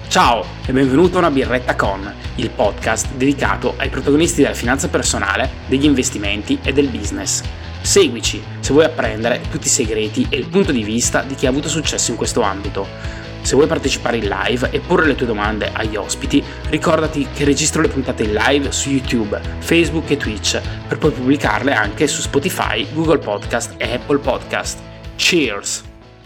Ciao e benvenuto a Una birretta con, il podcast dedicato ai protagonisti della finanza personale, degli investimenti e del business. Seguici se vuoi apprendere tutti i segreti e il punto di vista di chi ha avuto successo in questo ambito. Se vuoi partecipare in live e porre le tue domande agli ospiti, ricordati che registro le puntate in live su YouTube, Facebook e Twitch, per poi pubblicarle anche su Spotify, Google Podcast e Apple Podcast. Cheers!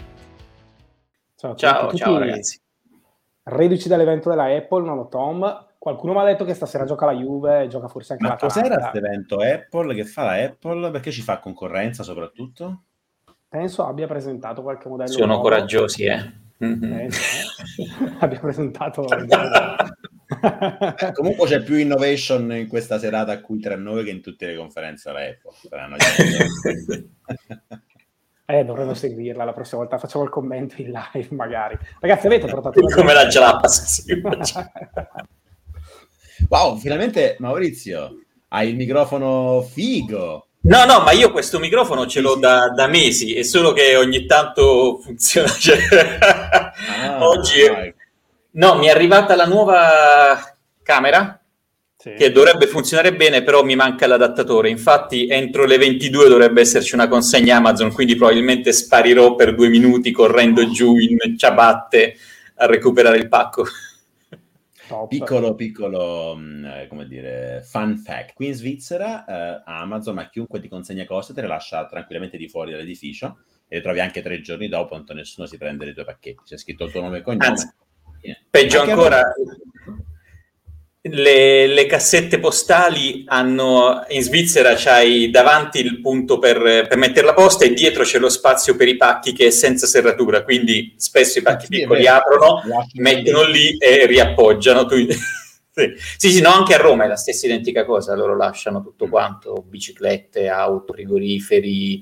Ciao ragazzi. Reduci dall'evento della Apple, non ho Tom. Qualcuno mi ha detto che stasera gioca la Juve e gioca forse anche Ma l'Atalanta. cos'era questo evento Apple? Che fa la Apple? Perché ci fa concorrenza soprattutto? Penso abbia presentato qualche modello Sono nuovo. Coraggiosi, Penso, abbia presentato Comunque c'è più innovation in questa serata qui tra noi che in tutte le conferenze della Apple. Dovremmo seguirla la prossima volta, facciamo il commento in live magari. Ragazzi, avete portato come la giappa. Wow, finalmente Maurizio hai il microfono figo. No, ma io questo microfono ce l'ho da mesi, è solo che ogni tanto funziona. Oggi no, mi è arrivata la nuova camera, sì, che dovrebbe funzionare bene, però mi manca l'adattatore. Infatti entro le 22 dovrebbe esserci una consegna Amazon, quindi probabilmente sparirò per 2 minuti correndo giù in ciabatte a recuperare il pacco. Piccolo come dire, fun fact: qui in Svizzera Amazon a chiunque ti consegna cose te le lascia tranquillamente di fuori dall'edificio e le trovi anche 3 giorni dopo, tanto nessuno si prende i tuoi pacchetti, c'è scritto il tuo nome e cognome. Anzi, peggio anche ancora, le cassette postali hanno, in Svizzera c'hai davanti il punto per mettere la posta e dietro c'è lo spazio per i pacchi che è senza serratura, quindi spesso i pacchi piccoli aprono, mettono lì e riappoggiano. Sì, no, anche a Roma è la stessa identica cosa, loro lasciano tutto quanto, biciclette, auto, frigoriferi,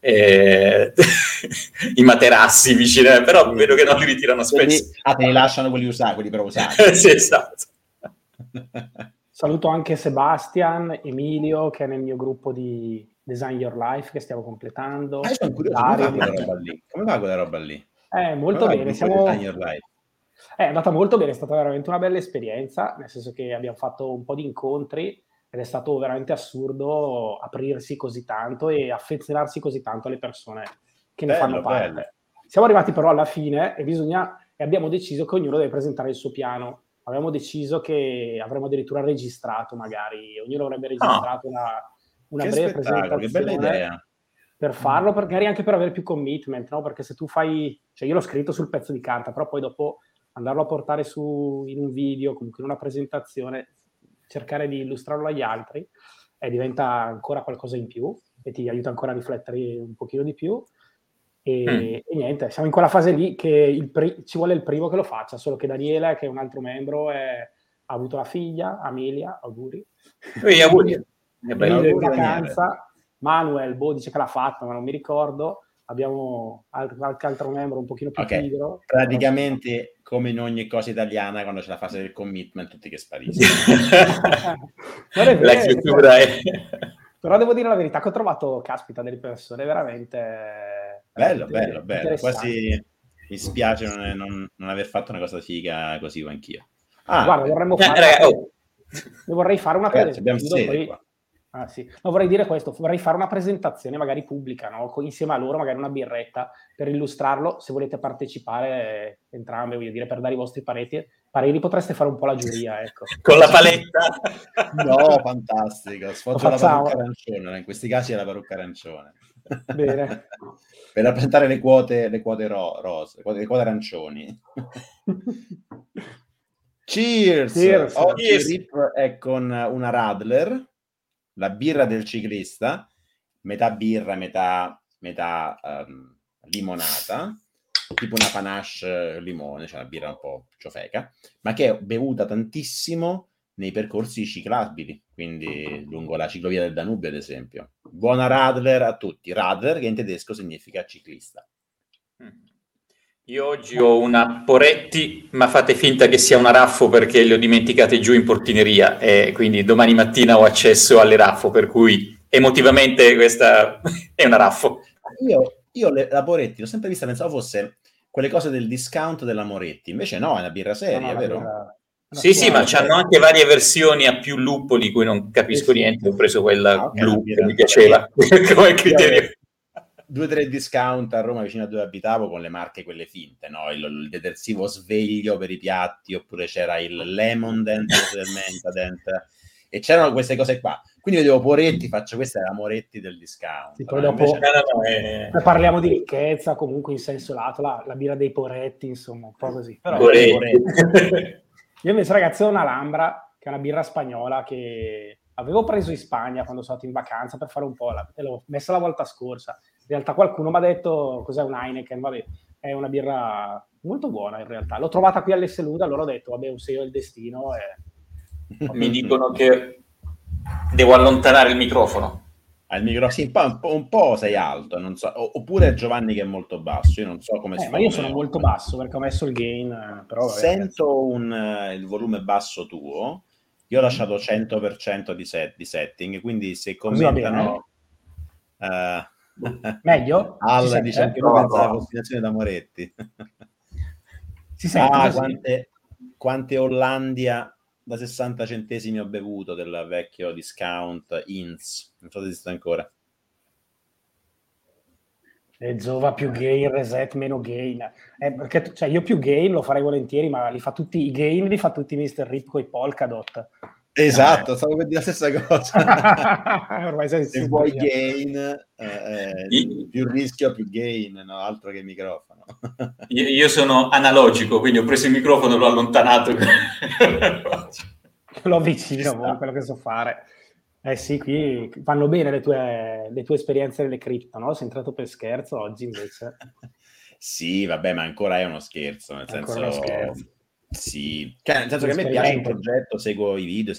i materassi vicino, però vedo che non li ritirano spesso. Te li lasciano quelli usati, quelli però usati. Sì, esatto. Saluto anche Sebastian, Emilio, che è nel mio gruppo di Design Your Life che stiamo completando. Sono curioso, come va quella roba lì? Molto bene, è andata molto bene, è stata veramente una bella esperienza, nel senso che abbiamo fatto un po' di incontri ed è stato veramente assurdo aprirsi così tanto e affezionarsi così tanto alle persone che ne fanno parte. Bello. Siamo arrivati però alla fine e abbiamo deciso che ognuno deve presentare il suo piano. Abbiamo deciso che avremmo addirittura registrato, magari ognuno avrebbe registrato una breve presentazione. Che bella idea. Per farlo, magari anche per avere più commitment, no? Perché se tu fai, io l'ho scritto sul pezzo di carta, però poi dopo andarlo a portare in un video, comunque in una presentazione, cercare di illustrarlo agli altri, diventa ancora qualcosa in più e ti aiuta ancora a riflettere un pochino di più. E niente, siamo in quella fase lì che ci vuole il primo che lo faccia, solo che Daniele, che è un altro membro, ha avuto la figlia, Amelia, auguri. Auguri. Auguri in vacanza. Manuel, dice che l'ha fatta, ma non mi ricordo. Abbiamo qualche altro membro un pochino più pigro. Praticamente come in ogni cosa italiana, quando c'è la fase del commitment, tutti che spariscono. La chiusura è... Però devo dire la verità che ho trovato, caspita, delle persone veramente... Bello. Quasi mi spiace non aver fatto una cosa figa così anch'io. Guarda, vorrei fare una presentazione. Vorrei dire questo, vorrei fare una presentazione magari pubblica, no? Insieme a loro, magari una birretta, per illustrarlo. Se volete partecipare entrambe, voglio dire, per dare i vostri pareri, potreste fare un po' la giuria, ecco. Con la paletta? No, fantastico. Sfoggio la parrucca arancione, in questi casi è la parrucca arancione. Bene. Per rappresentare le quote rose, le quote arancioni. Cheers! Oggi Rip è con una Radler, la birra del ciclista, metà birra, metà limonata, tipo una panache limone, cioè una birra un po' ciofeca, ma che è bevuta tantissimo nei percorsi ciclabili, quindi lungo la ciclovia del Danubio, ad esempio. Buona Radler a tutti. Radler, che in tedesco significa ciclista. Io oggi ho una Poretti, ma fate finta che sia una Raffo perché le ho dimenticate giù in portineria e quindi domani mattina ho accesso alle Raffo, per cui emotivamente questa è una Raffo. Io la Poretti l'ho sempre vista, pensavo fosse quelle cose del discount della Moretti. Invece no, è una birra seria, vero? Sì, ma c'hanno anche varie versioni a più luppoli, cui non capisco niente. Ho preso quella blu che mi piaceva come criterio. 2 o 3 discount a Roma vicino a dove abitavo con le marche quelle finte, no? Il detersivo Sveglio per i piatti, oppure c'era il Lemon Dent del Mentadent, e c'erano queste cose qua. Quindi vedevo Poretti, faccio questa è la Moretti del discount. Sì, poi dopo parliamo di ricchezza comunque in senso lato, la birra dei Poretti, insomma, un po' così. Però io invece, ragazzi, ho una Alhambra, che è una birra spagnola che avevo preso in Spagna quando sono andato in vacanza per fare un po', e l'ho messa la volta scorsa. In realtà qualcuno mi ha detto cos'è un Heineken, vabbè, è una birra molto buona in realtà. L'ho trovata qui all'Esselunga, allora ho detto, vabbè, un segno del destino. Mi dicono che devo allontanare il microfono. Al microfono, sì, un po' sei alto, non so, oppure è Giovanni che è molto basso, io non so come ma io sono molto basso perché ho messo il gain, però vabbè, sento il volume basso tuo, io ho lasciato 100% di setting, quindi se commentano meglio? Al dice anche lui pensa alla combinazione da Moretti. Si sente quante Hollandia da 60 centesimi ho bevuto del vecchio discount Inns, non so se esiste ancora. Zova più gain, reset meno gain, perché cioè, io più gain lo farei volentieri, ma li fa tutti i gain, li fa tutti Mr. Rip con i Polkadot. Esatto, stavo per dire la stessa cosa. Ormai se vuoi gain, più rischio più gain, no? Altro che microfono. Io sono analogico, quindi ho preso il microfono e l'ho allontanato. Lo avvicino, quello che so fare. Sì, qui vanno bene le tue esperienze nelle cripto, no? Sei entrato per scherzo oggi invece. Sì, vabbè, ma ancora è uno scherzo, nel senso... Uno scherzo. Sì, cioè, nel senso che a me piace il progetto, seguo i video,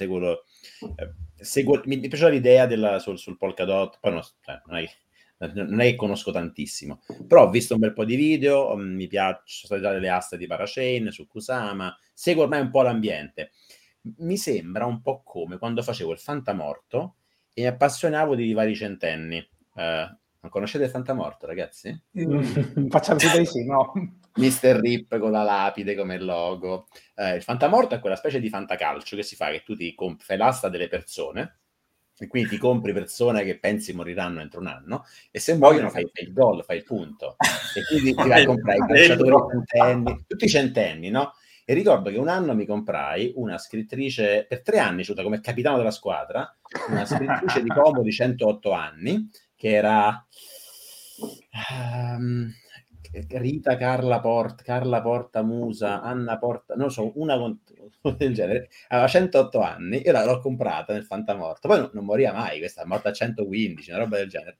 mi piace l'idea sul Polkadot, poi non è che conosco tantissimo, però ho visto un bel po' di video, mi piacciono delle aste di Parachain su Kusama, seguo ormai un po' l'ambiente. Mi sembra un po' come quando facevo il Fantamorto e mi appassionavo di vari centenni. Non conoscete il Fantamorto, ragazzi? Facciamo tutto di sì, no? Mr. Rip con la lapide come logo. Il Fantamorto è quella specie di fantacalcio che si fa, che tu fai l'asta delle persone, e quindi ti compri persone che pensi moriranno entro un anno, e se muoiono fai il gol, fai il punto. E quindi ti vai a comprare i calciatori centenni, tutti i centenni, no? E ricordo che un anno mi comprai una scrittrice, per 3 anni, cioè come capitano della squadra, una scrittrice di Como di 108 anni, che era Rita Carla Porta Musa, Anna Porta, non so, una del genere, aveva 108 anni, io l'ho comprata nel Fantamorto, poi non moriva mai, questa è morta a 115, una roba del genere,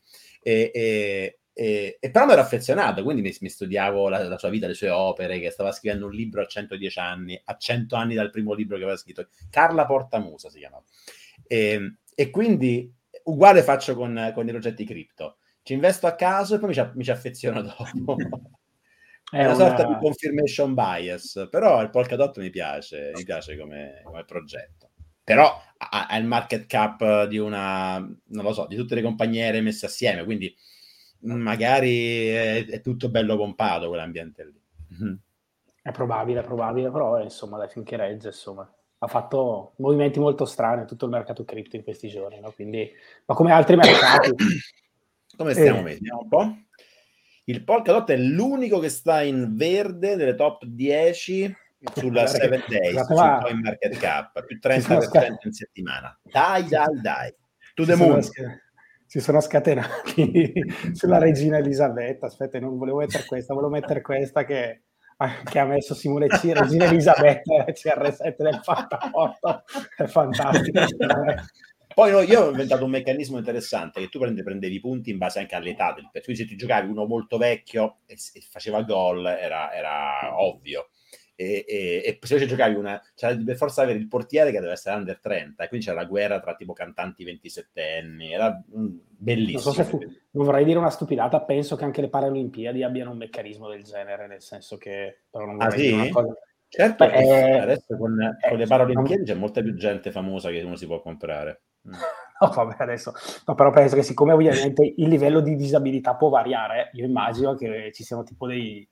e però mi ero affezionato, quindi mi studiavo la sua vita, le sue opere, che stava scrivendo un libro a 110 anni, a 100 anni dal primo libro che aveva scritto, Carla Portamusa si chiamava, e quindi uguale faccio con i progetti cripto, ci investo a caso e poi mi ci affeziono dopo. È una sorta di confirmation bias, però il Polkadot mi piace come progetto, però ha il market cap di non lo so, di tutte le compagnie messe assieme, quindi magari è tutto bello pompato quell'ambiente lì. È probabile, però insomma, dai, finché regge, insomma, ha fatto movimenti molto strani tutto il mercato cripto in questi giorni, no? Quindi, ma come altri mercati. Come stiamo messi? Vediamo un po'. Il Polkadot è l'unico che sta in verde delle top 10 sulla 7 days, sul coin market cap, più 30% in settimana. Dai. To the moon. Si sono scatenati sulla regina Elisabetta. Aspetta, non volevo mettere questa, volevo mettere questa che ha messo Simone C. Regina Elisabetta CR7 del Fantamorto. È fantastico. Poi io ho inventato un meccanismo interessante, che tu prendevi punti in base anche all'età del pezzo, quindi se ti giocavi uno molto vecchio e faceva gol era ovvio, e se giocavi c'era per forza avere il portiere che deve essere under 30, e quindi c'era la guerra tra tipo cantanti 27enni, era bellissimo. Non vorrei dire una stupidata, penso che anche le Paralimpiadi abbiano un meccanismo del genere, nel senso che però non vorrei dire una cosa. Certo, adesso con le Paralimpiadi c'è molta più gente famosa che uno si può comprare. No, vabbè, adesso no, però penso che siccome ovviamente il livello di disabilità può variare, io immagino che ci siano tipo dei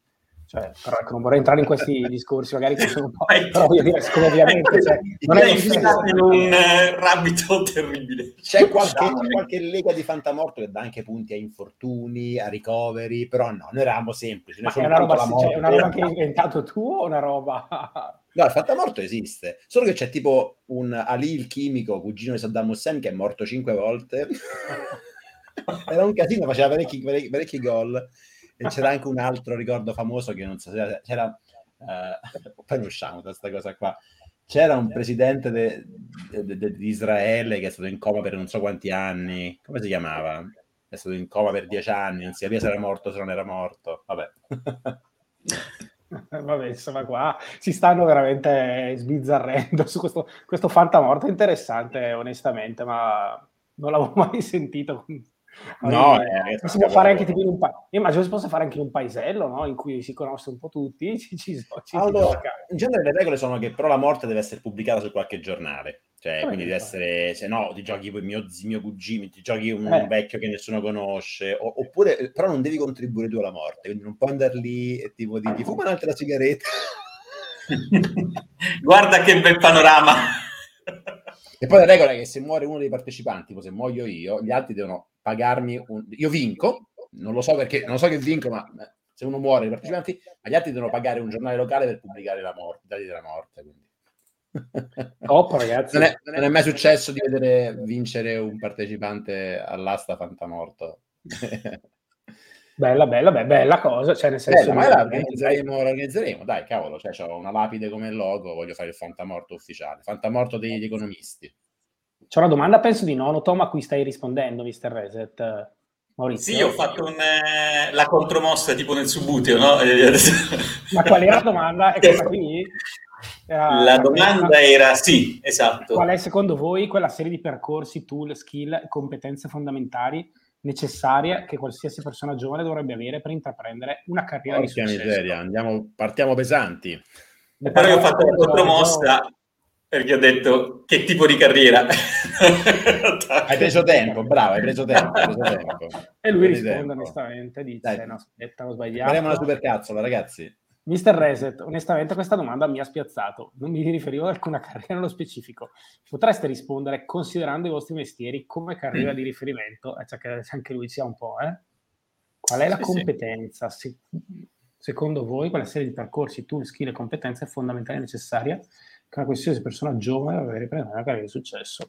Cioè, però non vorrei entrare in questi discorsi, magari che sono un po'... però voglio dire, siccome ovviamente... Cioè, non è in un rabbit hole terribile. C'è qualche lega di fantamorto che dà anche punti a infortuni, a ricoveri, però no, noi eravamo semplici. Ma è una roba, cioè, una roba che hai inventato tu o una roba... No, il fantamorto esiste, solo che c'è tipo un Ali il chimico, cugino di Saddam Hussein, che è morto 5 volte. Era un casino, faceva parecchi gol. E c'era anche un altro ricordo famoso che non so se c'era, poi ne usciamo da questa cosa qua. C'era un presidente di Israele che è stato in coma per non so quanti anni. Come si chiamava? È stato in coma per 10 anni, non si capiva se era morto o se non era morto. Vabbè. Vabbè, insomma, qua si stanno veramente sbizzarrendo su questo fantamorto interessante, onestamente, ma non l'avevo mai sentito. No, si può fare anche tipo in un io immagino si possa fare anche in un paesello, no? In cui si conosce un po' tutti. Allora, in genere le regole sono che però la morte deve essere pubblicata su qualche giornale, cioè quindi deve essere, se no ti giochi mio cugino, ti giochi un vecchio che nessuno conosce, oppure però non devi contribuire tu alla morte, quindi non puoi andare lì e tipo dirgli fuma un'altra sigaretta. Guarda che bel panorama. E poi la regola è che se muore uno dei partecipanti, tipo se muoio io, gli altri devono pagarmi io vinco, non lo so perché, non so che vinco, ma se uno muore dei partecipanti, gli altri devono pagare un giornale locale per pubblicare la morte, i dati della morte. Quindi. Top, ragazzi. Non è mai successo di vedere vincere un partecipante all'asta fantamorto. Bella cosa, cioè nel senso... ma la organizzeremo, dai, cavolo, cioè c'ho una lapide come logo, voglio fare il fantamorto ufficiale, fantamorto degli economisti. C'è una domanda, penso di Nono Tom, a cui stai rispondendo, Mr. Reset. Maurizio? Sì, ho fatto la contromossa tipo nel Subbuteo, no? Ma qual era la domanda? È questa qui? La domanda era sì, esatto. Qual è secondo voi quella serie di percorsi, tool, skill e competenze fondamentali necessarie che qualsiasi persona giovane dovrebbe avere per intraprendere una carriera di successo? Miseria, partiamo pesanti. Però io ho fatto la contromossa perché ho detto che tipo di carriera. Hai preso tempo, bravo, hai preso tempo. E lui risponde onestamente, dice dai, no aspetta, ho sbagliato. Faremo una supercazzola, ragazzi. Mr. Reset, onestamente questa domanda mi ha spiazzato, non mi riferivo ad alcuna carriera nello specifico. Potreste rispondere considerando i vostri mestieri come carriera di riferimento, cioè che anche lui sia un po', Qual è la competenza? Secondo voi, quella serie di percorsi, tool, skill e competenze fondamentali e necessarie che una qualsiasi persona giovane deve avere per una carriera di successo?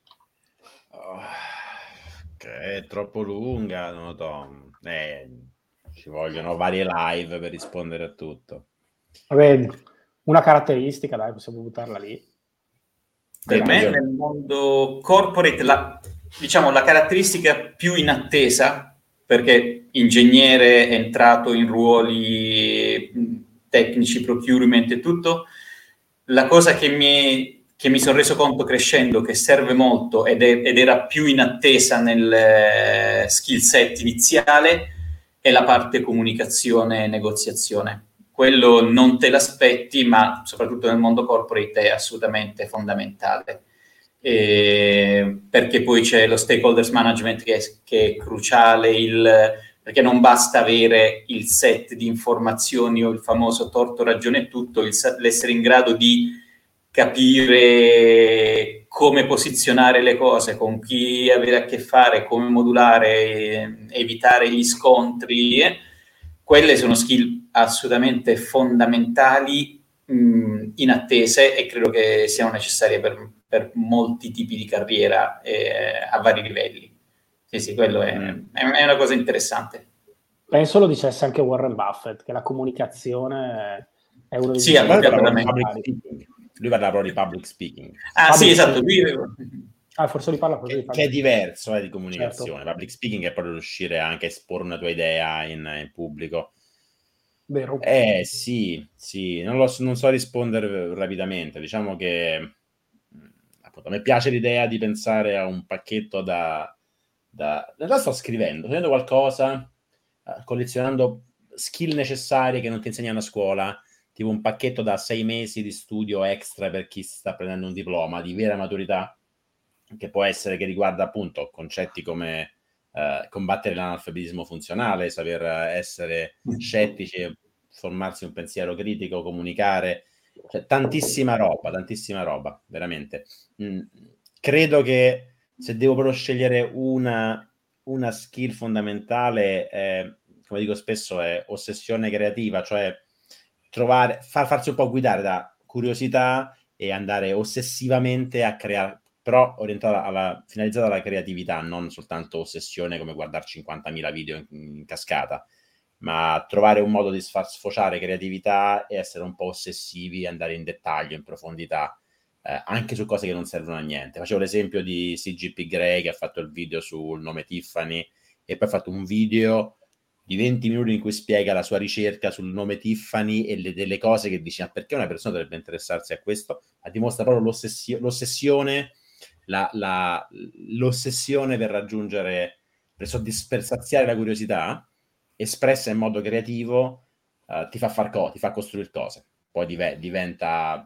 Che è troppo lunga, non lo so. Ci vogliono varie live per rispondere a tutto. Vabbè, una caratteristica, dai, possiamo buttarla lì. Per me nel mondo corporate la caratteristica più in attesa, perché ingegnere è entrato in ruoli tecnici, procurement e tutto, la cosa che mi sono reso conto crescendo che serve molto ed era più in attesa nel skill set iniziale è la parte comunicazione e negoziazione. Quello non te l'aspetti, ma soprattutto nel mondo corporate è assolutamente fondamentale. Perché poi c'è lo stakeholders management che è cruciale, perché non basta avere il set di informazioni o il famoso torto, ragione e tutto, l'essere in grado di capire come posizionare le cose, con chi avere a che fare, come modulare, evitare gli scontri. Quelle sono skill assolutamente fondamentali, inattese, e credo che siano necessarie per molti tipi di carriera a vari livelli. Sì, quello è una cosa interessante. Penso lo dicesse anche Warren Buffett, che la comunicazione è uno dei lui parla proprio di public speaking. Sì, esatto. Forse lui parla così. Che è diverso di comunicazione. Certo. Public speaking è proprio riuscire anche a esporre una tua idea in pubblico. Vero. Sì. Non so rispondere rapidamente. Diciamo che appunto, a me piace l'idea di pensare a un pacchetto in realtà sto scrivendo qualcosa, collezionando skill necessarie che non ti insegnano a scuola, tipo un pacchetto da 6 mesi di studio extra per chi sta prendendo un diploma di vera maturità, che può essere che riguarda appunto concetti come combattere l'analfabetismo funzionale, saper essere scettici e formarsi un pensiero critico, comunicare, cioè, tantissima roba, veramente. Credo che se devo però scegliere una skill fondamentale, come dico spesso, è ossessione creativa, cioè farsi un po' guidare da curiosità e andare ossessivamente a creare, però orientata finalizzata alla creatività, non soltanto ossessione come guardare 50.000 video in cascata, ma trovare un modo di far sfociare creatività e essere un po' ossessivi, andare in dettaglio, in profondità, anche su cose che non servono a niente. Facevo l'esempio di CGP Grey, che ha fatto il video sul nome Tiffany e poi ha fatto un video di 20 minuti in cui spiega la sua ricerca sul nome Tiffany e delle cose che dice: ma perché una persona dovrebbe interessarsi a questo? Dimostra proprio l'ossessione per raggiungere, per saziare la curiosità, espressa in modo creativo, ti fa ti fa costruire cose. Poi diventa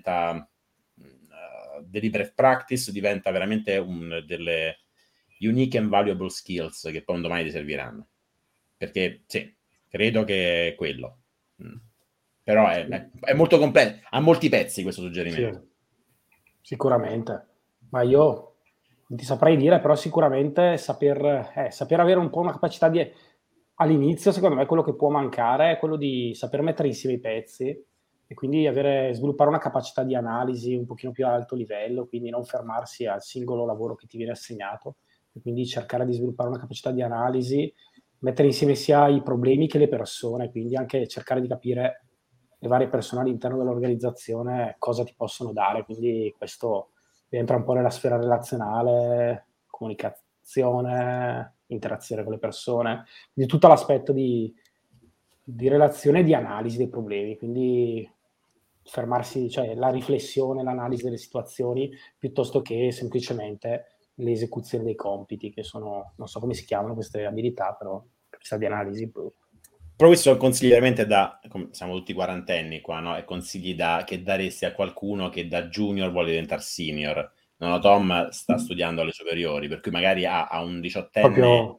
deliberate practice, diventa veramente delle unique and valuable skills che poi un domani ti serviranno. Perché sì, credo che è quello. Però è molto complesso, ha molti pezzi questo suggerimento. Sì, sicuramente. Ma io non ti saprei dire, però sicuramente saper avere un po' una capacità di... All'inizio, secondo me, quello che può mancare è quello di saper mettere insieme i pezzi e quindi sviluppare una capacità di analisi un pochino più a alto livello, quindi non fermarsi al singolo lavoro che ti viene assegnato, e quindi cercare di sviluppare una capacità di analisi, mettere insieme sia i problemi che le persone, quindi anche cercare di capire le varie persone all'interno dell'organizzazione cosa ti possono dare, quindi questo rientra un po' nella sfera relazionale, comunicazione, interazione con le persone, quindi tutto l'aspetto di relazione e di analisi dei problemi, quindi fermarsi, cioè la riflessione, l'analisi delle situazioni, piuttosto che semplicemente l'esecuzione dei compiti, che sono, non so come si chiamano queste abilità, però capacità di analisi. Però questi sono consigli veramente siamo tutti quarantenni qua, no? E consigli che daresti a qualcuno che da junior vuole diventare senior. No, Tom sta studiando alle superiori, per cui magari ha un 18enne,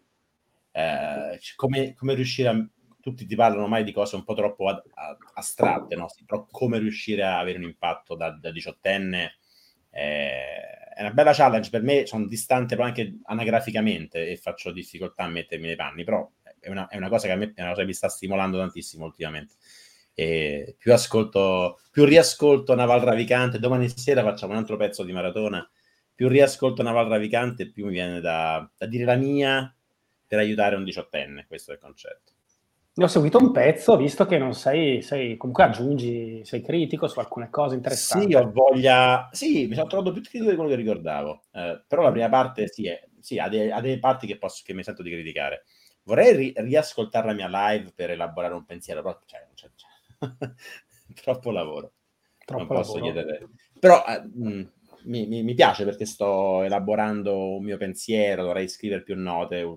come riuscire tutti ti parlano mai di cose un po' troppo astratte, no? Però come riuscire a avere un impatto da 18enne è una bella challenge. Per me sono distante però anche anagraficamente e faccio difficoltà a mettermi nei panni, però è una cosa che a me mi sta stimolando tantissimo ultimamente. E più riascolto Naval Ravikant, domani sera facciamo un altro pezzo di maratona, più riascolto Naval Ravikant più mi viene da dire la mia per aiutare un 18enne, questo è il concetto. Ne ho seguito un pezzo, visto che non sei comunque aggiungi, sei critico su alcune cose interessanti. Sì, ho voglia. Sì, mi sono trovato più critico di quello che ricordavo. Però la prima parte ha delle parti che mi sento di criticare. Vorrei riascoltare la mia live per elaborare un pensiero, però troppo lavoro. Non posso chiedere. Però mi piace perché sto elaborando un mio pensiero, dovrei scrivere più note.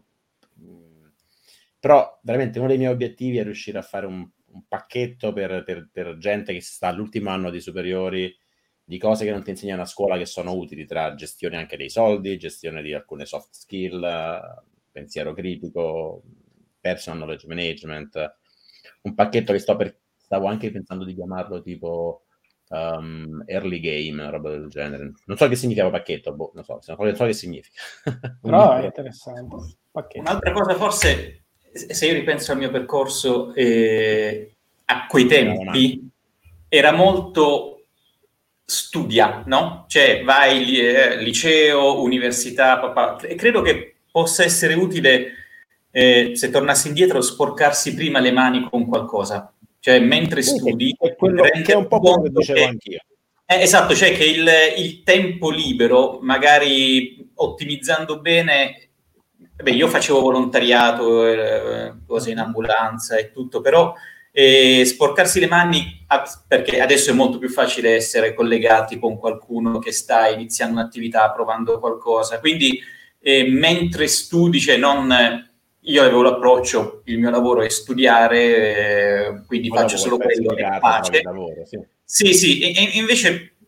Però veramente uno dei miei obiettivi è riuscire a fare un pacchetto per gente che sta all'ultimo anno di superiori, di cose che non ti insegnano a scuola che sono utili, tra gestione anche dei soldi, gestione di alcune soft skill, pensiero critico, personal knowledge management, un pacchetto che stavo anche pensando di chiamarlo tipo early game, una roba del genere. Non so che significa pacchetto, non so che significa. Però è interessante. Pacchetto. Un'altra cosa forse, se io ripenso al mio percorso a quei tempi, era molto studia, no? Cioè vai liceo, università, papà. E credo che possa essere utile, se tornassi indietro, sporcarsi prima le mani con qualcosa. Cioè, mentre studi... È quello che è un po' quello che dicevo anch'io. Esatto, cioè che il tempo libero, magari ottimizzando bene... Beh, io facevo volontariato, cose in ambulanza e tutto, però sporcarsi le mani, perché adesso è molto più facile essere collegati con qualcuno che sta iniziando un'attività, provando qualcosa. Quindi, mentre studi, cioè io avevo l'approccio, il mio lavoro è studiare, quindi faccio solo quello e pace. Lavoro, sì. Sì, e invece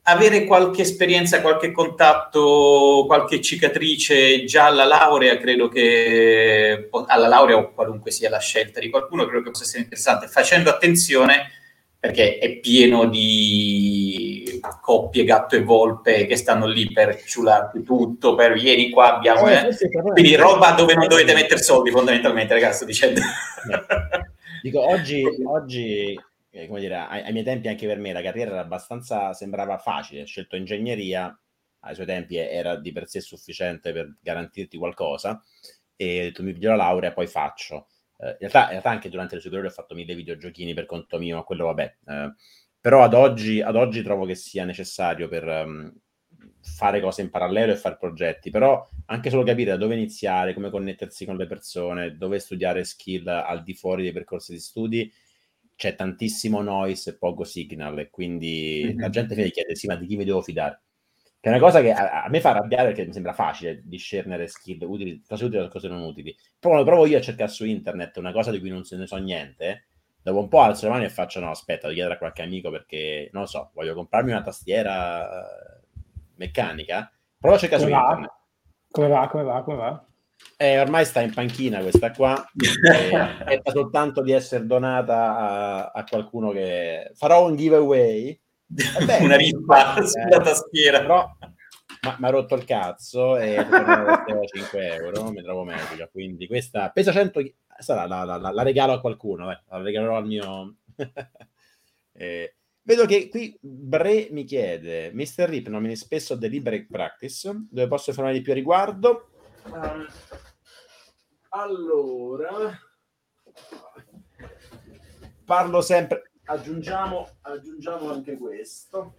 avere qualche esperienza, qualche contatto, qualche cicatrice già alla laurea, credo che alla laurea o qualunque sia la scelta di qualcuno, credo che possa essere interessante, facendo attenzione perché è pieno di coppie gatto e volpe che stanno lì per ciularti tutto, per vieni qua, abbiamo... Quindi roba dove non dovete mettere soldi fondamentalmente, ragazzi, sto dicendo. Dico, oggi come dire, ai miei tempi anche per me la carriera era abbastanza, sembrava facile, ho scelto ingegneria, ai suoi tempi era di per sé sufficiente per garantirti qualcosa, e ho detto mi piglio la laurea, poi faccio. In realtà anche durante le superiori ho fatto 1000 videogiochini per conto mio, ma quello vabbè. Però ad oggi trovo che sia necessario per fare cose in parallelo e fare progetti, però anche solo capire da dove iniziare, come connettersi con le persone, dove studiare skill al di fuori dei percorsi di studi, c'è tantissimo noise e poco signal, e quindi la gente mi chiede sì, ma di chi mi devo fidare? Che è una cosa che a me fa arrabbiare, perché mi sembra facile discernere skill utili, cose utili e cose non utili. Però quando provo io a cercare su internet una cosa di cui non se ne so niente, dopo un po' alzo le mani e faccio no, aspetta, devo chiedere a qualche amico perché, non lo so, voglio comprarmi una tastiera meccanica, provo a cercare su internet. Come va? Ormai sta in panchina questa qua, aspetta soltanto di essere donata a qualcuno che... Farò un giveaway. Vabbè, una rippa sulla tastiera. Però mi ha rotto il cazzo e 5 euro, mi trovo meglio, quindi questa pesa 100, la regalo a qualcuno, la regalerò al mio... Vedo che qui Bre mi chiede: Mr. Rip nomini spesso deliberate practice, dove posso informare di più a riguardo? Allora, parlo sempre, aggiungiamo anche questo.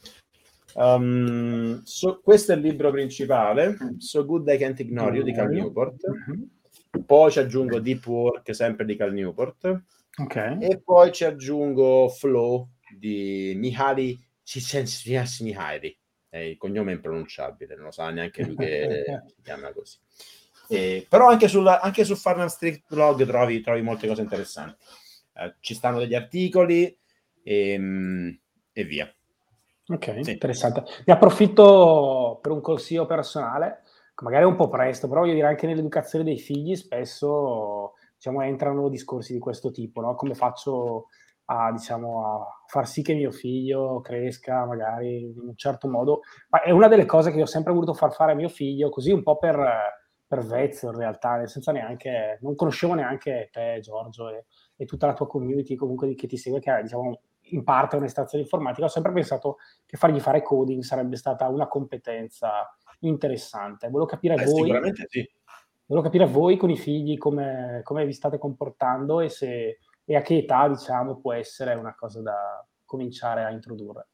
Questo è il libro principale, So Good I Can't Ignore You di Cal Newport. Poi ci aggiungo Deep Work, sempre di Cal Newport. Okay. E poi ci aggiungo Flow di Mihaly Csikszentmihalyi. Il cognome è impronunciabile, non lo sa neanche lui che si chiama così. Però anche su Farnham Street Blog trovi molte cose interessanti. Ci stanno degli articoli e via. Ok, sì. Interessante. Ne approfitto per un consiglio personale, magari è un po' presto, però voglio dire anche nell'educazione dei figli spesso entrano discorsi di questo tipo, no? Come faccio a far sì che mio figlio cresca magari in un certo modo. Ma è una delle cose che ho sempre voluto far fare a mio figlio, così un po' per vezzo in realtà, senza neanche, non conoscevo neanche te, Giorgio, e tutta la tua community comunque che ti segue, che in parte è un'estrazione informatica. Ho sempre pensato che fargli fare coding sarebbe stata una competenza interessante. Volevo capire voi. Sicuramente sì. Volevo capire voi con i figli come vi state comportando e a che età, può essere una cosa da cominciare a introdurre.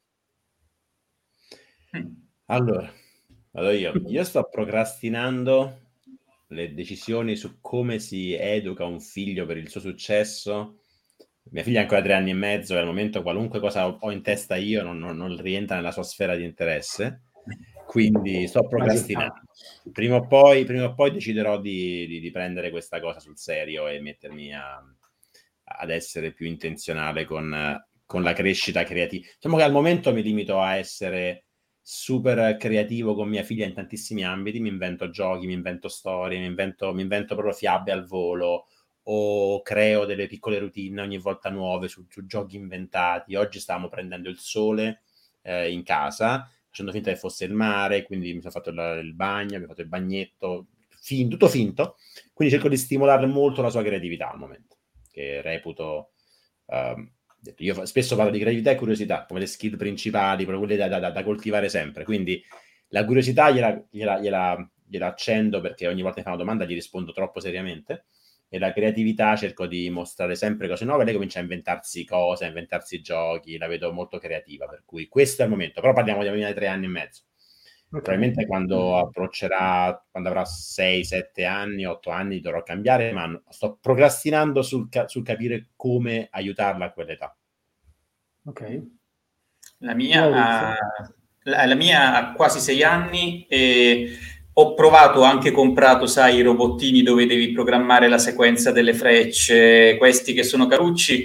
Allora, vado io sto procrastinando le decisioni su come si educa un figlio per il suo successo. Mia figlia ha ancora 3 anni e mezzo e al momento qualunque cosa ho in testa io non rientra nella sua sfera di interesse, quindi sto procrastinando. Prima o poi deciderò di prendere questa cosa sul serio e mettermi ad essere più intenzionale con la crescita creativa. Diciamo che al momento mi limito a essere super creativo con mia figlia in tantissimi ambiti, mi invento giochi, mi invento storie, mi invento proprio fiabe al volo, o creo delle piccole routine ogni volta nuove su giochi inventati. Oggi stavamo prendendo il sole in casa, facendo finta che fosse il mare, quindi mi sono fatto il bagno, mi ho fatto il bagnetto, tutto finto, quindi cerco di stimolare molto la sua creatività al momento, che reputo... io spesso parlo di creatività e curiosità come le skill principali, proprio quelle da coltivare sempre, quindi la curiosità gliela accendo perché ogni volta che fa una domanda gli rispondo troppo seriamente, e la creatività cerco di mostrare sempre cose nuove. Lei comincia a inventarsi cose, a inventarsi giochi, la vedo molto creativa, per cui questo è il momento. Però parliamo di 3 anni e mezzo. Okay. Probabilmente quando avrà 6, 7 anni, 8 anni dovrò cambiare, ma sto procrastinando sul capire come aiutarla a quell'età. Ok. La mia ha quasi 6 anni e ho provato, anche comprato, sai, i robottini dove devi programmare la sequenza delle frecce, questi che sono carucci.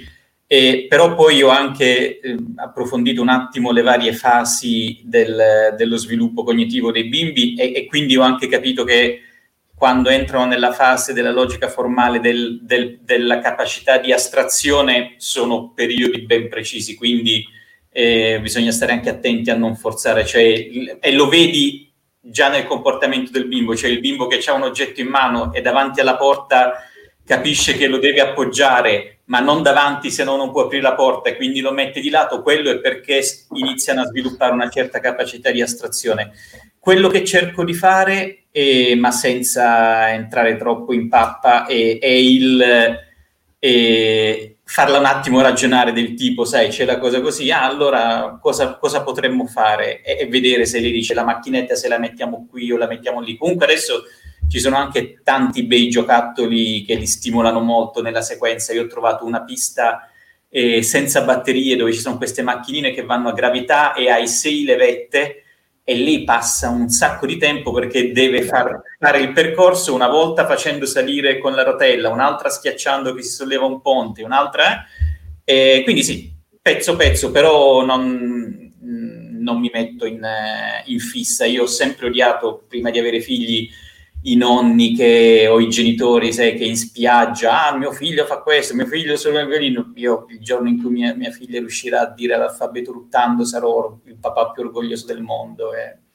Però poi ho anche approfondito un attimo le varie fasi dello sviluppo cognitivo dei bimbi e quindi ho anche capito che quando entrano nella fase della logica formale della capacità di astrazione sono periodi ben precisi, quindi bisogna stare anche attenti a non forzare, e lo vedi già nel comportamento del bimbo, cioè il bimbo che ha un oggetto in mano e davanti alla porta capisce che lo deve appoggiare, ma non davanti, se no non può aprire la porta, e quindi lo mette di lato. Quello è perché iniziano a sviluppare una certa capacità di astrazione. Quello che cerco di fare, ma senza entrare troppo in pappa, è farla un attimo ragionare, del tipo, sai, c'è la cosa così, allora cosa potremmo fare? E vedere se lei dice la macchinetta, se la mettiamo qui o la mettiamo lì. Comunque adesso ci sono anche tanti bei giocattoli che li stimolano molto nella sequenza. Io ho trovato una pista senza batterie, dove ci sono queste macchinine che vanno a gravità e hai 6 levette, e lei passa un sacco di tempo perché deve fare il percorso, una volta facendo salire con la rotella, un'altra schiacciando che si solleva un ponte, un'altra quindi sì, pezzo, però non mi metto in fissa. Io ho sempre odiato, prima di avere figli, i nonni o i genitori, sai, che in spiaggia, mio figlio fa questo, mio figlio solo il violino. Io, il giorno in cui mia figlia riuscirà a dire l'alfabeto ruttando, sarò il papà più orgoglioso del mondo.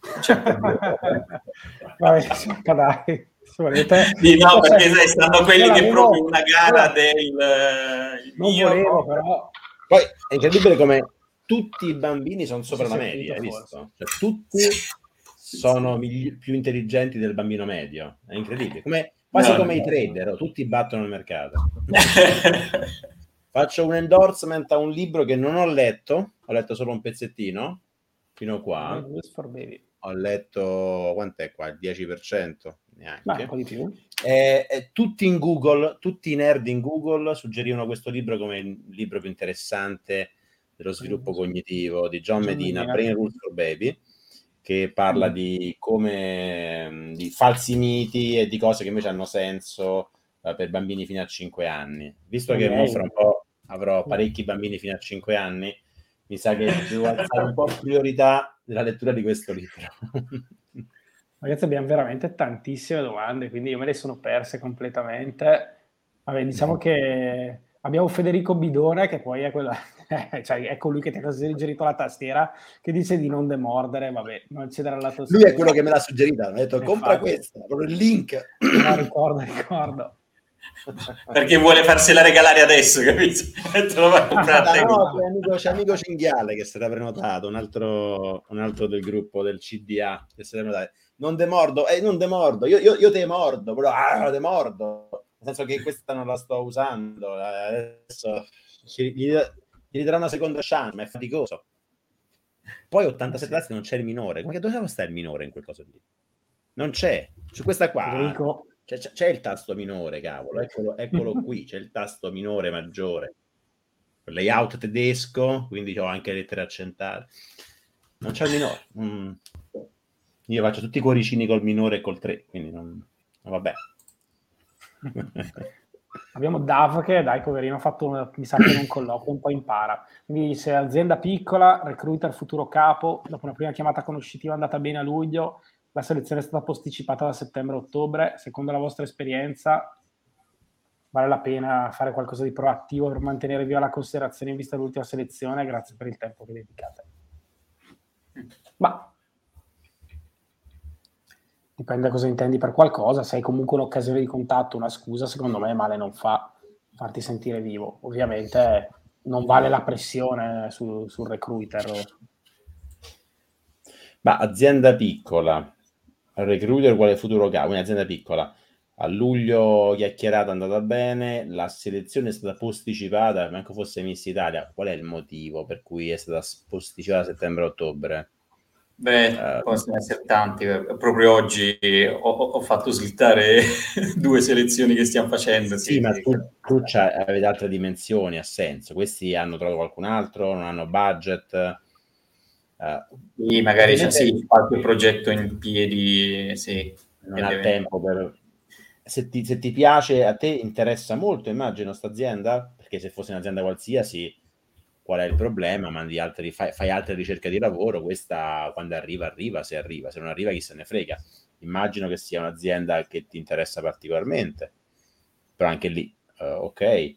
Vabbè, dai. Sì, no, perché sai, stanno quelli che proprio una gara non volevo, però poi è incredibile come tutti i bambini sono sopra la media, hai visto? Cioè, tutti sono più intelligenti del bambino medio, è incredibile, quasi come i trader, tutti battono il mercato. Faccio un endorsement a un libro che non ho letto solo un pezzettino fino qua. Ho letto, quant'è qua? Il 10%? Neanche. Un po' di più. Tutti in Google, tutti i nerd in Google suggerivano questo libro come il libro più interessante dello sviluppo cognitivo, di John Medina, Brain Rules for Baby, che parla di falsi miti e di cose che invece hanno senso per bambini fino a 5 anni. Visto che fra un po' avrò parecchi bambini fino a 5 anni, mi sa che devo alzare un po' priorità nella lettura di questo libro. Ragazzi, abbiamo veramente tantissime domande, quindi io me le sono perse completamente. Vabbè, diciamo che abbiamo Federico Bidone, che poi è quella, cioè è colui che ti ha suggerito la tastiera, che dice di non demordere. Vabbè, non cedere alla tastiera. Lui è quello che me l'ha suggerita, mi ha detto compra questa, proprio il link. No, ricordo. Perché vuole farsela regalare adesso, capito? C'è amico Cinghiale che si era prenotato, un altro del gruppo del CDA che si era prenotato. Non demordo, non demordo, io te mordo, però te mordo, nel senso che questa non la sto usando, adesso gli darò una seconda chance, ma è faticoso. Poi 87 tasti non c'è il minore, come che dove sta il minore in quel coso lì? Non c'è, su questa qua Federico. C'è il tasto minore, cavolo, eccolo qui, c'è il tasto minore maggiore, layout tedesco, quindi ho anche lettere accentate, non c'è il minore. Io faccio tutti i cuoricini col minore e col 3, quindi non vabbè. Abbiamo Dav che, dai, poverino, ha fatto, mi sa che in un colloquio un po' impara. Quindi dice: azienda piccola, recruiter futuro capo, dopo una prima chiamata conoscitiva andata bene a luglio, la selezione è stata posticipata da settembre-ottobre. Secondo la vostra esperienza vale la pena fare qualcosa di proattivo per mantenere viva la considerazione in vista dell'ultima selezione? Grazie per il tempo che dedicate. Ma dipende cosa intendi per qualcosa. Se hai comunque un'occasione di contatto, una scusa, secondo me male non fa farti sentire vivo. Ovviamente non vale la pressione sul recruiter. Ma azienda piccola, recruiter quale futuro capo, un'azienda piccola, a luglio chiacchierata è andata bene, la selezione è stata posticipata, manco fosse Miss Italia. Qual è il motivo per cui è stata posticipata a settembre-ottobre? Beh, possono essere tanti. Proprio oggi ho fatto slittare 2 selezioni che stiamo facendo. Sì, ma tu avete altre dimensioni, ha senso. Questi hanno trovato qualcun altro, non hanno budget. Sì, magari c'è qualche progetto in piedi, sì. Non ha tempo per... Se ti piace, a te interessa molto, immagino, sta azienda? che se fosse un'azienda qualsiasi, qual è il problema? Fai altre ricerche di lavoro, questa quando arriva, se non arriva chi se ne frega. Immagino che sia un'azienda che ti interessa particolarmente, però anche lì, ok.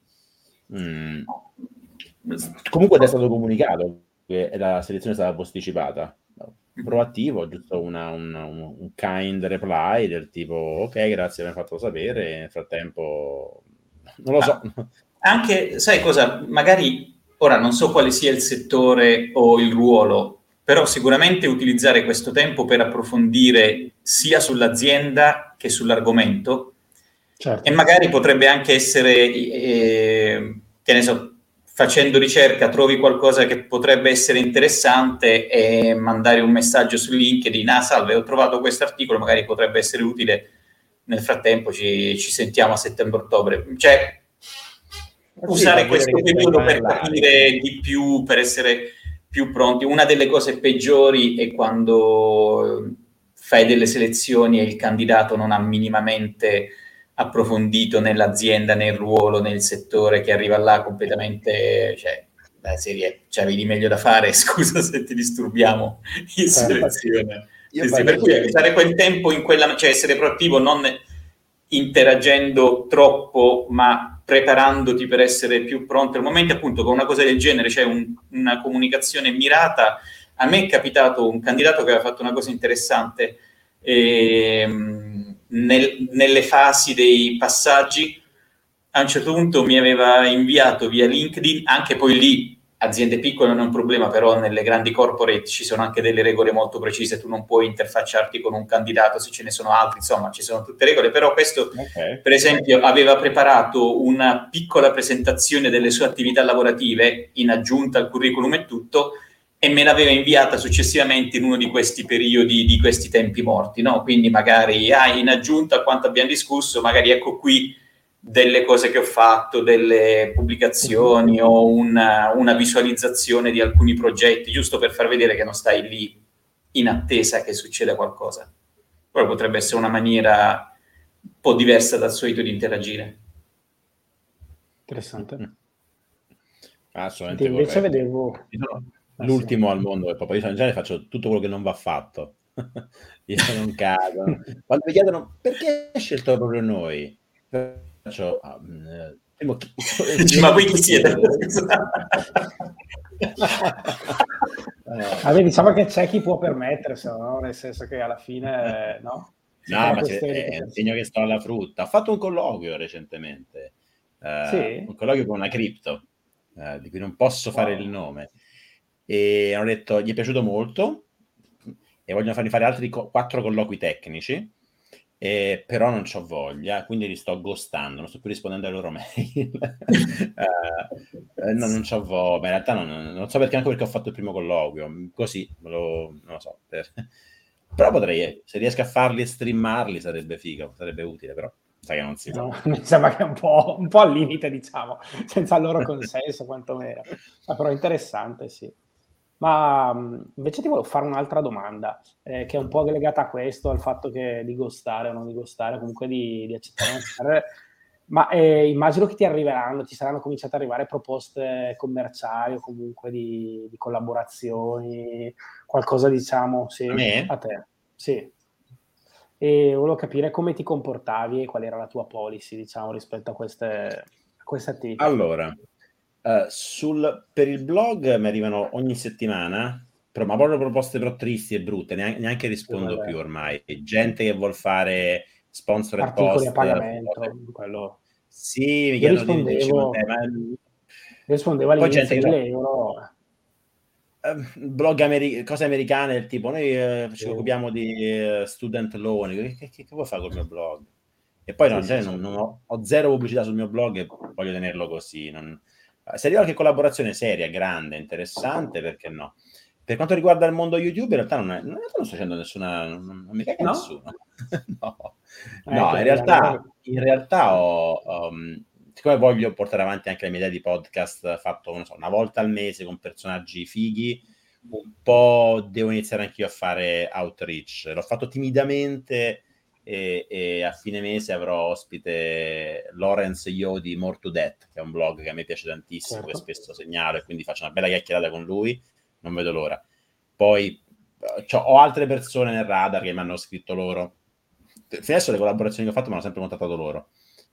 Comunque è stato comunicato che la selezione è stata posticipata. Proattivo, giusto un kind reply del tipo ok, grazie, mi hai fatto sapere, nel frattempo non lo so. Anche, sai cosa, magari ora non so quale sia il settore o il ruolo, però sicuramente utilizzare questo tempo per approfondire sia sull'azienda che sull'argomento. Certo. E magari potrebbe anche essere, che ne so, facendo ricerca trovi qualcosa che potrebbe essere interessante e mandare un messaggio su LinkedIn, salve, ho trovato questo articolo, magari potrebbe essere utile, nel frattempo ci sentiamo a settembre-ottobre. Cioè, usare questo periodo per capire di più, per essere più pronti. Una delle cose peggiori è quando fai delle selezioni e il candidato non ha minimamente approfondito nell'azienda, nel ruolo, nel settore, che arriva là completamente, cioè, la serie, avevi meglio da fare, scusa se ti disturbiamo in selezione. Per cui usare quel tempo in quella, cioè essere proattivo, non interagendo troppo, ma preparandoti per essere più pronto al momento, appunto, con una cosa del genere, cioè una comunicazione mirata. A me è capitato un candidato che aveva fatto una cosa interessante, nelle fasi dei passaggi, a un certo punto mi aveva inviato via LinkedIn, anche poi lì aziende piccole non è un problema, però nelle grandi corporate ci sono anche delle regole molto precise, tu non puoi interfacciarti con un candidato se ce ne sono altri, insomma ci sono tutte regole, però questo per esempio aveva preparato una piccola presentazione delle sue attività lavorative in aggiunta al curriculum e tutto, e me l'aveva inviata successivamente in uno di questi periodi, di questi tempi morti, no? Quindi magari in aggiunta a quanto abbiamo discusso, magari ecco qui delle cose che ho fatto, delle pubblicazioni o una visualizzazione di alcuni progetti, giusto per far vedere che non stai lì in attesa che succeda qualcosa. Però potrebbe essere una maniera un po' diversa dal solito di interagire. Interessante. Assolutamente. Invece vedevo l'ultimo al mondo, e poi io in genere faccio tutto quello che non va fatto. Io non cago. Quando mi chiedono perché hai scelto proprio noi, faccio ma voi chi siete? Diciamo che c'è chi può permetterselo, no? Nel senso che alla fine no, ma è un segno che sto alla frutta. Ho fatto un colloquio recentemente, un colloquio con una cripto, di cui non posso fare il nome, e hanno detto gli è piaciuto molto e vogliono farmi fare altri 4 colloqui tecnici, però non c'ho voglia, quindi li sto ghostando, non sto più rispondendo alle loro mail. No, non c'ho voglia, ma in realtà non so perché, anche perché ho fatto il primo colloquio, così, non lo so. Però potrei, se riesco a farli e streamarli sarebbe figo, sarebbe utile, però sai che non si può. Mi sembra che è un po' al limite, diciamo, senza il loro consenso quantomeno. Però interessante, sì. Ma invece ti volevo fare un'altra domanda, che è un po' legata a questo, al fatto che di ghostare o non di ghostare, comunque di accettare. Ma immagino che ti saranno cominciate ad arrivare proposte commerciali o comunque di collaborazioni, qualcosa, diciamo, sì, a me? a te, sì. E volevo capire come ti comportavi e qual era la tua policy, diciamo, rispetto a queste attività. Allora, per il blog mi arrivano ogni settimana, ma proprio proposte però tristi e brutte, neanche rispondo più ormai. Gente che vuol fare sponsor e articoli post, a pagamento, quello. sì, mi Io chiedono rispondevo all'inizio 1.000 euro. Blog cose americane del tipo noi ci occupiamo di student loan, che vuoi fare col mio blog? E poi ho zero pubblicità sul mio blog e voglio tenerlo così. Se arriva qualche collaborazione seria, grande, interessante, perché no? Per quanto riguarda il mondo YouTube, in realtà non sto facendo nessuna, non mi caga nessuno. No, in realtà siccome voglio portare avanti anche la mia idea di podcast fatto, non so, una volta al mese con personaggi fighi, un po' devo iniziare anch'io a fare outreach. L'ho fatto timidamente e a fine mese avrò ospite Lawrence Yo di More to Death, che è un blog che a me piace tantissimo, Certo. che spesso segnalo, e quindi faccio una bella chiacchierata con lui, non vedo l'ora. Poi ho altre persone nel radar che mi hanno scritto loro. Adesso le collaborazioni che ho fatto mi hanno sempre contattato loro,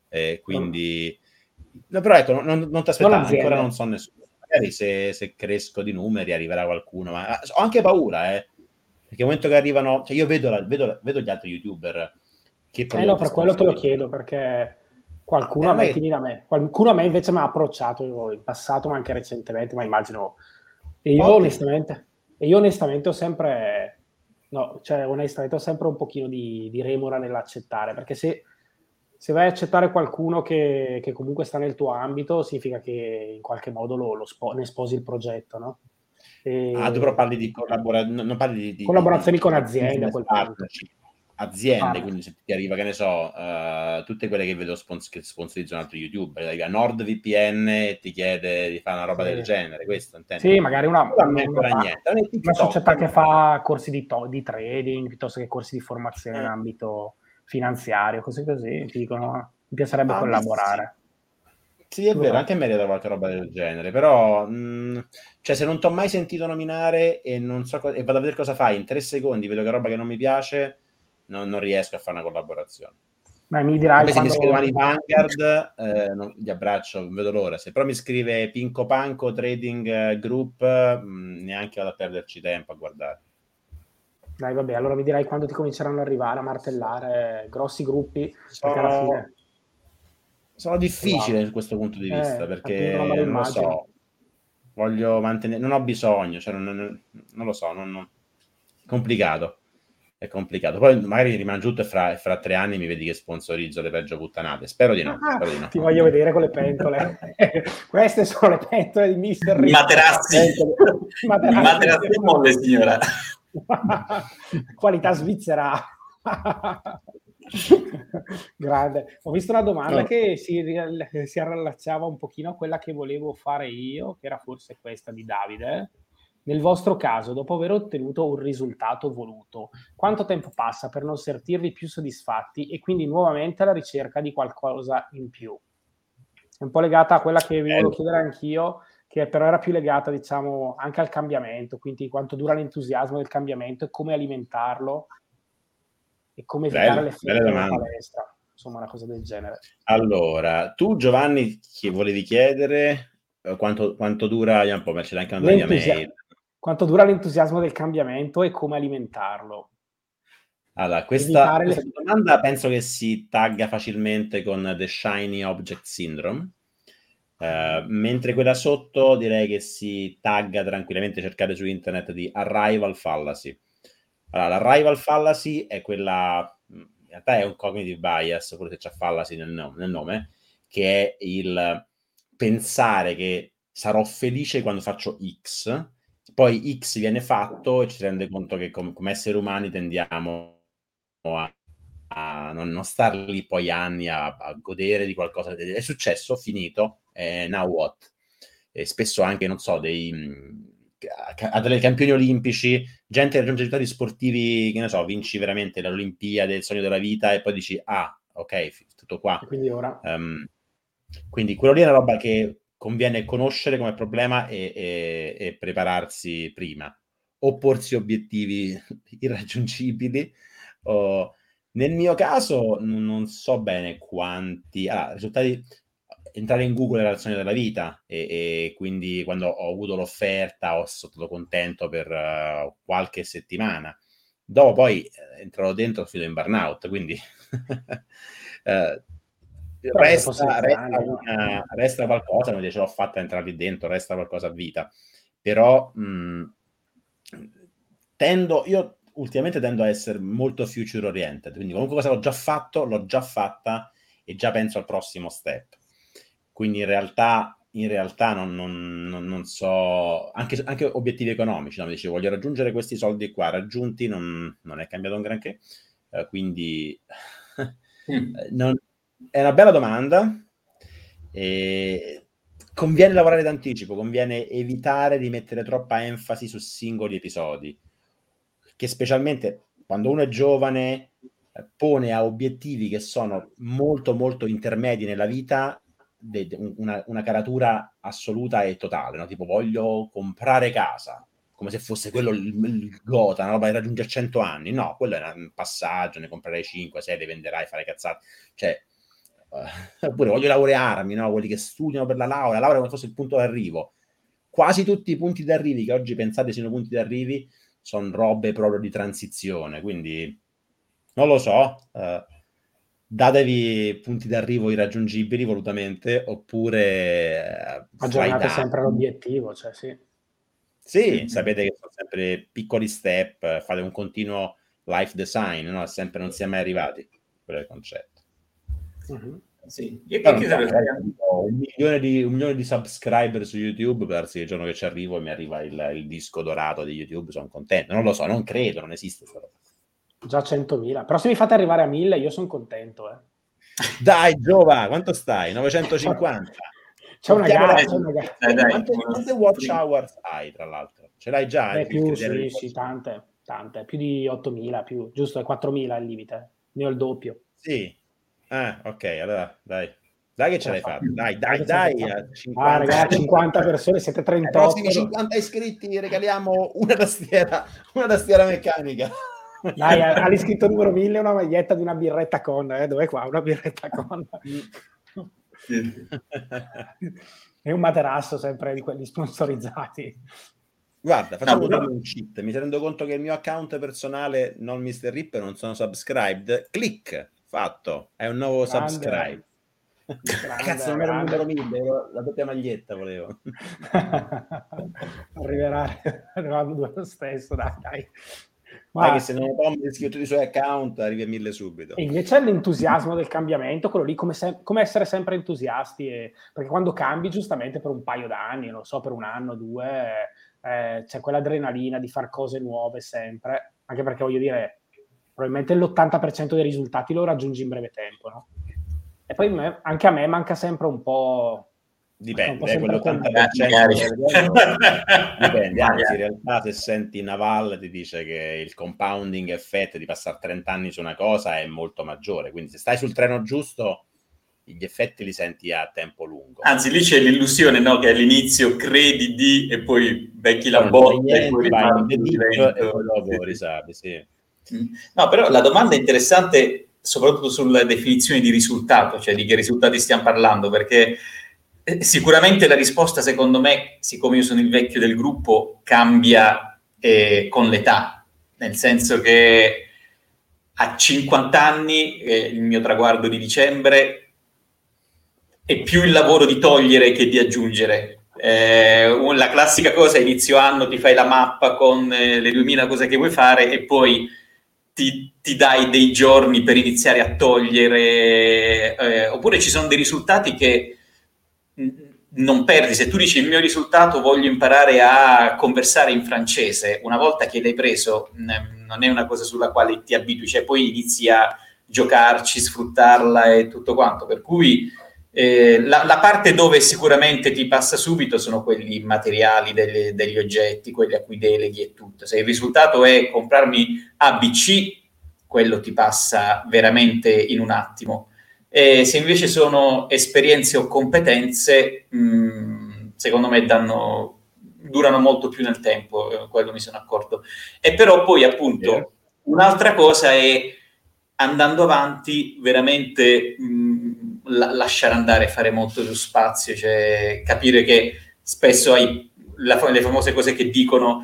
quindi no, però ecco, non ti aspettare, ancora non so nessuno. Magari se cresco di numeri arriverà qualcuno, ma ho anche paura, perché nel momento che arrivano, cioè io vedo gli altri youtuber che No, per quello te lo sponsorizzano. chiedo, perché qualcuno non è che- qualcuno a me invece mi ha approcciato in passato, ma anche recentemente, ma immagino. E io Ottimo. onestamente ho sempre, no, cioè onestamente ho sempre un pochino di remora nell'accettare, perché se vai a accettare qualcuno che comunque sta nel tuo ambito, significa che in qualche modo ne sposi il progetto, no? Tu però parli di collaborazioni, non parli Collaborazioni con di aziende a business quel punto. partnership. Aziende, Ah. quindi se ti arriva, che ne so, tutte quelle che vedo che sponsorizzano altri youtuber, arriva NordVPN e ti chiede di fare una roba del genere, questo intendi? Sì, magari Non a me ancora niente. una società che fa corsi di trading piuttosto che corsi di formazione in ambito finanziario, così ti dicono mi piacerebbe collaborare. Sì, è vero, anche a me è qualche roba del genere, però cioè se non ti ho mai sentito nominare e non so e vado a vedere cosa fai in 3 secondi, vedo che roba che non mi piace, non riesco a fare una collaborazione. Ma mi dirai se mi quando... scrive domani Vanguard, gli abbraccio, non vedo l'ora. Se però mi scrive Pinco Panco Trading Group, neanche vado a perderci tempo a guardare. Dai, vabbè, allora mi dirai quando ti cominceranno ad arrivare a martellare grossi gruppi, perché alla fine... Sono difficile da questo punto di vista, perché non me lo non lo immagino. so, voglio mantenere, non ho bisogno, cioè non lo so, complicato, è complicato. Poi magari rimane giù e fra 3 anni mi vedi che sponsorizzo le peggio puttanate. Spero di no. Ti voglio vedere con le pentole. Queste sono le pentole di Mister I materassi. I materassi e molle, signora. Qualità svizzera. Grande. Ho visto una domanda che si allacciava un pochino a quella che volevo fare io, che era forse questa di Davide. Nel vostro caso, dopo aver ottenuto un risultato voluto, quanto tempo passa per non sentirvi più soddisfatti e quindi nuovamente alla ricerca di qualcosa in più? È un po' legata a quella che vi volevo chiedere anch'io, che però era più legata, diciamo, anche al cambiamento, quindi quanto dura l'entusiasmo del cambiamento e come alimentarlo e come evitare l'effetto della palestra, insomma una cosa del genere. Allora, tu Giovanni volevi chiedere quanto dura, un po', c'è anche una mia mail. Quanto dura l'entusiasmo del cambiamento e come alimentarlo? Allora, questa domanda penso che si tagga facilmente con The Shiny Object Syndrome, mentre quella sotto direi che si tagga tranquillamente, cercate su internet, di Arrival Fallacy. Allora, l'Arrival Fallacy è quella, in realtà è un cognitive bias, pure se c'è fallacy nel nome, che è il pensare che sarò felice quando faccio X, poi X viene fatto e ci si rende conto che come esseri umani tendiamo a non star lì poi anni a godere di qualcosa. È successo, finito, now what? E spesso anche, non so, a dei campioni olimpici, gente che raggiunge risultati sportivi, che ne so, vinci veramente l'Olimpiade, il sogno della vita, e poi dici, ok, tutto qua. E quindi ora... quindi quello lì è una roba che conviene conoscere come problema e prepararsi prima, o porsi obiettivi irraggiungibili. Nel mio caso non so bene quanti risultati. Entrare in Google è la sogno della vita, e quindi quando ho avuto l'offerta sono stato contento per qualche settimana. Dopo poi entrerò dentro, fido in burnout, quindi resta qualcosa, non ce l'ho fatta entrare lì dentro, resta qualcosa a vita. Però io ultimamente tendo a essere molto future oriented, quindi qualunque cosa l'ho già fatta e già penso al prossimo step. Quindi in realtà non so, anche obiettivi economici, no? Mi dicevo, voglio raggiungere questi soldi qua, raggiunti, non è cambiato un granché, quindi è una bella domanda, e conviene lavorare d'anticipo, conviene evitare di mettere troppa enfasi su singoli episodi, che specialmente quando uno è giovane pone a obiettivi che sono molto molto intermedi nella vita una caratura assoluta e totale, no? Tipo voglio comprare casa, come se fosse quello il gota, una roba che raggiunge 100 anni. No, quello è un passaggio, ne comprerai 5, 6, le venderai, fare cazzate. Cioè, oppure voglio laurearmi, no? Quelli che studiano per la laurea come fosse il punto d'arrivo. Quasi tutti i punti d'arrivi che oggi pensate siano punti d'arrivi sono robe proprio di transizione, quindi non lo so, datevi punti d'arrivo irraggiungibili volutamente, oppure aggiornate sempre l'obiettivo, cioè sì, sapete che sono sempre piccoli step, fate un continuo life design, no? Sempre non si è mai arrivati, quello è il concetto. Sì. Un milione di subscriber su YouTube, per darsi il giorno che ci arrivo e mi arriva il disco dorato di YouTube, sono contento. Non lo so, non credo, non esiste questa roba. Già 100.000. Però se mi fate arrivare a 1.000 io sono contento. Dai, Giova, quanto stai? 950? C'è una gara. Quante watch hours hai, tra l'altro? Ce l'hai già? Più, sì, tante. Più di 8.000, giusto, è 4.000 il limite. Ne ho il doppio. Sì. Ok, allora dai che ce l'hai fatta. Dai. 50. Ragazzi, 50 persone, siete 38. Ai prossimi 50 iscritti regaliamo una tastiera meccanica. Dai, all'iscritto numero 1000 una maglietta di una birretta con, dov'è qua? Una birretta con. E un materasso sempre di quelli sponsorizzati. Guarda, facciamo un cheat. Mi rendo conto che il mio account personale, non Mr. Rip, non sono subscribed. Click, fatto. È un nuovo subscribe. Cazzo, non era il numero 1000, la doppia maglietta volevo. Arriveranno due lo stesso, dai. Ma che se non ho iscritto i suoi account arrivi a 1000 subito. E invece è l'entusiasmo del cambiamento, quello lì, come essere sempre entusiasti, perché quando cambi giustamente per un paio d'anni, non so, per un anno, 2, c'è quell'adrenalina di fare cose nuove sempre, anche perché voglio dire, probabilmente l'80% dei risultati lo raggiungi in breve tempo, no? E poi anche a me manca sempre un po'. Dipende, quell'80% dipende, anzi in realtà se senti Naval ti dice che il compounding effect di passare 30 anni su una cosa è molto maggiore, quindi se stai sul treno giusto gli effetti li senti a tempo lungo. Anzi, lì c'è l'illusione, no? Che all'inizio credi e poi becchi la botta e poi risavi, sì. No, però la domanda è interessante soprattutto sulla definizione di risultato, cioè di che risultati stiamo parlando, perché sicuramente la risposta, secondo me, siccome io sono il vecchio del gruppo, cambia con l'età, nel senso che a 50 anni, il mio traguardo di dicembre, è più il lavoro di togliere che di aggiungere. La classica cosa, inizio anno ti fai la mappa con le 2000 cose che vuoi fare e poi ti dai dei giorni per iniziare a togliere, oppure ci sono dei risultati che non perdi. Se tu dici il mio risultato voglio imparare a conversare in francese, una volta che l'hai preso non è una cosa sulla quale ti abitui, cioè poi inizi a giocarci, sfruttarla e tutto quanto, per cui la parte dove sicuramente ti passa subito sono quelli materiali degli oggetti, quelli a cui deleghi e tutto. Se il risultato è comprarmi ABC, quello ti passa veramente in un attimo. E se invece sono esperienze o competenze, secondo me durano molto più nel tempo, quello mi sono accorto. E però poi appunto un'altra cosa è, andando avanti, veramente lasciare andare, fare molto più spazio, cioè capire che spesso hai le famose cose che dicono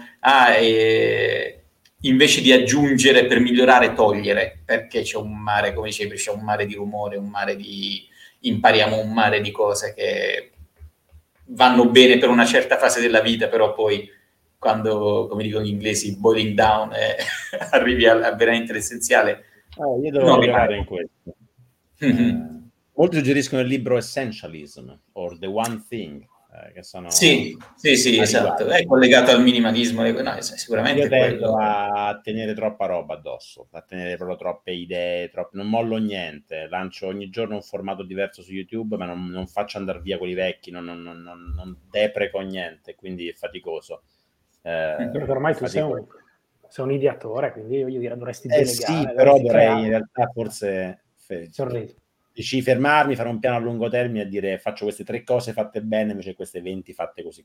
invece di aggiungere per migliorare, togliere, perché c'è un mare, come dicevi, c'è un mare di rumore, impariamo un mare di cose che vanno bene per una certa fase della vita, però poi quando, come dicono gli inglesi, boiling down, arrivi a veramente l'essenziale. Io devo migliorare in questo. Molti suggeriscono il libro Essentialism or The One Thing, che sono sì, esatto, è collegato al minimalismo, no, sicuramente. Io tendo a tenere troppa roba addosso, a tenere proprio troppe idee, non mollo niente, lancio ogni giorno un formato diverso su YouTube, ma non faccio andare via quelli vecchi, non depreco niente, quindi è faticoso. Perché ormai tu sei sei un ideatore, quindi voglio dire, dovresti delegare. Sì, però dovrei in realtà forse dici fermarmi, fare un piano a lungo termine e dire faccio queste 3 cose fatte bene invece queste 20 fatte così.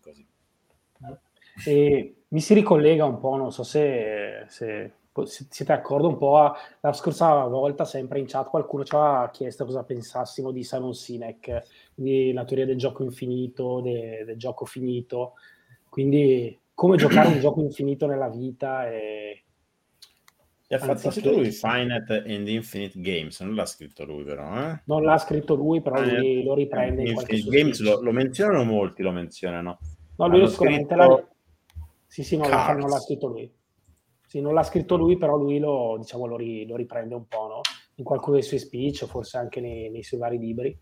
E mi si ricollega un po', non so se siete d'accordo, un po' la scorsa volta, sempre in chat, qualcuno ci ha chiesto cosa pensassimo di Simon Sinek, di la teoria del gioco infinito, del gioco finito, quindi come giocare un gioco infinito nella vita. Ha fatto lui Finite and Infinite Games, non l'ha scritto lui però, Non l'ha scritto lui, però lui lo riprende in qualche suo Games lo menzionano molti, lo menzionano. No, lui sicuramente non l'ha scritto lui. Sì, non l'ha scritto lui, però lui lo riprende un po', no? In qualcuno dei suoi speech, o forse anche nei suoi vari libri,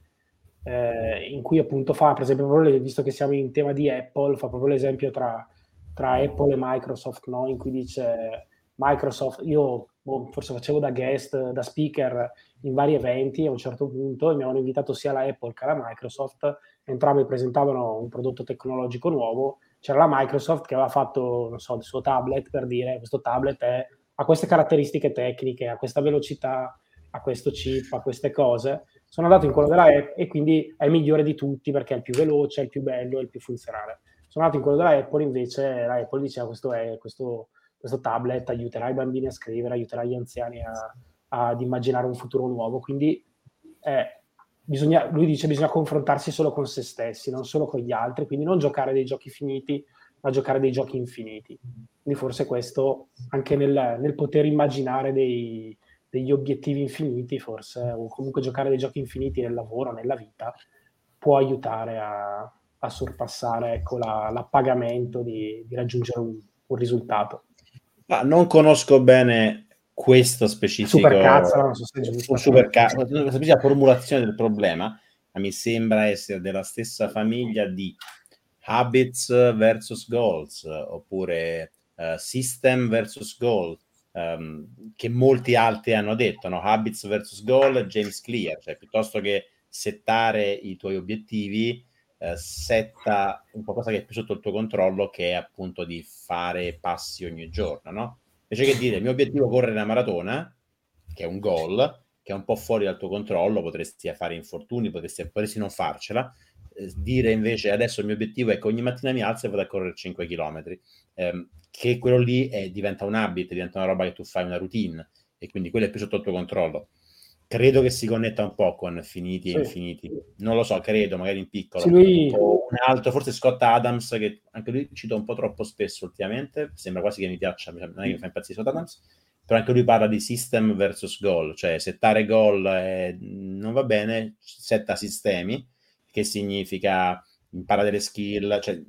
in cui appunto fa, per esempio, visto che siamo in tema di Apple, fa proprio l'esempio tra Apple e Microsoft, no? In cui dice Microsoft, io forse facevo da guest, da speaker in vari eventi a un certo punto, e mi avevano invitato sia la Apple che la Microsoft, entrambi presentavano un prodotto tecnologico nuovo. C'era la Microsoft che aveva fatto, non so, il suo tablet, per dire, questo tablet ha queste caratteristiche tecniche, ha questa velocità, ha questo chip, ha queste cose. Sono andato in quello della Apple e quindi è il migliore di tutti perché è il più veloce, è il più bello, è il più funzionale. Sono andato in quello della Apple, invece la Apple diceva questo tablet aiuterà i bambini a scrivere, aiuterà gli anziani ad immaginare un futuro nuovo. Quindi lui dice bisogna confrontarsi solo con se stessi, non solo con gli altri, quindi non giocare dei giochi finiti, ma giocare dei giochi infiniti. Quindi forse questo, anche nel poter immaginare degli obiettivi infiniti, forse, o comunque giocare dei giochi infiniti nel lavoro, nella vita, può aiutare a sorpassare, ecco, l'appagamento di raggiungere un risultato. Non conosco bene questo specifico non so se è giusto, questa specifica formulazione del problema, ma mi sembra essere della stessa famiglia di habits versus goals, oppure system versus goal, che molti altri hanno detto, no? Habits versus goal, James Clear, cioè piuttosto che settare i tuoi obiettivi, setta un qualcosa che è più sotto il tuo controllo, che è appunto di fare passi ogni giorno, no? Invece che dire il mio obiettivo è correre una maratona, che è un goal, che è un po' fuori dal tuo controllo, potresti fare infortuni, potresti non farcela, dire invece adesso il mio obiettivo è che ogni mattina mi alzo e vado a correre 5 km, che quello lì diventa un habit, diventa una roba che tu fai, una routine, e quindi quello è più sotto il tuo controllo. Credo che si connetta un po' con finiti e infiniti, non lo so, credo, magari in piccolo. O un altro, forse Scott Adams, che anche lui cito un po' troppo spesso ultimamente, sembra quasi che mi piaccia, non è che mi fa impazzire Scott Adams, però anche lui parla di system versus goal, cioè settare goal non va bene, setta sistemi, che significa impara delle skill, cioè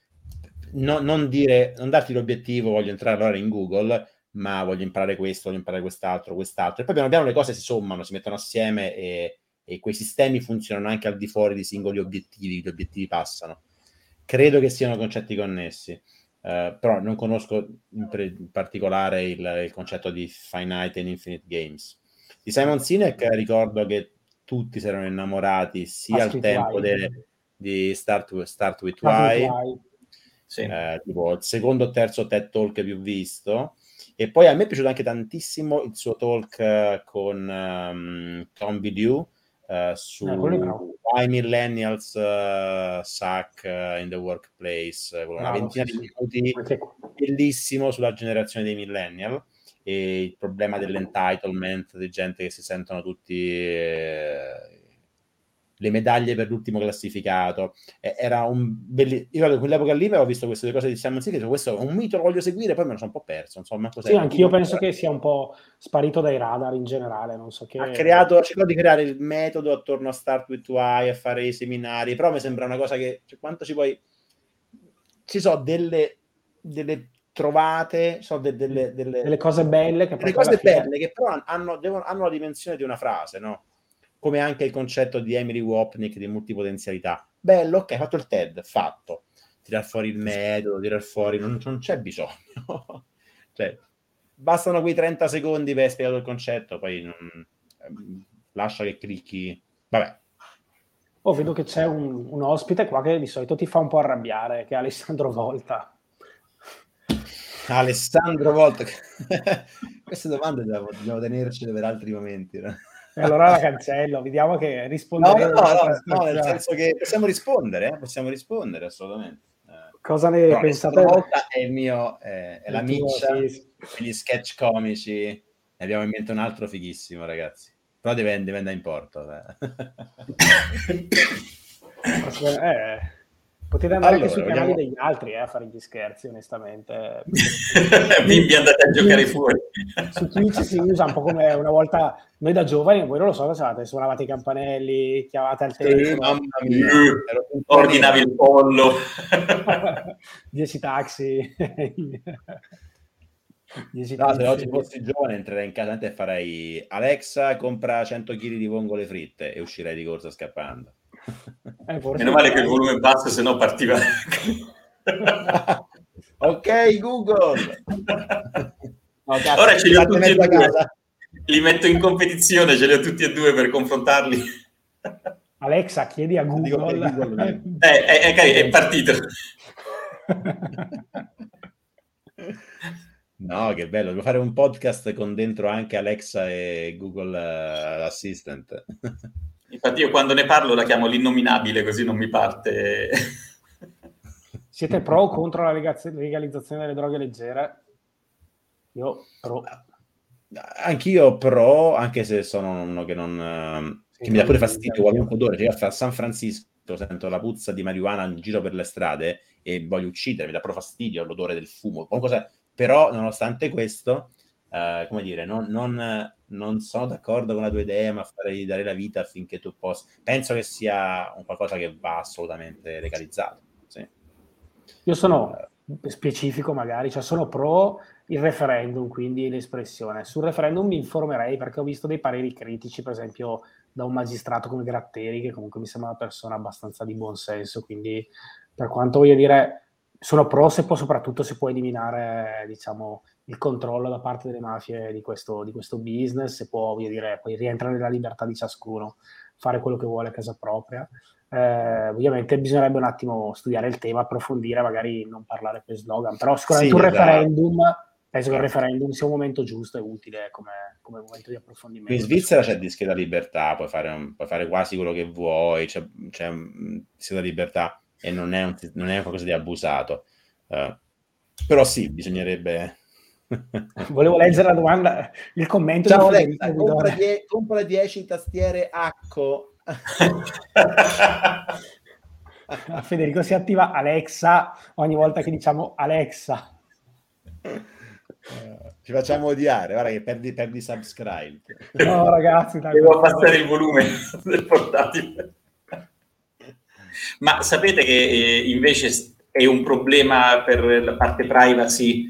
non darti l'obiettivo voglio entrare allora in Google, ma voglio imparare questo, voglio imparare quest'altro, e poi piano piano le cose si sommano, si mettono assieme e quei sistemi funzionano anche al di fuori di singoli obiettivi, gli obiettivi passano. Credo che siano concetti connessi, però non conosco in particolare il concetto di Finite and Infinite Games. Di Simon Sinek ricordo che tutti si erano innamorati sia al tempo di Start with Why. Sì. Tipo il secondo o terzo TED Talk più visto, e poi a me è piaciuto anche tantissimo il suo talk con Tom Bilyeu su Why Millennials Suck in the Workplace, con una ventina di minuti, bellissimo, sulla generazione dei millennial e il problema dell'entitlement, di gente che si sentono tutti le medaglie per l'ultimo classificato. Era un bellissimo. Io in quell'epoca lì avevo visto queste due cose di Simon Sinek, questo è un mito, lo voglio seguire, poi me lo sono un po' perso, non so mai cos'è. Sì, anch'io penso che sia un po' sparito dai radar in generale, non so che... Ha cercato di creare il metodo attorno a Start with Why, a fare i seminari, però mi sembra una cosa che, cioè, quanto ci puoi... Ci sono delle trovate, sono delle cose belle che però hanno la dimensione di una frase, no? Come anche il concetto di Emily Wapnick di multipotenzialità. Bello, ok, hai fatto il TED, fatto. Tirar fuori il metodo, tirar fuori... Non c'è bisogno. Cioè, bastano quei 30 secondi per spiegare il concetto, poi lascia che clicchi. Vabbè. Vedo che c'è un ospite qua che di solito ti fa un po' arrabbiare, che è Alessandro Volta. Alessandro Volta. Queste domande dobbiamo tenercele per altri momenti, no? E allora la cancello, vediamo che risponderemo. No, nel senso che possiamo rispondere assolutamente. Cosa ne pensate? Volta è il mio, è la miccia, sì. gli sketch comici, ne abbiamo in mente un altro fighissimo, ragazzi. Però deve andare in porto. Potete andare anche sui canali degli altri a fare gli scherzi, onestamente. Bimbi, andate a giocare fuori. Su Twitch si usa un po' come una volta noi da giovani, voi non lo so cosa fate, suonavate i campanelli, chiamate al telefono. Mamma mia, ordinavi il pollo. 10 taxi. 10 no, se oggi fossi giovane entrerei in casa e farei Alexa compra 100 kg di vongole fritte e uscirei di corsa scappando. Meno male che il volume è basso, se no partiva. Ok Google. No, cazzo, ora ce li ho tutti e due, li metto in competizione, ce li ho tutti e due per confrontarli. Alexa, chiedi a Google. È partito. No, che bello, devo fare un podcast con dentro anche Alexa e Google Assistant. Infatti io quando ne parlo la chiamo l'innominabile, così non mi parte. Siete pro o contro la legalizzazione delle droghe leggere? Io pro. Anch'io pro, anche se sono uno che non... che mi dà pure fastidio qualunque odore. Cioè, a San Francisco sento la puzza di marijuana in giro per le strade e voglio uccidere, mi dà proprio fastidio l'odore del fumo. Qualcosa... Però, nonostante questo, come dire, non sono d'accordo con la tua idea, ma farei dare la vita affinché tu possa... Penso che sia un qualcosa che va assolutamente legalizzato. Sì. Io sono specifico magari, cioè sono pro il referendum, quindi l'espressione. Sul referendum mi informerei perché ho visto dei pareri critici, per esempio da un magistrato come Gratteri, che comunque mi sembra una persona abbastanza di buon senso, quindi per quanto voglio dire... Sono pro soprattutto se può eliminare, diciamo, il controllo da parte delle mafie di questo business, se può, voglio dire, poi rientra nella libertà di ciascuno, fare quello che vuole a casa propria. Ovviamente bisognerebbe un attimo studiare il tema, approfondire, magari non parlare per slogan, però sicuramente un referendum, penso che il referendum sia un momento giusto e utile come momento di approfondimento. In Svizzera c'è discreta libertà, puoi fare quasi quello che vuoi, c'è discreta libertà. E non è qualcosa di abusato. Però sì, bisognerebbe... Volevo leggere la domanda, il commento. Ciao Alexa, compra 10 tastiere Acco. A Federico si attiva Alexa ogni volta che diciamo Alexa. Ci facciamo odiare, guarda che perdi subscribe. No ragazzi, devo abbassare il volume del portatile. Ma sapete che invece è un problema per la parte privacy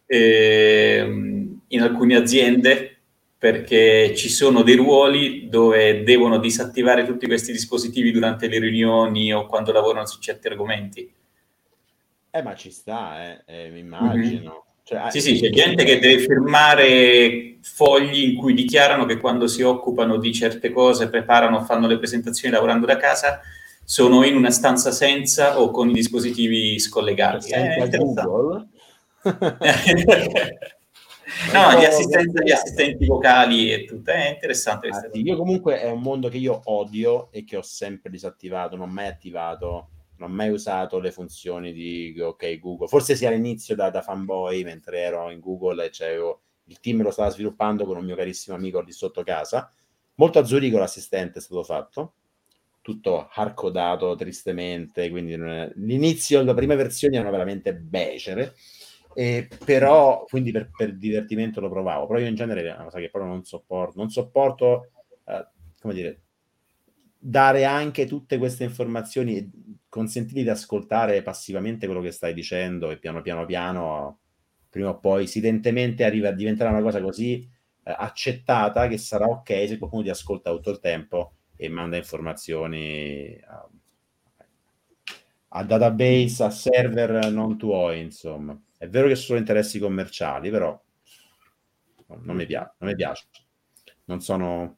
in alcune aziende, perché ci sono dei ruoli dove devono disattivare tutti questi dispositivi durante le riunioni o quando lavorano su certi argomenti. Ma ci sta, mi immagino. Mm-hmm. Cioè, sì, c'è gente che deve firmare fogli in cui dichiarano che quando si occupano di certe cose, preparano, fanno le presentazioni lavorando da casa, sono in una stanza senza o con i dispositivi scollegati. Google. No, gli assistenti vocali e tutto, è interessante. Io comunque è un mondo che io odio e che ho sempre disattivato, non mai attivato, non ho mai usato le funzioni di OK Google. Forse sia all'inizio da fanboy, mentre ero in Google e c'avevo il team lo stava sviluppando con un mio carissimo amico lì sotto casa. Molto a Zurigo l'assistente è stato fatto, tutto hardcodato tristemente, quindi l'inizio, le prime versioni erano veramente becere, però quindi per divertimento lo provavo, però io in genere è una cosa che proprio non sopporto come dire, dare anche tutte queste informazioni e consentirgli di ascoltare passivamente quello che stai dicendo, e piano piano prima o poi silentemente arriva a diventare una cosa così accettata che sarà ok se qualcuno ti ascolta tutto il tempo e manda informazioni a database, a server non tuoi, insomma. È vero che sono interessi commerciali, però non mi piace. Non sono...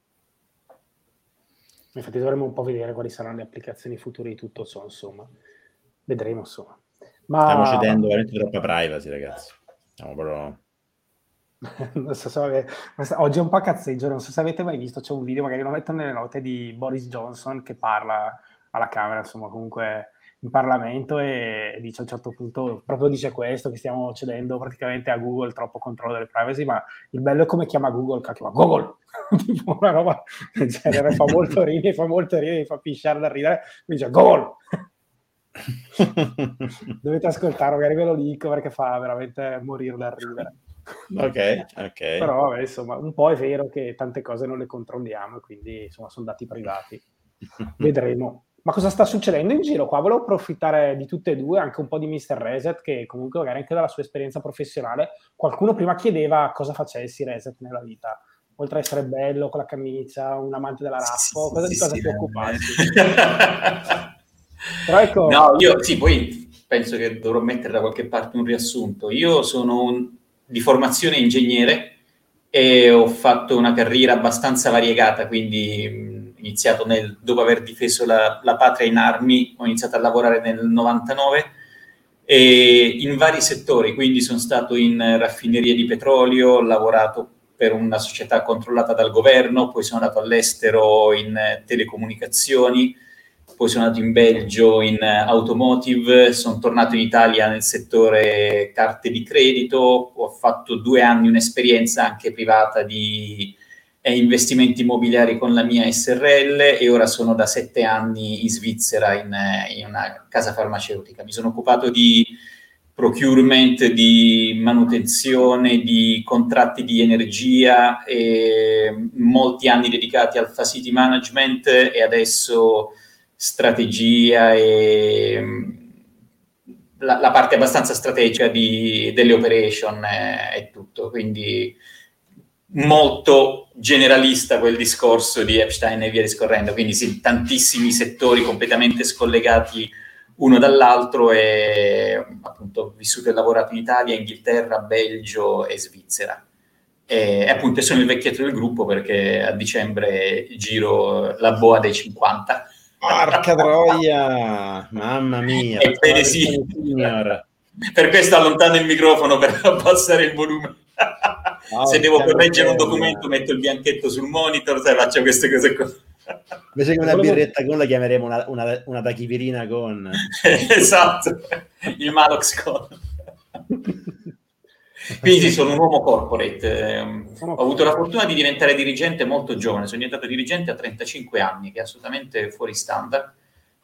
Infatti dovremmo un po' vedere quali saranno le applicazioni future di tutto ciò, insomma. Vedremo, insomma. Stiamo cedendo veramente troppa privacy, ragazzi. Siamo però... Non so se oggi è un po' a cazzeggio, non so se avete mai visto, c'è un video, magari lo metto nelle note, di Boris Johnson che parla alla Camera, insomma, comunque in Parlamento, e dice a un certo punto, proprio dice questo, che stiamo cedendo praticamente a Google troppo controllo delle privacy, ma il bello è come chiama Google, che chiama Google, tipo una roba del genere, fa molto ridere, mi fa pisciare da ridere, mi dice Google! Dovete ascoltare, magari ve lo dico, perché fa veramente morire da ridere. Ok. Però vabbè, insomma, un po' è vero che tante cose non le controlliamo, e quindi insomma sono dati privati. Vedremo. Ma cosa sta succedendo in giro qua? Volevo approfittare di tutte e due, anche un po' di Mr. Reset, che comunque magari anche dalla sua esperienza professionale, qualcuno prima chiedeva cosa facessi Reset nella vita. Oltre a essere bello con la camicia, un amante della raffo, cosa ti occupassi? Però ecco... No, io sì, poi penso che dovrò mettere da qualche parte un riassunto. Io sono di formazione ingegnere e ho fatto una carriera abbastanza variegata, quindi iniziato dopo aver difeso la patria in armi, ho iniziato a lavorare nel 99 e in vari settori, quindi sono stato in raffinerie di petrolio, ho lavorato per una società controllata dal governo, poi sono andato all'estero in telecomunicazioni, poi sono andato in Belgio in automotive, sono tornato in Italia nel settore carte di credito, ho fatto 2 anni un'esperienza anche privata di investimenti immobiliari con la mia SRL e ora sono da 7 anni in Svizzera in una casa farmaceutica. Mi sono occupato di procurement, di manutenzione, di contratti di energia, e molti anni dedicati al facility management e adesso strategia e la parte abbastanza strategica delle operation e tutto, quindi molto generalista quel discorso di Epstein e via discorrendo, quindi sì, tantissimi settori completamente scollegati uno dall'altro, e appunto ho vissuto e lavorato in Italia, Inghilterra, Belgio e Svizzera. E appunto sono il vecchietto del gruppo perché a dicembre giro la boa dei 50. Porca troia! Mamma mia! Ebbene sì. Per questo allontano il microfono per abbassare il volume. Se devo correggere un documento metto il bianchetto sul monitor, sai, faccio queste cose qua. Invece che una birretta con la chiameremo una tachipirina con. Esatto, il Malox con. Quindi sono un uomo corporate, ho avuto la fortuna di diventare dirigente molto giovane, sono diventato dirigente a 35 anni, che è assolutamente fuori standard,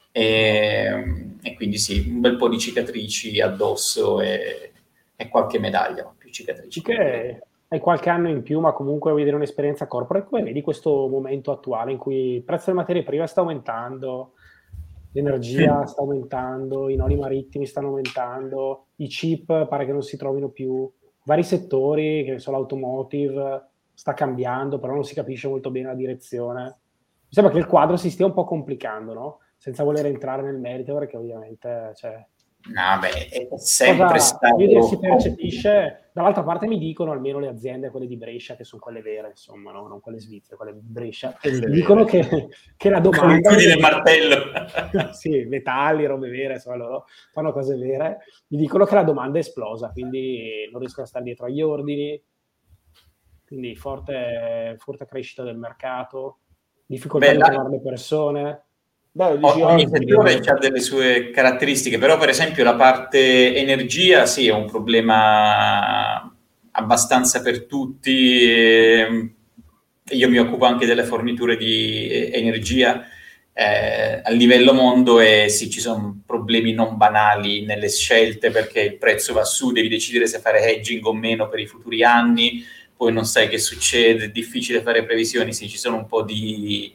e quindi sì, un bel po' di cicatrici addosso e qualche medaglia, ma più cicatrici. Che hai qualche anno in più, ma comunque vuoi dire un'esperienza corporate, come vedi questo momento attuale in cui il prezzo delle materie prime sta aumentando, l'energia sta aumentando, i noli marittimi stanno aumentando, i chip pare che non si trovino più, vari settori, che ne so, l'automotive sta cambiando, però non si capisce molto bene la direzione. Mi sembra che il quadro si stia un po' complicando, no? Senza voler entrare nel merito, perché ovviamente no, beh, è sempre stato. Si percepisce, dall'altra parte mi dicono, almeno le aziende, quelle di Brescia, che sono quelle vere, insomma, no? Non quelle svizzere, quelle di Brescia, dicono che la domanda. Chiudi il martello. Sì, metalli, robe vere, insomma, loro fanno cose vere. Mi dicono che la domanda è esplosa, quindi non riescono a stare dietro agli ordini. Quindi forte crescita del mercato, difficoltà di trovare le persone. Ogni settore ha delle sue caratteristiche, però per esempio la parte energia sì, è un problema abbastanza per tutti. Io mi occupo anche delle forniture di energia a livello mondo, e sì, ci sono problemi non banali nelle scelte, perché il prezzo va su, devi decidere se fare hedging o meno per i futuri anni, poi non sai che succede, è difficile fare previsioni, sì, ci sono un po' di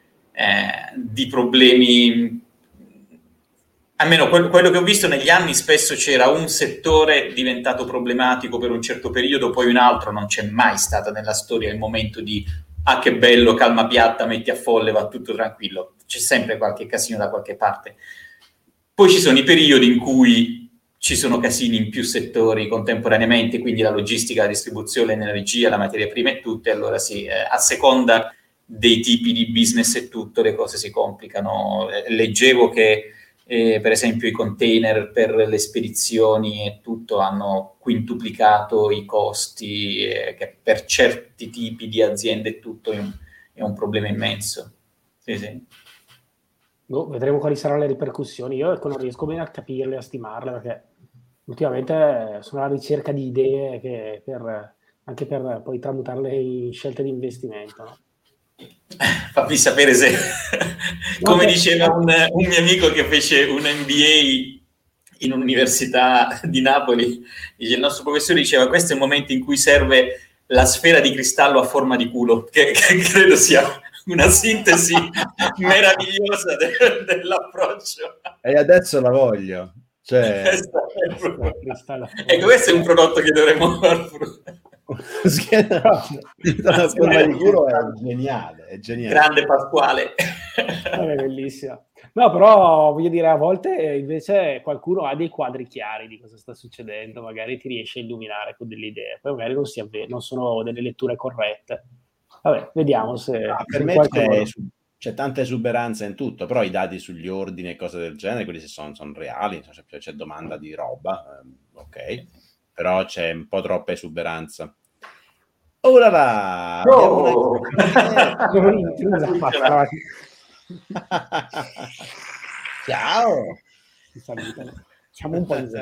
problemi. Almeno quello che ho visto negli anni, spesso c'era un settore diventato problematico per un certo periodo, poi un altro. Non c'è mai stato nella storia il momento di che bello, calma piatta, metti a folle, va tutto tranquillo. C'è sempre qualche casino da qualche parte. Poi ci sono i periodi in cui ci sono casini in più settori contemporaneamente, quindi la logistica, la distribuzione, l'energia, la materia prima e tutto, e allora sì, a seconda dei tipi di business e tutto, le cose si complicano. Leggevo che per esempio i container per le spedizioni e tutto hanno quintuplicato i costi, che per certi tipi di aziende e tutto è un problema immenso. Sì. Vedremo quali saranno le ripercussioni. Io non riesco bene a capirle, a stimarle, perché ultimamente sono alla ricerca di idee anche per poi tramutarle in scelte di investimento, no? Fammi sapere se, come diceva un mio amico che fece un MBA in un'università di Napoli, il nostro professore diceva: questo è il momento in cui serve la sfera di cristallo a forma di culo, che credo sia una sintesi meravigliosa dell'approccio. E adesso la voglio. Cioè... Ecco, questo è un prodotto che dovremmo far la forma di culo è geniale. Grande Pasquale. È bellissima. No, però voglio dire, a volte invece qualcuno ha dei quadri chiari di cosa sta succedendo, magari ti riesce a illuminare con delle idee, poi magari non sono delle letture corrette. Vabbè, vediamo se... per me c'è tanta esuberanza in tutto, però i dati sugli ordini e cose del genere, quelli sono reali, c'è domanda di roba, ok, però c'è un po' troppa esuberanza. Ora va! Ciao! Facciamo un po' di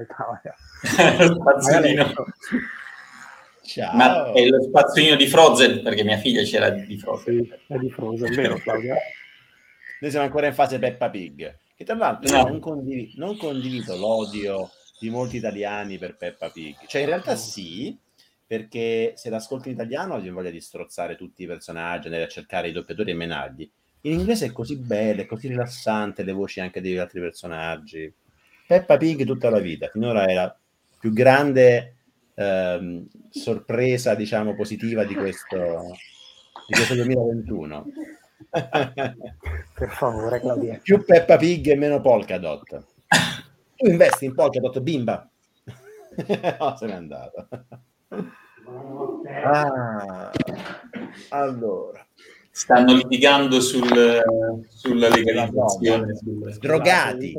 Ciao! Ma è lo spazzolino di Frozen, perché mia figlia c'era di Frozen. Sì, è di Frozen, vero Claudia? Noi siamo ancora in fase Peppa Pig, che tra l'altro non condivido l'odio di molti italiani per Peppa Pig. Cioè in realtà sì, perché se l'ascolti in italiano ho voglia di strozzare tutti i personaggi, andare a cercare i doppiatori e menarli. In inglese è così bello, è così rilassante, le voci anche degli altri personaggi. Peppa Pig tutta la vita, finora è la più grande sorpresa, diciamo, positiva di questo 2021. Per favore, Claudia. Più Peppa Pig e meno Polkadot. Tu investi in Polkadot, bimba? No, se n'è andata. Allora. Stanno litigando sulla legalizzazione. Drogati.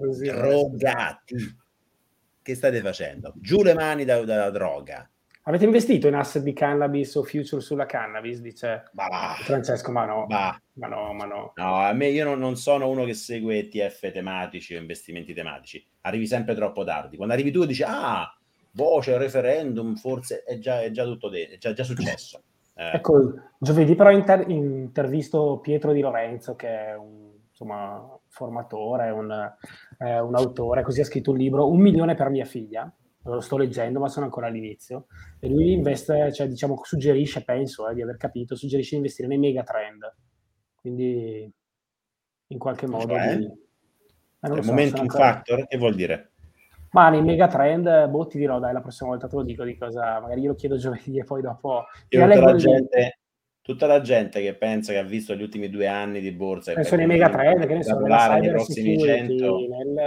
Che state facendo? Giù le mani dalla droga. Avete investito in asset di cannabis o future sulla cannabis? Dice Francesco, ma no. No, a me io non sono uno che segue ETF tematici o investimenti tematici. Arrivi sempre troppo tardi. Quando arrivi tu dici, c'è il referendum, forse è già tutto è già successo. Ecco, giovedì però intervisto Pietro Di Lorenzo, che è un formatore, un autore, così ha scritto un libro, 1 milione per mia figlia. Lo sto leggendo, ma sono ancora all'inizio. E lui investe, suggerisce, penso di aver capito, suggerisce di investire nei megatrend. Quindi, in qualche modo... Momentum factor, che vuol dire? Ma nei megatrend, ti dirò, dai, la prossima volta te lo dico di cosa... Magari io lo chiedo giovedì e poi dopo... Tutta la gente che pensa che ha visto gli ultimi 2 anni di borsa... Penso nei megatrend, che ne so, nella nei prossimi 100...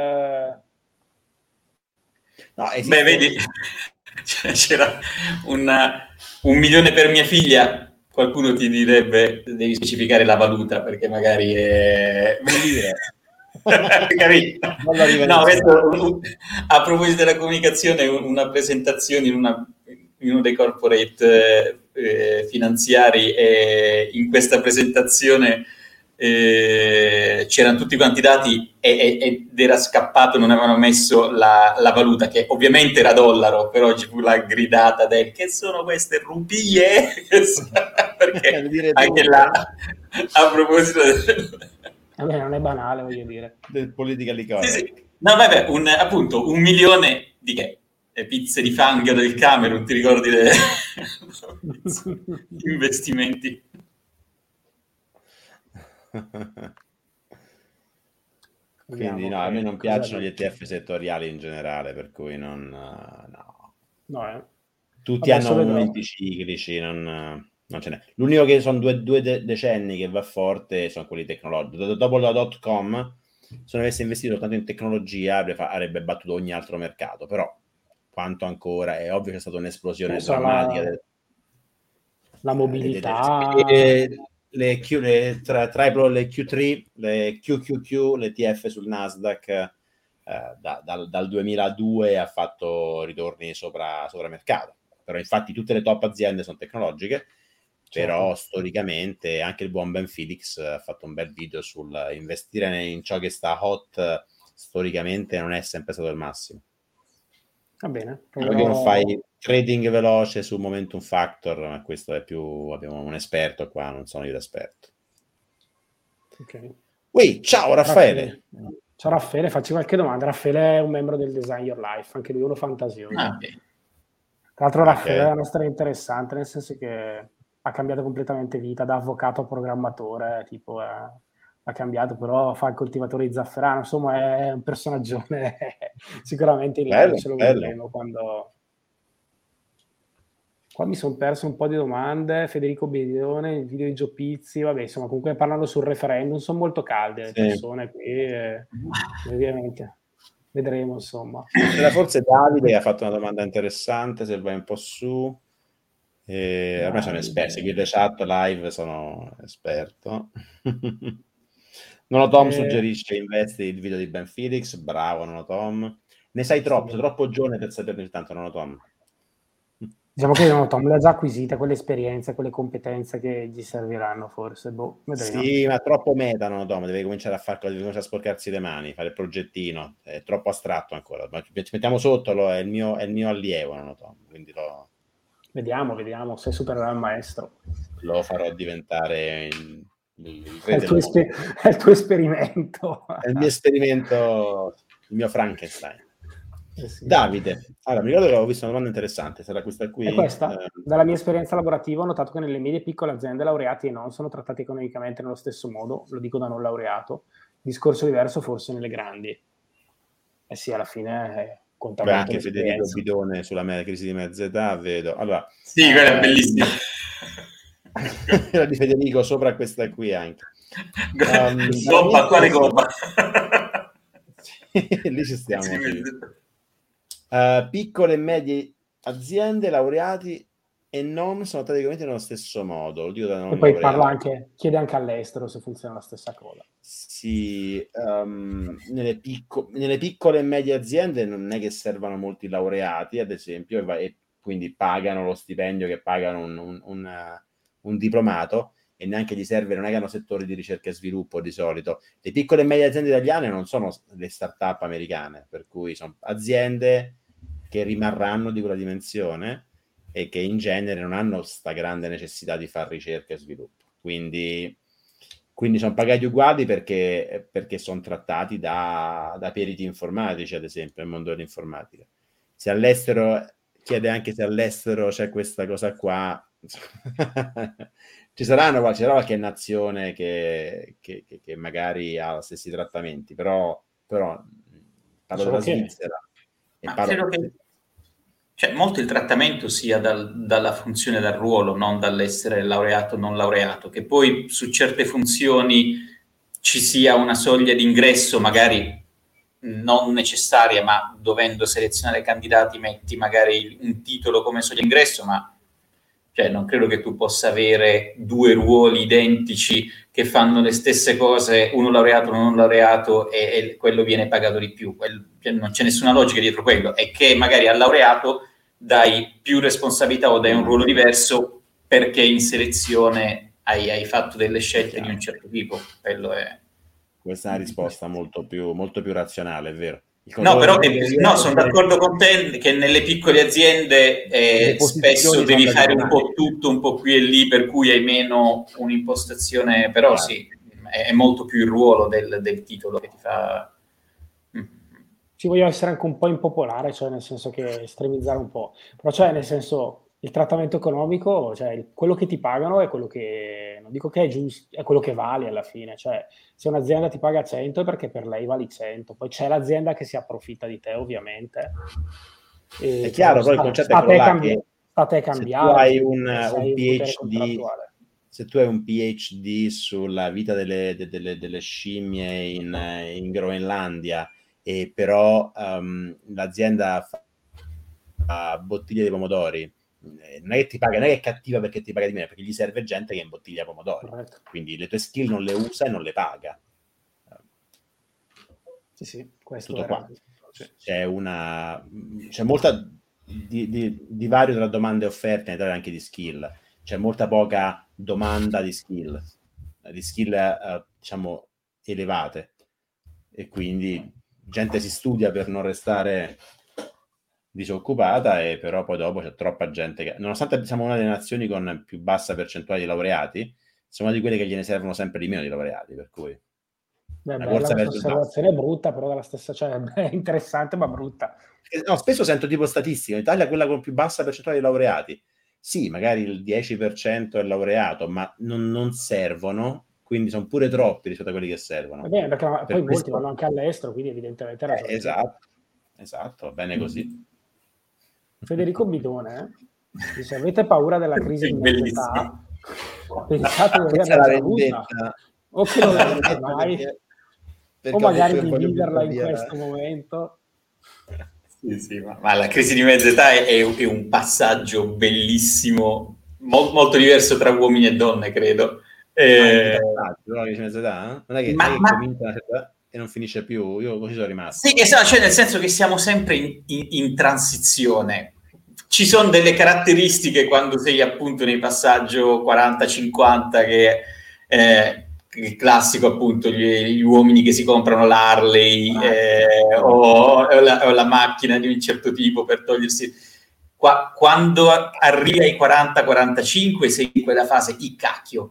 No, vedi, c'era 1 milione per mia figlia, qualcuno ti direbbe devi specificare la valuta perché magari è... No, questo, a proposito della comunicazione, una presentazione in uno dei corporate finanziari, e in questa presentazione c'erano tutti quanti i dati ed era scappato, non avevano messo la valuta, che ovviamente era dollaro, però ci fu la gridata del che sono queste rupie, perché anche là, a proposito vabbè, non è banale, voglio dire, del politically correct. Sì. No, vabbè, appunto 1 milione di che? Pizze di fango del Camerun, ti ricordi degli investimenti? Quindi no, a me non piacciono gli ETF settoriali in generale, per cui non tutti hanno momenti ciclici, non ce n'è. L'unico che sono due decenni che va forte sono quelli tecnologici. Dopo la .com, se non avesse investito soltanto in tecnologia avrebbe battuto ogni altro mercato, però quanto ancora è ovvio che c'è stata un'esplosione drammatica la mobilità, le Q3, le QQQ, le ETF sul Nasdaq dal 2002 ha fatto ritorni sopra mercato. Però infatti tutte le top aziende sono tecnologiche, però storicamente anche il buon Ben Felix ha fatto un bel video sul investire in ciò che sta hot, storicamente non è sempre stato il massimo. Va bene. Perché non fai trading veloce su Momentum Factor, ma questo è più, abbiamo un esperto qua, non sono io l'esperto. Ok. Ciao Raffaele. Ciao Raffaele, facci qualche domanda. Raffaele è un membro del Design Your Life, anche lui uno fantasioso. Okay. Tra l'altro Raffaele è una storia interessante, nel senso che ha cambiato completamente vita, da avvocato a programmatore, tipo ha cambiato, però fa il coltivatore di zafferano, insomma è un personaggione sicuramente in live, ce lo vedremo quando... Qua mi sono perso un po' di domande. Federico Bedione, il video di Gio Pizzi, vabbè, insomma, comunque parlando sul referendum, sono molto calde le persone qui, ovviamente. Vedremo, insomma. C'era forse Davide che ha fatto una domanda interessante, se vai un po' su. Ormai sono esperto, seguire le chat live, sono esperto. Nono Tom suggerisce investi il video di Ben Felix, bravo Nono Tom. Ne sai troppo, sei troppo giovane per saperne tanto, Nono Tom. Diciamo che Nono Tom le ha già acquisite, quelle esperienze, quelle competenze che gli serviranno forse. Vedremo. Sì, ma troppo meta Nono Tom, deve cominciare a fare cose, deve cominciare a sporcarsi le mani, fare il progettino, è troppo astratto ancora. Ma ci mettiamo sotto, è il mio allievo Nono Tom, quindi Vediamo se supererà il maestro. Lo farò diventare è il tuo esperimento. È il mio esperimento, il mio Frankenstein. Sì. Davide, allora mi ricordo che avevo visto una domanda interessante, sarà questa qui? È questa. Dalla mia esperienza lavorativa ho notato che nelle medie e piccole aziende laureati e non sono trattati economicamente nello stesso modo, lo dico da non laureato, discorso diverso forse nelle grandi. Sì, alla fine conta molto anche Federico Bidone sulla crisi di mezza età, vedo. Allora, sì, quella è bellissima. Quella di Federico sopra questa qui anche. Gobba, quale gobba? Lì ci stiamo. Piccole e medie aziende, laureati e non sono praticamente nello stesso modo. Lo dico da non e poi laureato. chiede anche all'estero se funziona la stessa cosa. Sì, nelle piccole e medie aziende non è che servano molti laureati, ad esempio, e quindi pagano lo stipendio che pagano un diplomato, e neanche gli serve, non è che hanno settori di ricerca e sviluppo di solito. Le piccole e medie aziende italiane non sono le start-up americane, per cui sono aziende che rimarranno di quella dimensione e che in genere non hanno sta grande necessità di fare ricerca e sviluppo. Quindi sono pagati uguali perché sono trattati da periti informatici, ad esempio, nel mondo dell'informatica. Se all'estero, chiede anche se all'estero c'è questa cosa qua, c'era qualche nazione che magari ha gli stessi trattamenti, però parlo della Svizzera. Credo che molto il trattamento sia dalla funzione, dal ruolo, non dall'essere laureato o non laureato, che poi su certe funzioni ci sia una soglia d'ingresso magari non necessaria, ma dovendo selezionare candidati metti magari un titolo come soglia d'ingresso, ma non credo che tu possa avere due ruoli identici che fanno le stesse cose, uno laureato, uno non laureato, e quello viene pagato di più. Non c'è nessuna logica dietro quello. È che magari al laureato dai più responsabilità o dai un ruolo diverso perché in selezione hai fatto delle scelte di un certo tipo. Questa è una risposta molto più razionale, è vero. No, però sono d'accordo con te che nelle piccole aziende spesso devi fare un po' tutto, un po' qui e lì, per cui hai meno un'impostazione, però claro. Sì, è molto più il ruolo del titolo che ti fa... Ci voglio essere anche un po' impopolare, cioè nel senso che estremizzare un po', però nel senso il trattamento economico, quello che ti pagano è quello che, non dico che è giusto, è quello che vali alla fine, se un'azienda ti paga 100 è perché per lei vali 100, poi c'è l'azienda che si approfitta di te ovviamente. È chiaro, però il concetto è quello là che state cambiando, se tu hai un PhD, se tu hai un PhD sulla vita delle scimmie in Groenlandia, e però l'azienda fa bottiglie di pomodori, non è che ti paga, non è che è cattiva perché ti paga di meno, perché gli serve gente che imbottiglia pomodori. Corretto. Quindi le tue skill non le usa e non le paga. Sì, questo tutto era... qua. C'è molta divario tra domande e offerte, in Italia anche di skill. C'è molta poca domanda di skill diciamo elevate, e quindi gente si studia per non restare disoccupata, e però poi dopo c'è troppa gente che, nonostante siamo una delle nazioni con più bassa percentuale di laureati, siamo una di quelle che gliene servono sempre di meno di laureati, per cui Beh, la bella corsa questa verso il basso. osservazione è brutta, però dalla stessa, cioè è interessante ma brutta. No, spesso sento tipo statistica, in Italia è quella con più bassa percentuale di laureati. Sì, magari il 10% è laureato, ma non servono, quindi sono pure troppi rispetto a quelli che servono. Va bene, perché Per poi molti questo... vanno anche all'estero, quindi evidentemente ha ragione. Esatto, va bene così. Federico Bidone dice: avete paura della crisi di mezz'età? Pensate di Questa è averla la già avuta? vendetta. O che non l'avete mai? Perché O magari ho detto che di voglio viverla in via. questo momento? Sì, ma la crisi di mezza età è un passaggio bellissimo, molto diverso tra uomini e donne, credo. La crisi di mezza età? Non è che comincia una certa età e non finisce più, io così sono rimasto. Sì, esatto, cioè nel senso che siamo sempre in transizione. Ci sono delle caratteristiche quando sei appunto nei passaggio 40-50 che il classico appunto gli uomini che si comprano l'Harley o la macchina di un certo tipo per togliersi. Quando arrivi ai 40-45 sei in quella fase, cacchio.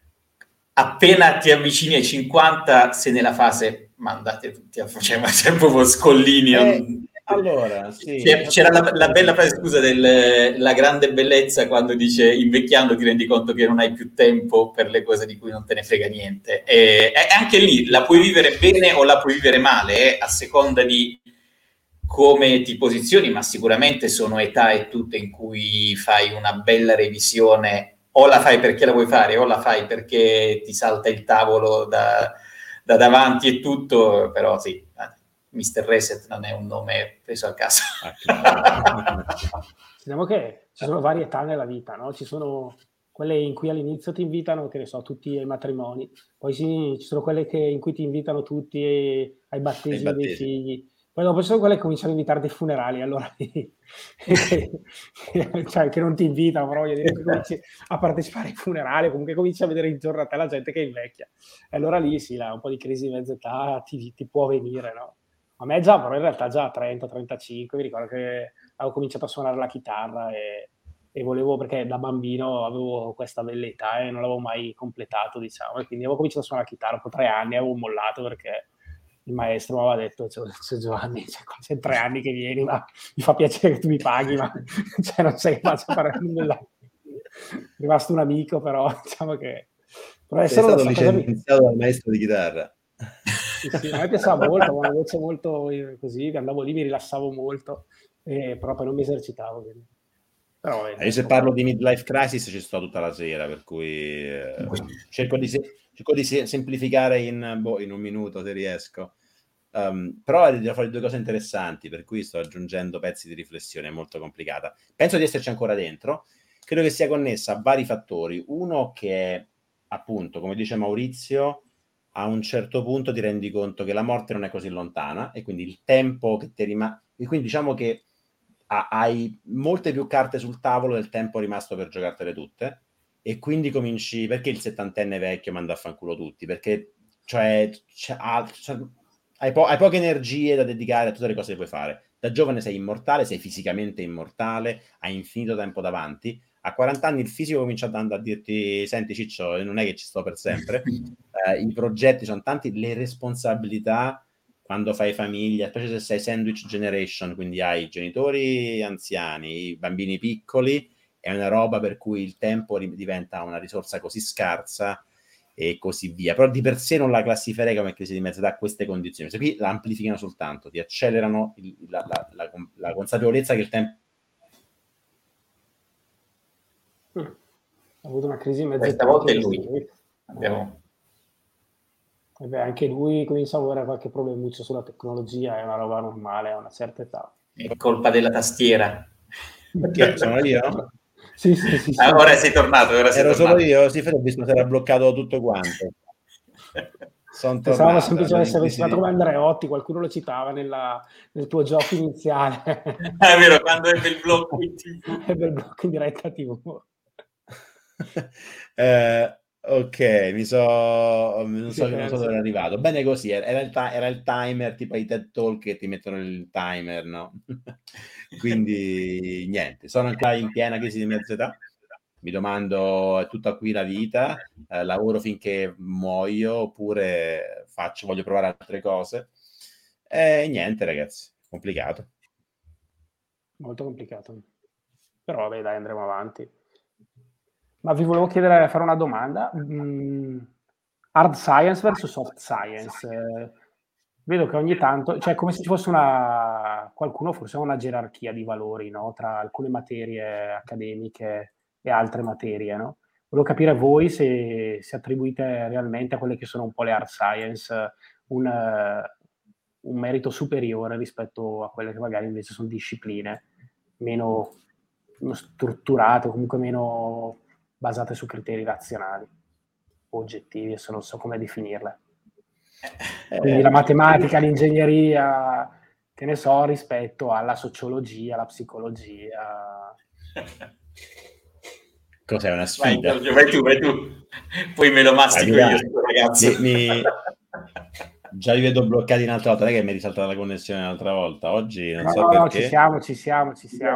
Appena ti avvicini ai 50 sei nella fase, ma andate tutti a fare, ma c'è proprio Scollini. Allora, sì. C'era la bella frase, scusa, la grande bellezza quando dice invecchiando ti rendi conto che non hai più tempo per le cose di cui non te ne frega niente. E anche lì la puoi vivere bene o la puoi vivere male, a seconda di come ti posizioni, ma sicuramente sono età e tutte in cui fai una bella revisione, o la fai perché la vuoi fare o la fai perché ti salta il tavolo da davanti e tutto, però sì, Mr. Reset non è un nome preso a caso. Diciamo che ci sono varie età nella vita, no? Ci sono quelle in cui all'inizio ti invitano, che ne so, tutti ai matrimoni, poi ci sono quelle in cui ti invitano tutti ai battesimi dei figli, poi dopo ci sono quelle che cominciano a invitare dei funerali, allora cioè che non ti invitano, però voglio dire che cominci a partecipare ai funerali, comunque cominci a vedere intorno a te la gente che invecchia, e allora lì sì, un po' di crisi di mezza età ti può venire, no? A me già, però in realtà già a 30-35, mi ricordo che avevo cominciato a suonare la chitarra e volevo, perché da bambino avevo questa bella età e non l'avevo mai completato, diciamo, e quindi avevo cominciato a suonare la chitarra per 3 anni, avevo mollato perché il maestro mi aveva detto: cioè, Giovanni, c'è 3 anni che vieni, ma mi fa piacere che tu mi paghi, ma cioè, non sei capace a fare nulla. È rimasto un amico, però diciamo che... Sei stato licenziato dal maestro di chitarra. Sì, a me piaceva molto, avevo una voce molto così, andavo lì, mi rilassavo molto, però poi non mi esecitavo. Quindi. Però, io se parlo di midlife crisis ci sto tutta la sera, per cui cerco di semplificare in un minuto se riesco. Però devo fare 2 cose interessanti, per cui sto aggiungendo pezzi di riflessione molto complicata. Penso di esserci ancora dentro, credo che sia connessa a vari fattori. Uno che è, appunto, come dice Maurizio, a un certo punto ti rendi conto che la morte non è così lontana, e quindi il tempo che ti rimane, e quindi diciamo che hai molte più carte sul tavolo del tempo rimasto per giocartele tutte, e quindi cominci, perché il 70enne vecchio manda a fanculo tutti, perché hai poche energie da dedicare a tutte le cose che puoi fare. Da giovane sei immortale, sei fisicamente immortale, hai infinito tempo davanti. A 40 anni il fisico comincia a dirti: senti Ciccio, non è che ci sto per sempre, i progetti sono tanti, le responsabilità quando fai famiglia, specie se sei sandwich generation, quindi hai i genitori anziani, i bambini piccoli, è una roba per cui il tempo diventa una risorsa così scarsa e così via. Però di per sé non la classificherei come crisi di mezza età queste condizioni, se qui la amplificano soltanto, ti accelerano la consapevolezza che il tempo... Ha avuto una crisi in mezzo. Questa volta è lui. Anche lui comincia a avere qualche problemuccio sulla tecnologia, è una roba normale a una certa età. È colpa della tastiera. Perché sono io? Sì. Ora sei tornato. Ero solo io, sì, ho visto che era bloccato tutto quanto. Pensavo semplicemente se avessi fatto come Andreotti, qualcuno lo citava nel tuo gioco iniziale. È vero, quando ebbe il blocco in TV. Ebbe il blocco in diretta TV. Ok, non so dove ero arrivato. Bene così, era il timer, tipo i TED Talk che ti mettono il timer, no? Quindi niente, sono ancora in piena crisi di mezza età. Mi domando, è tutta qui la vita? Lavoro finché muoio oppure voglio provare altre cose? Niente, ragazzi, complicato. Molto complicato. Però vabbè, dai, andremo avanti. Ma vi volevo chiedere, fare una domanda. Hard science versus soft science. Vedo che ogni tanto, cioè come se ci fosse qualcuno forse ha una gerarchia di valori, no? Tra alcune materie accademiche e altre materie, no? Volevo capire voi se attribuite realmente a quelle che sono un po' le hard science un merito superiore rispetto a quelle che magari invece sono discipline meno strutturate o comunque meno basate su criteri razionali o oggettivi, adesso non so come definirle. Quindi la matematica, l'ingegneria, che ne so, rispetto alla sociologia, alla psicologia. Cos'è una sfida? Vai tu. Poi me lo mastico io, ragazzo. Già vi vedo bloccati un'altra volta, non è che mi è risaltata la connessione un'altra volta. Oggi non so perché. No, ci siamo.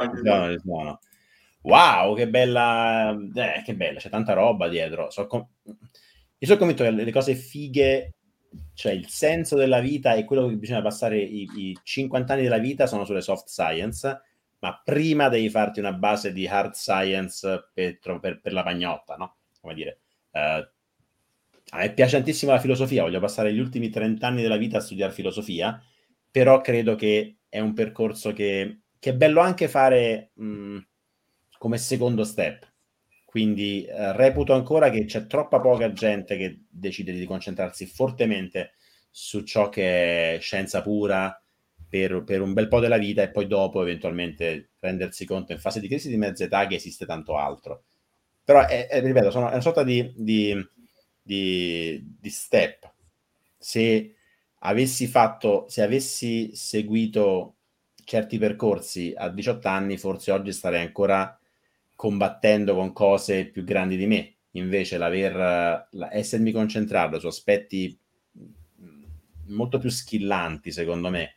Wow, che bella, c'è tanta roba dietro. Io sono convinto che le cose fighe, cioè il senso della vita e quello che bisogna passare i 50 anni della vita sono sulle soft science, ma prima devi farti una base di hard science per la pagnotta, no? Come dire, a me piace tantissimo la filosofia, voglio passare gli ultimi 30 anni della vita a studiare filosofia, però credo che è un percorso che è bello anche fare come secondo step. Quindi reputo ancora che c'è troppa poca gente che decide di concentrarsi fortemente su ciò che è scienza pura per un bel po' della vita e poi dopo eventualmente rendersi conto in fase di crisi di mezza età che esiste tanto altro. Però, ripeto, è una sorta di step. Se avessi seguito certi percorsi a 18 anni, forse oggi starei ancora combattendo con cose più grandi di me. Invece essermi concentrato su aspetti molto più skillanti, secondo me,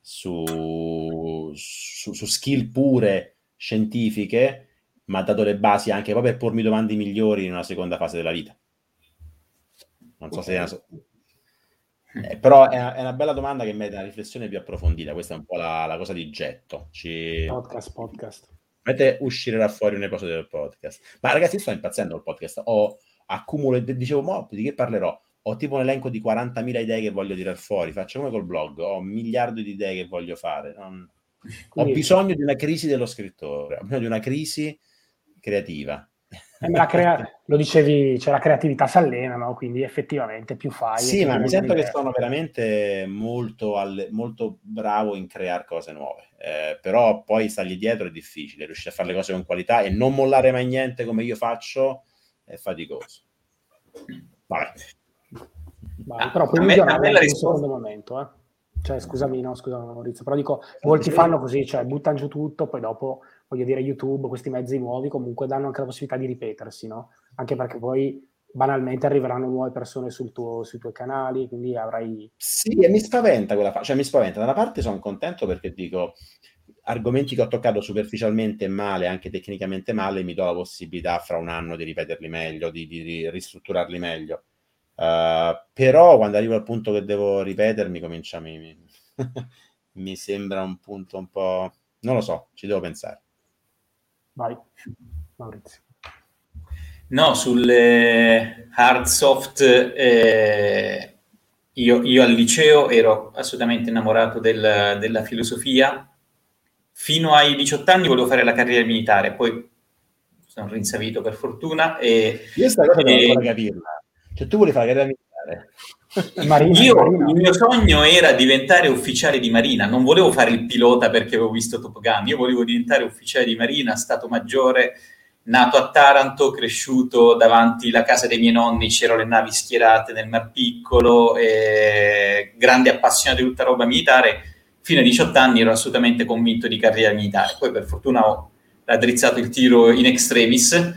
su skill pure scientifiche, ma ha dato le basi anche poi per pormi domande migliori in una seconda fase della vita. Non so se però è una bella domanda che merita una riflessione più approfondita. Questa è un po' la cosa di getto. Podcast. Uscirà fuori un episodio del podcast. Ma ragazzi, io sto impazzendo il podcast. Accumulo, dicevo, di che parlerò? Ho tipo un elenco di 40.000 idee che voglio tirar fuori. Faccio come col blog, ho 1 miliardo di idee che voglio fare. Ho bisogno di una crisi dello scrittore, ho bisogno di una crisi creativa. Lo dicevi, cioè la creatività si allena, no? Quindi effettivamente più fai. Sì, ma mi sento che sono veramente molto bravo in creare cose nuove, però poi stargli dietro è difficile, riuscire a fare le cose con qualità e non mollare mai niente come io faccio è faticoso. Vabbè. Però puoi migliorare in un secondo momento, Cioè, scusami Maurizio, però dico, molti fanno così, cioè buttano giù tutto, poi dopo, voglio dire, YouTube, questi mezzi nuovi comunque danno anche la possibilità di ripetersi, no? Anche perché poi banalmente arriveranno nuove persone sui tuoi canali, quindi avrai... Sì, e mi spaventa mi spaventa. Da una parte sono contento perché dico, argomenti che ho toccato superficialmente male, anche tecnicamente male, mi do la possibilità fra un anno di ripeterli meglio, di ristrutturarli meglio. Però quando arrivo al punto che devo ripetermi mi sembra un punto un po', non lo so, ci devo pensare. Vai Maurizio. No, sulle hard soft io al liceo ero assolutamente innamorato della filosofia. Fino ai 18 anni volevo fare la carriera militare, poi sono rinsavito per fortuna io sta cosa devo ancora capirla. Cioè, tu vuoi fare la carriera militare? Il mio sogno era diventare ufficiale di marina, non volevo fare il pilota perché avevo visto Top Gun, io volevo diventare ufficiale di marina, stato maggiore, nato a Taranto, cresciuto davanti alla casa dei miei nonni, c'erano le navi schierate nel Mar Piccolo, grande appassionato di tutta roba militare. Fino ai 18 anni ero assolutamente convinto di carriera militare. Poi per fortuna ho raddrizzato il tiro in extremis,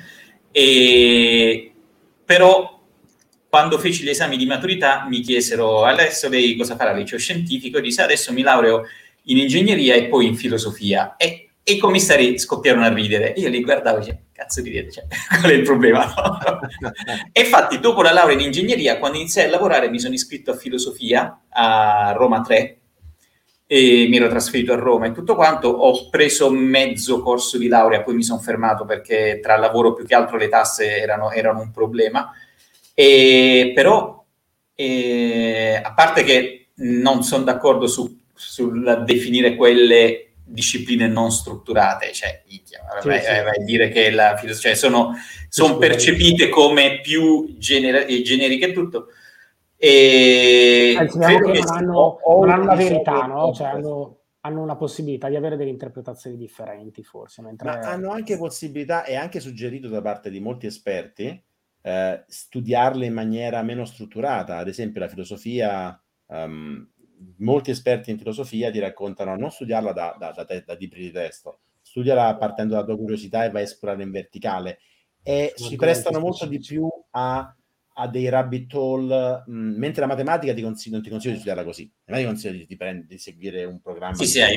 però quando feci gli esami di maturità mi chiesero: adesso lei cosa farà al liceo scientifico? E disse: adesso mi laureo in ingegneria e poi in filosofia. E i commissari scoppiarono a ridere. Io li guardavo e dicevo: cazzo di ridere, qual è il problema? No? E infatti dopo la laurea in ingegneria, quando iniziai a lavorare, mi sono iscritto a filosofia a Roma 3 e mi ero trasferito a Roma e tutto quanto. Ho preso mezzo corso di laurea, poi mi sono fermato perché tra lavoro più che altro le tasse erano un problema. Però a parte che non sono d'accordo sul definire quelle discipline non strutturate, cioè vai a dire che la filosofia, sono percepite come più generiche e tutto, e credo che non hanno la verità, no? Cioè hanno una possibilità di avere delle interpretazioni differenti, forse, mentre... Ma hanno anche possibilità, e anche suggerito da parte di molti esperti, studiarle in maniera meno strutturata. Ad esempio la filosofia, molti esperti in filosofia ti raccontano non studiarla da libri di testo, studiala partendo dalla tua curiosità e vai a esplorare in verticale, e si prestano molto di più a dei rabbit hole, mentre la matematica non ti consiglio di studiarla così, non ti consiglio di seguire un programma.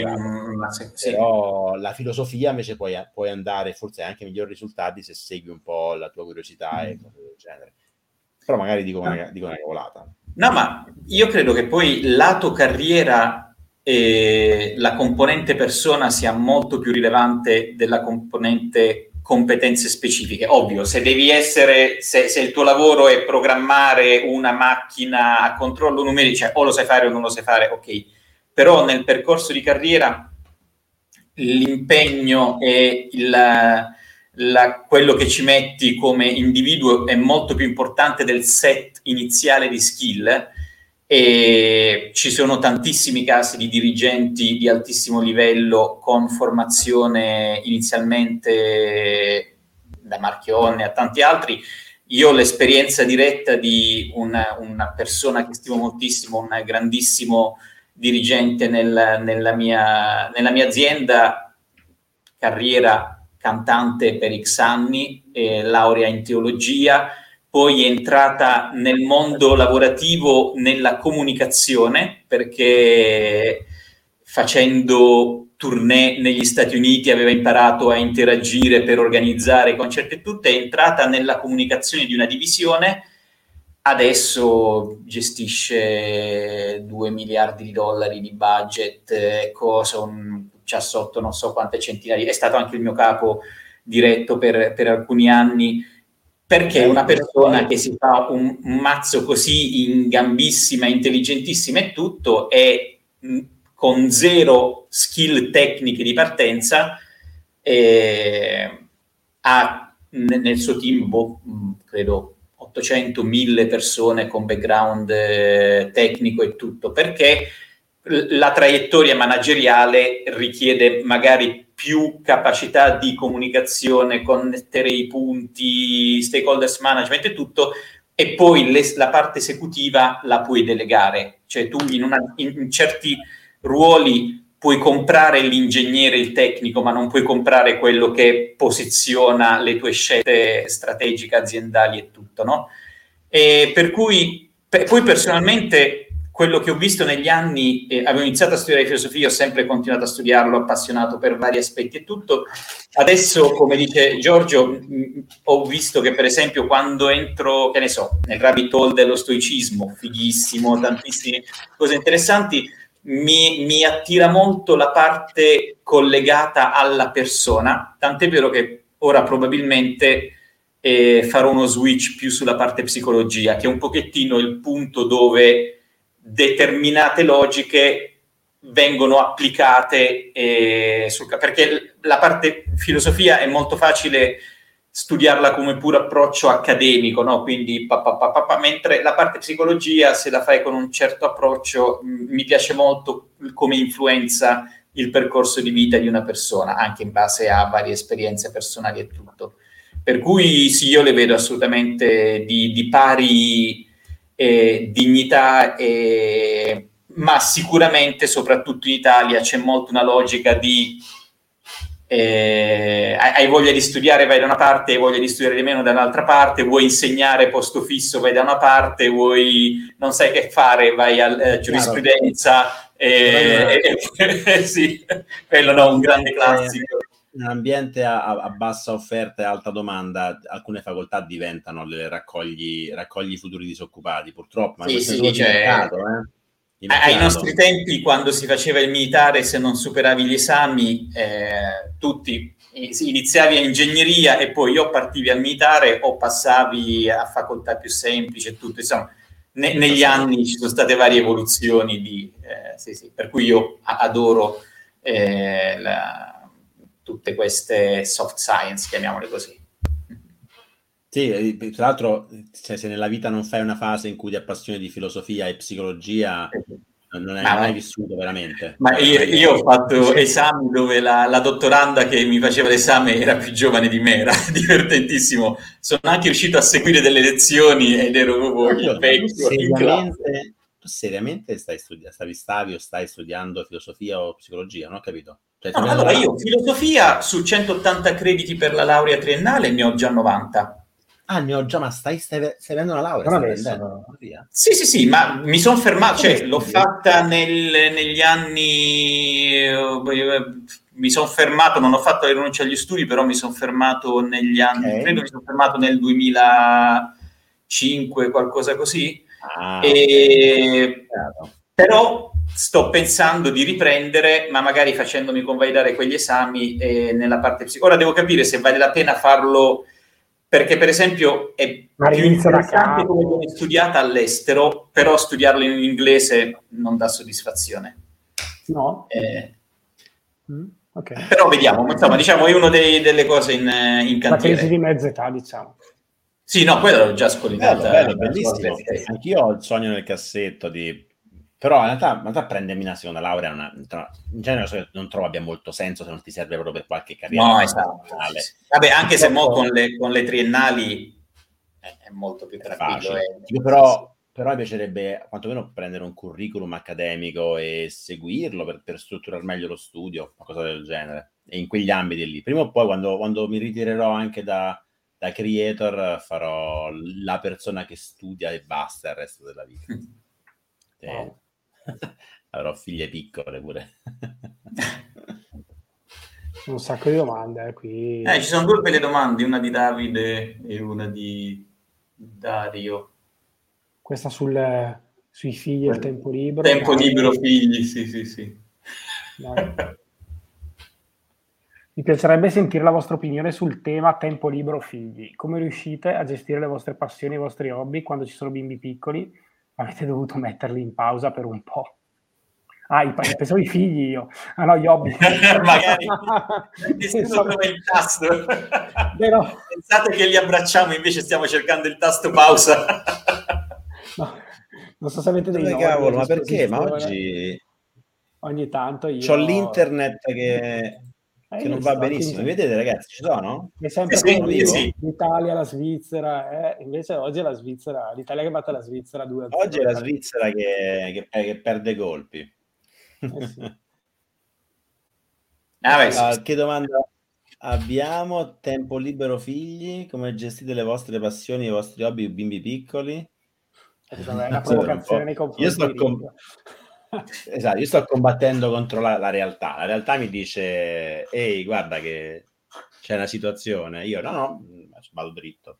Però la filosofia invece puoi andare forse anche migliori risultati se segui un po' la tua curiosità e cose del genere. Però magari dico una cavolata. No, ma io credo che poi lato carriera la componente persona sia molto più rilevante della componente competenze specifiche. Ovvio, se devi essere, se il tuo lavoro è programmare una macchina a controllo numerico, cioè o lo sai fare o non lo sai fare, ok. Però nel percorso di carriera l'impegno e quello che ci metti come individuo è molto più importante del set iniziale di skill, e ci sono tantissimi casi di dirigenti di altissimo livello con formazione inizialmente da Marchionne a tanti altri. Io ho l'esperienza diretta di una persona che stimo moltissimo, un grandissimo dirigente nella mia azienda, carriera cantante per X anni, laurea in teologia, poi è entrata nel mondo lavorativo nella comunicazione, perché facendo tournée negli Stati Uniti aveva imparato a interagire per organizzare concerti e tutto, è entrata nella comunicazione di una divisione. Adesso gestisce $2 miliardi di budget, c'ha sotto non so quante centinaia, è stato anche il mio capo diretto per alcuni anni, perché una persona che si fa un mazzo così in gambissima, intelligentissima e tutto, e con zero skill tecniche di partenza, ha nel suo team, credo 800-1000 persone con background tecnico e tutto, perché la traiettoria manageriale richiede magari più capacità di comunicazione, connettere i punti, stakeholders management e tutto, e poi la parte esecutiva la puoi delegare. Cioè tu in certi ruoli puoi comprare l'ingegnere, il tecnico, ma non puoi comprare quello che posiziona le tue scelte strategiche aziendali e tutto, no? E per cui poi personalmente quello che ho visto negli anni, avevo iniziato a studiare filosofia, ho sempre continuato a studiarlo, appassionato per vari aspetti e tutto. Adesso, come dice Giorgio, ho visto che per esempio quando entro, che ne so, nel rabbit hole dello stoicismo, fighissimo, tantissime cose interessanti, mi attira molto la parte collegata alla persona, tant'è vero che ora probabilmente farò uno switch più sulla parte psicologia, che è un pochettino il punto dove determinate logiche vengono applicate, perché la parte filosofia è molto facile studiarla come puro approccio accademico, no? Quindi mentre la parte psicologia, se la fai con un certo approccio, mi piace molto come influenza il percorso di vita di una persona, anche in base a varie esperienze personali e tutto. Per cui sì, io le vedo assolutamente di pari dignità, ma sicuramente, soprattutto in Italia, c'è molto una logica di hai voglia di studiare, vai da una parte, hai voglia di studiare di meno dall'altra parte, vuoi insegnare posto fisso, vai da una parte, vuoi non sai che fare, vai a giurisprudenza. Sì, quello no, un grande classico. In un ambiente a bassa offerta e alta domanda, alcune facoltà diventano le raccogli futuri disoccupati, purtroppo. Ma ai nostri tempi, quando si faceva il militare, se non superavi gli esami, tutti iniziavi a ingegneria e poi o partivi al militare o passavi a facoltà più semplici e tutto. Insomma, negli anni ci sono state varie evoluzioni per cui io adoro tutte queste soft science, chiamiamole così. Sì, tra l'altro, se nella vita non fai una fase in cui ti appassioni di filosofia e psicologia, non hai mai vissuto veramente. Ma io ho fatto esami dove la dottoranda che mi faceva l'esame era più giovane di me, era divertentissimo. Sono anche riuscito a seguire delle lezioni ed ero proprio il vecchio. Seriamente stai studiando filosofia o psicologia? Non ho capito. No, allora io filosofia su 180 crediti per la laurea triennale ne ho già 90. Ah, ne ho già, ma stai avendo una laurea? Non adesso. Sì, ma mi sono fermato, cioè l'ho fatta negli anni, mi sono fermato, non ho fatto la rinuncia agli studi, però mi sono fermato negli anni, credo mi sono fermato nel 2005, qualcosa così, però sto pensando di riprendere, ma magari facendomi convalidare quegli esami nella parte psicologica. Ora devo capire se vale la pena farlo, perché per esempio è più interessante come viene studiata all'estero, però studiarlo in inglese non dà soddisfazione. No? Okay. Però vediamo, insomma, diciamo, è una delle cose in cantiere. La crisi di mezza età, diciamo. Sì, no, quello l'ho già scollinata. Bello, bellissimo. Anch'io ho il sogno nel cassetto però in realtà prendermi una seconda laurea in genere non trovo abbia molto senso se non ti serve proprio per qualche carriera. No, esatto. Vabbè, anche se mo con le triennali è molto più tranquillo. Però mi piacerebbe quantomeno prendere un curriculum accademico e seguirlo per strutturare meglio lo studio, qualcosa del genere. E in quegli ambiti lì. Prima o poi, quando mi ritirerò anche da creator, farò la persona che studia e basta il resto della vita. Avrò figlie piccole pure. Un sacco di domande qui. Ci sono due belle domande, una di Davide e una di Dario. Questa sui figli e il tempo libero. Tempo libero, figli, sì. Mi piacerebbe sentire la vostra opinione sul tema tempo libero figli. Come riuscite a gestire le vostre passioni e i vostri hobby quando ci sono bimbi piccoli? Avete dovuto metterli in pausa per un po'. Pensavo i figli io. Ah no, gli hobby. Magari nessuno trova il tasto. Pensate che li abbracciamo, invece stiamo cercando il tasto pausa. No, non so se avete dei nodi. Cavolo, ma perché? Ma oggi tanto io c'ho l'internet che non va benissimo. Mi vedete, ragazzi, ci sono? È sempre l'Italia, la Svizzera, invece oggi è la Svizzera, l'Italia che batte la Svizzera 2-0. Oggi è la Svizzera che perde colpi. Sì. Che domanda abbiamo? Tempo libero figli? Come gestite le vostre passioni e i vostri hobby bimbi piccoli? È una provocazione nei confronti Esatto, io sto combattendo contro la realtà. La realtà mi dice: ehi, guarda che c'è una situazione. Io no, vado dritto.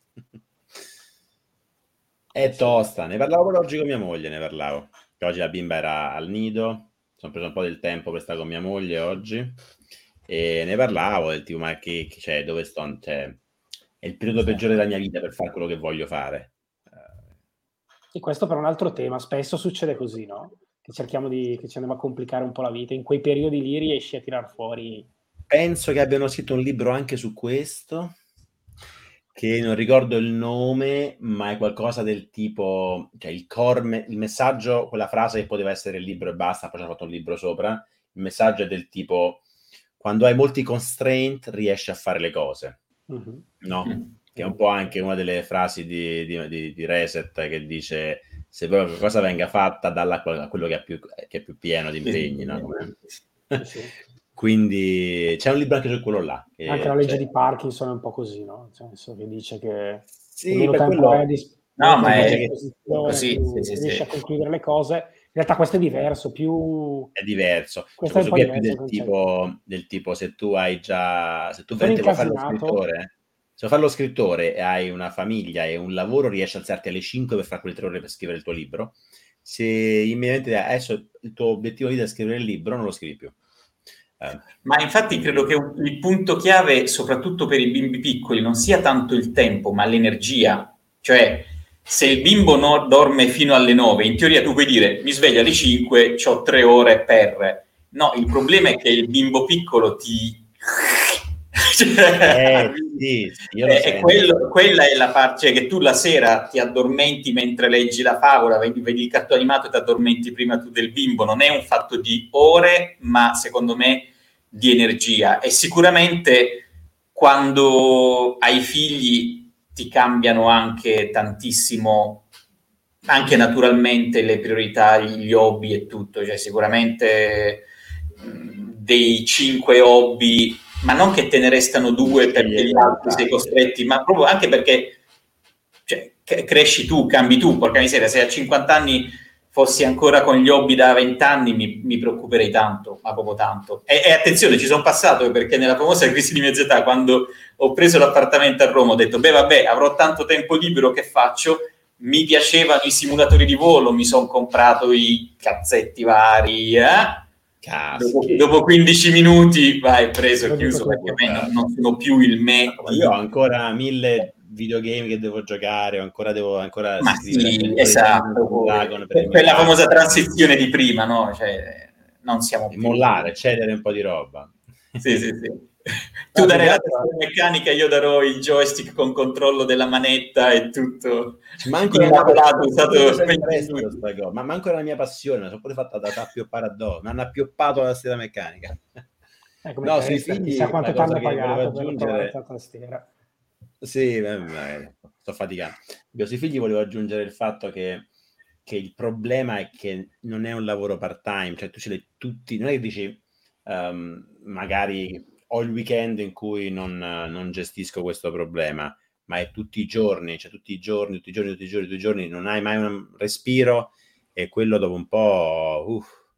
È tosta. Ne parlavo pure oggi con mia moglie, che oggi la bimba era al nido. Sono preso un po' del tempo per stare con mia moglie oggi e ne parlavo del tipo, ma dove sto? È il periodo peggiore della mia vita per fare quello che voglio fare. E questo per un altro tema, spesso succede così, no? Che ci andiamo a complicare un po' la vita, in quei periodi lì riesci a tirar fuori. Penso che abbiano scritto un libro anche su questo, che non ricordo il nome, ma è qualcosa del tipo, cioè il messaggio, quella frase che poteva essere il libro e basta, poi ci ha fatto un libro sopra, il messaggio è del tipo: quando hai molti constraint riesci a fare le cose. No? Che è un po' anche una delle frasi di Reset che dice se vuoi che qualcosa venga fatta dalla a quello che è più pieno di impegni, no? Sì. Quindi c'è un libro anche su quello là. Anche la legge di Parkinson è un po' così, no? Nel senso che dice che sì, meno tempo quello... hai a disposizione, Sì, riesci a concludere le cose. In realtà questo è diverso, è diverso. Questo è un po' è più diverso del tipo se tu hai già... Se tu vuoi fare lo scrittore... Se vuoi fare lo scrittore e hai una famiglia e un lavoro, riesci a alzarti alle 5 per fare quelle 3 ore per scrivere il tuo libro. Se immediatamente adesso il tuo obiettivo di vita è scrivere il libro, non lo scrivi più. Ma infatti credo che il punto chiave, soprattutto per i bimbi piccoli, non sia tanto il tempo, ma l'energia. Cioè, se il bimbo dorme fino alle 9, in teoria tu puoi dire, mi sveglio alle 5, ho 3 ore per... No, il problema è che il bimbo piccolo ti... quella è la parte, cioè che tu la sera ti addormenti mentre leggi la favola, vedi il cartone animato e ti addormenti prima tu del bimbo. Non è un fatto di ore, ma secondo me di energia. E sicuramente quando hai figli ti cambiano anche tantissimo, anche naturalmente, le priorità, gli hobby e tutto. Cioè sicuramente dei 5 hobby, ma non che te ne restano 2 perché gli altri sei costretti, ma proprio anche perché cresci tu, cambi tu. Porca miseria, se a 50 anni fossi ancora con gli hobby da 20 anni mi preoccuperei tanto, ma proprio tanto. E attenzione, ci sono passato perché nella famosa crisi di mezz'età, quando ho preso l'appartamento a Roma, ho detto, vabbè, avrò tanto tempo libero, che faccio? Mi piacevano i simulatori di volo, mi sono comprato i cazzetti vari, dopo 15 minuti vai preso, chiuso, perché non sono più il me. Io ho ancora 1000 videogame che devo giocare, ancora ma sì, esatto, quella famosa transizione di prima, no? Cioè, non siamo più... mollare, cedere un po' di roba. Sì. Tu darai la tastiera meccanica, io darò il joystick con controllo della manetta e tutto. Ma ancora la mia passione, sono pure fatta da appioppare addosso, mi hanno appioppato la tastiera meccanica. No, sui figli, chissà quanto ti hanno pagato per trovare la tastiera. Sì, sto faticando. Sui figli volevo aggiungere il fatto che il problema è che non è un lavoro part-time, cioè tu ce l'hai tutti, non è che dici magari ho il weekend in cui non gestisco questo problema, ma è tutti i giorni, cioè tutti i giorni, non hai mai un respiro, e quello dopo un po'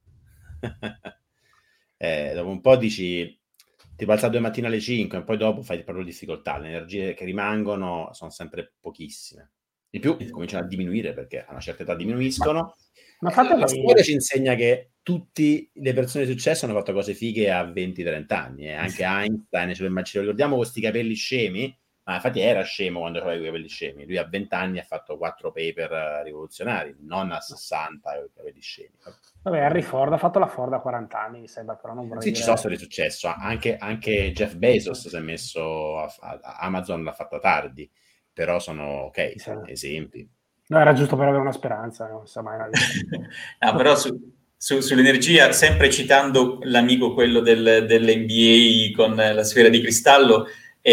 dopo un po' dici ti alza 2 mattine alle 5 e poi dopo fai proprio difficoltà, le energie che rimangono sono sempre pochissime, di più cominciano a diminuire perché a una certa età diminuiscono. Ma la storia ci insegna che tutte le persone di successo hanno fatto cose fighe a 20-30 anni, anche Einstein, ci ricordiamo questi capelli scemi, ma infatti era scemo quando aveva i capelli scemi, lui a 20 anni ha fatto 4 paper rivoluzionari, non a 60 i capelli scemi. Vabbè, Henry Ford ha fatto la Ford a 40 anni, mi sembra, però non vorrei dire... Ci sono storie di successo, anche Jeff Bezos si è messo Amazon l'ha fatta tardi, però sono esempi. No, era giusto per avere una speranza, non sa mai. No, però sull'energia, sempre citando l'amico quello dell'NBA con la sfera di cristallo,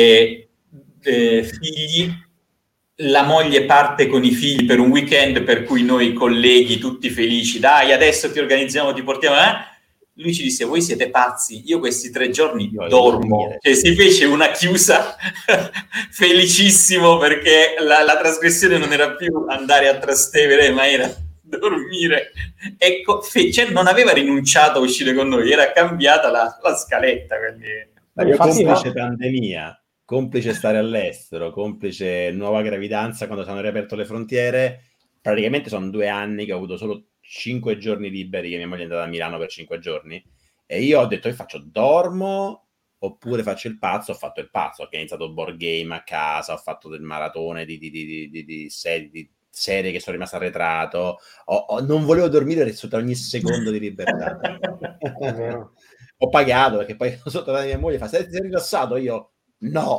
figli, la moglie parte con i figli per un weekend, per cui noi colleghi tutti felici, dai adesso ti organizziamo, ti portiamo, lui ci disse, voi siete pazzi, io questi 3 giorni dormo. Cioè, si fece una chiusa felicissimo, perché la trasgressione non era più andare a Trastevere, ma era dormire. Ecco, cioè, non aveva rinunciato a uscire con noi, era cambiata la scaletta. Quindi... complice pandemia, complice stare all'estero, complice nuova gravidanza quando si hanno riaperto le frontiere, praticamente sono 2 anni che ho avuto solo 5 giorni liberi, che mia moglie è andata a Milano per 5 giorni, e io ho detto, dormo oppure faccio il pazzo. Ho fatto il pazzo, ho iniziato board game a casa, ho fatto del maratone di serie che sono rimasto arretrato, non volevo dormire sotto ogni secondo di libertà. È vero. Ho pagato, perché poi sotto la mia moglie fa, sei rilassato? Io no.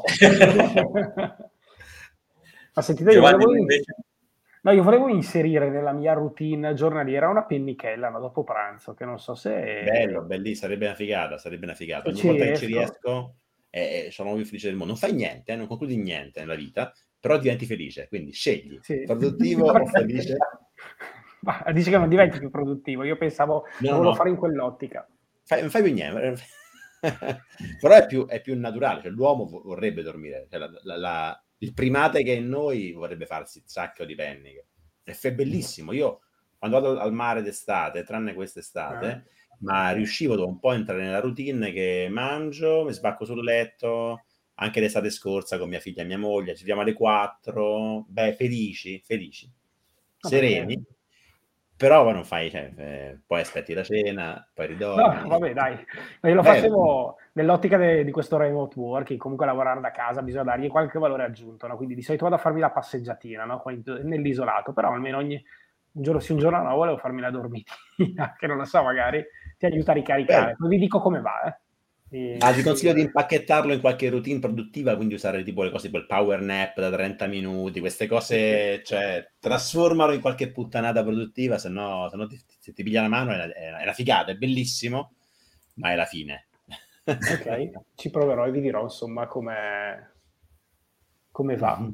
Ma sentite, io volevo inserire nella mia routine giornaliera una pennichella dopo pranzo, che non so se... Bello, bellissimo, sarebbe una figata. Ogni volta che ci riesco, sono più felice del mondo. Non fai niente, non concludi niente nella vita, però diventi felice, quindi scegli, produttivo o felice. Ma dici che non diventi più produttivo, io pensavo che volevo fare in quell'ottica. Non fai più niente, però è più naturale, cioè l'uomo vorrebbe dormire, cioè il primate che è in noi vorrebbe farsi il sacco di penniche, è bellissimo. Io quando vado al mare d'estate, tranne quest'estate, ma riuscivo dopo un po' a entrare nella routine che mangio, mi sbacco sul letto, anche l'estate scorsa con mia figlia e mia moglie, ci vediamo alle 4, felici, sereni, però non fai, poi aspetti la cena, poi ridormi. No, vabbè, dai, io lo facevo nell'ottica di questo remote working, comunque lavorare da casa bisogna dargli qualche valore aggiunto, no? Quindi di solito vado a farmi la passeggiatina, no? Nell'isolato, però almeno un giorno no, volevo farmi la dormitina, che non lo so, magari ti aiuta a ricaricare. Poi vi dico come va, ti consiglio di impacchettarlo in qualche routine produttiva, quindi usare tipo le cose tipo il power nap da 30 minuti, queste cose, cioè trasformalo in qualche puttanata produttiva, se no se ti piglia la mano è una figata, è bellissimo, ma è la fine. Ok, ci proverò e vi dirò insomma come va.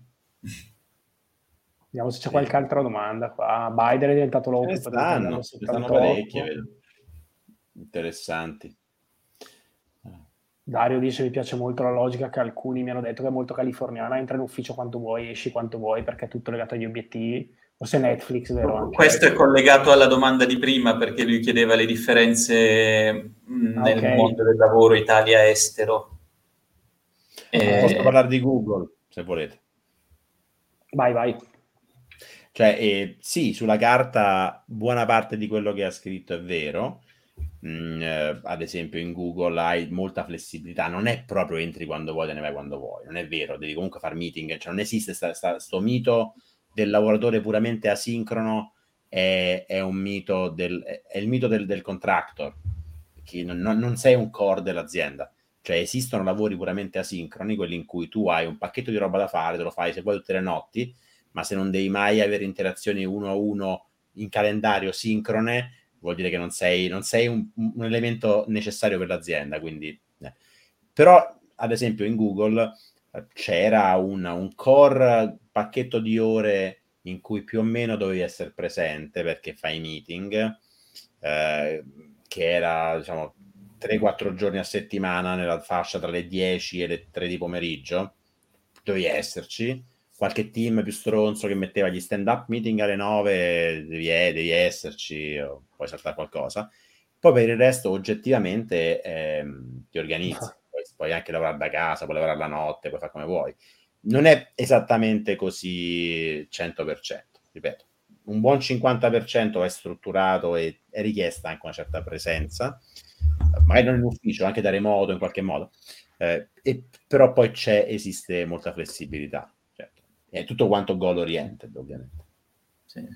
Vediamo se c'è qualche altra domanda qua. Biden è diventato loco. Stanno parecchie, vedo. Interessanti. Dario dice: mi piace molto la logica che alcuni mi hanno detto che è molto californiana, entra in ufficio quando vuoi, esci quando vuoi, perché è tutto legato agli obiettivi. Forse Netflix, vero? Anche questo è collegato alla domanda di prima, perché lui chiedeva le differenze nel mondo del lavoro Italia-estero. Posso parlare di Google, se volete. Vai. Cioè, sì, sulla carta buona parte di quello che ha scritto è vero. Ad esempio in Google hai molta flessibilità, non è proprio entri quando vuoi, te ne vai quando vuoi, non è vero, devi comunque fare meeting, cioè non esiste sto mito del lavoratore puramente asincrono, è un mito è il mito del contractor, che non sei un core dell'azienda, cioè esistono lavori puramente asincroni, quelli in cui tu hai un pacchetto di roba da fare, te lo fai se vuoi tutte le notti, ma se non devi mai avere interazioni uno a uno in calendario sincrone, vuol dire che non sei un elemento necessario per l'azienda. Quindi, Però, ad esempio, in Google c'era un core pacchetto di ore in cui più o meno dovevi essere presente perché fai meeting, che era, diciamo, 3-4 giorni a settimana nella fascia tra le 10 e le 3 di pomeriggio, dovevi esserci. Qualche team più stronzo che metteva gli stand-up meeting alle 9, devi esserci, o puoi saltare qualcosa. Poi per il resto, oggettivamente, ti organizzi. Puoi anche lavorare da casa, puoi lavorare la notte, puoi fare come vuoi. Non è esattamente così 100%, ripeto. Un buon 50% è strutturato e è richiesta anche una certa presenza, magari non in ufficio, anche da remoto in qualche modo. Però poi esiste molta flessibilità. È tutto quanto goal oriented, ovviamente. Sì.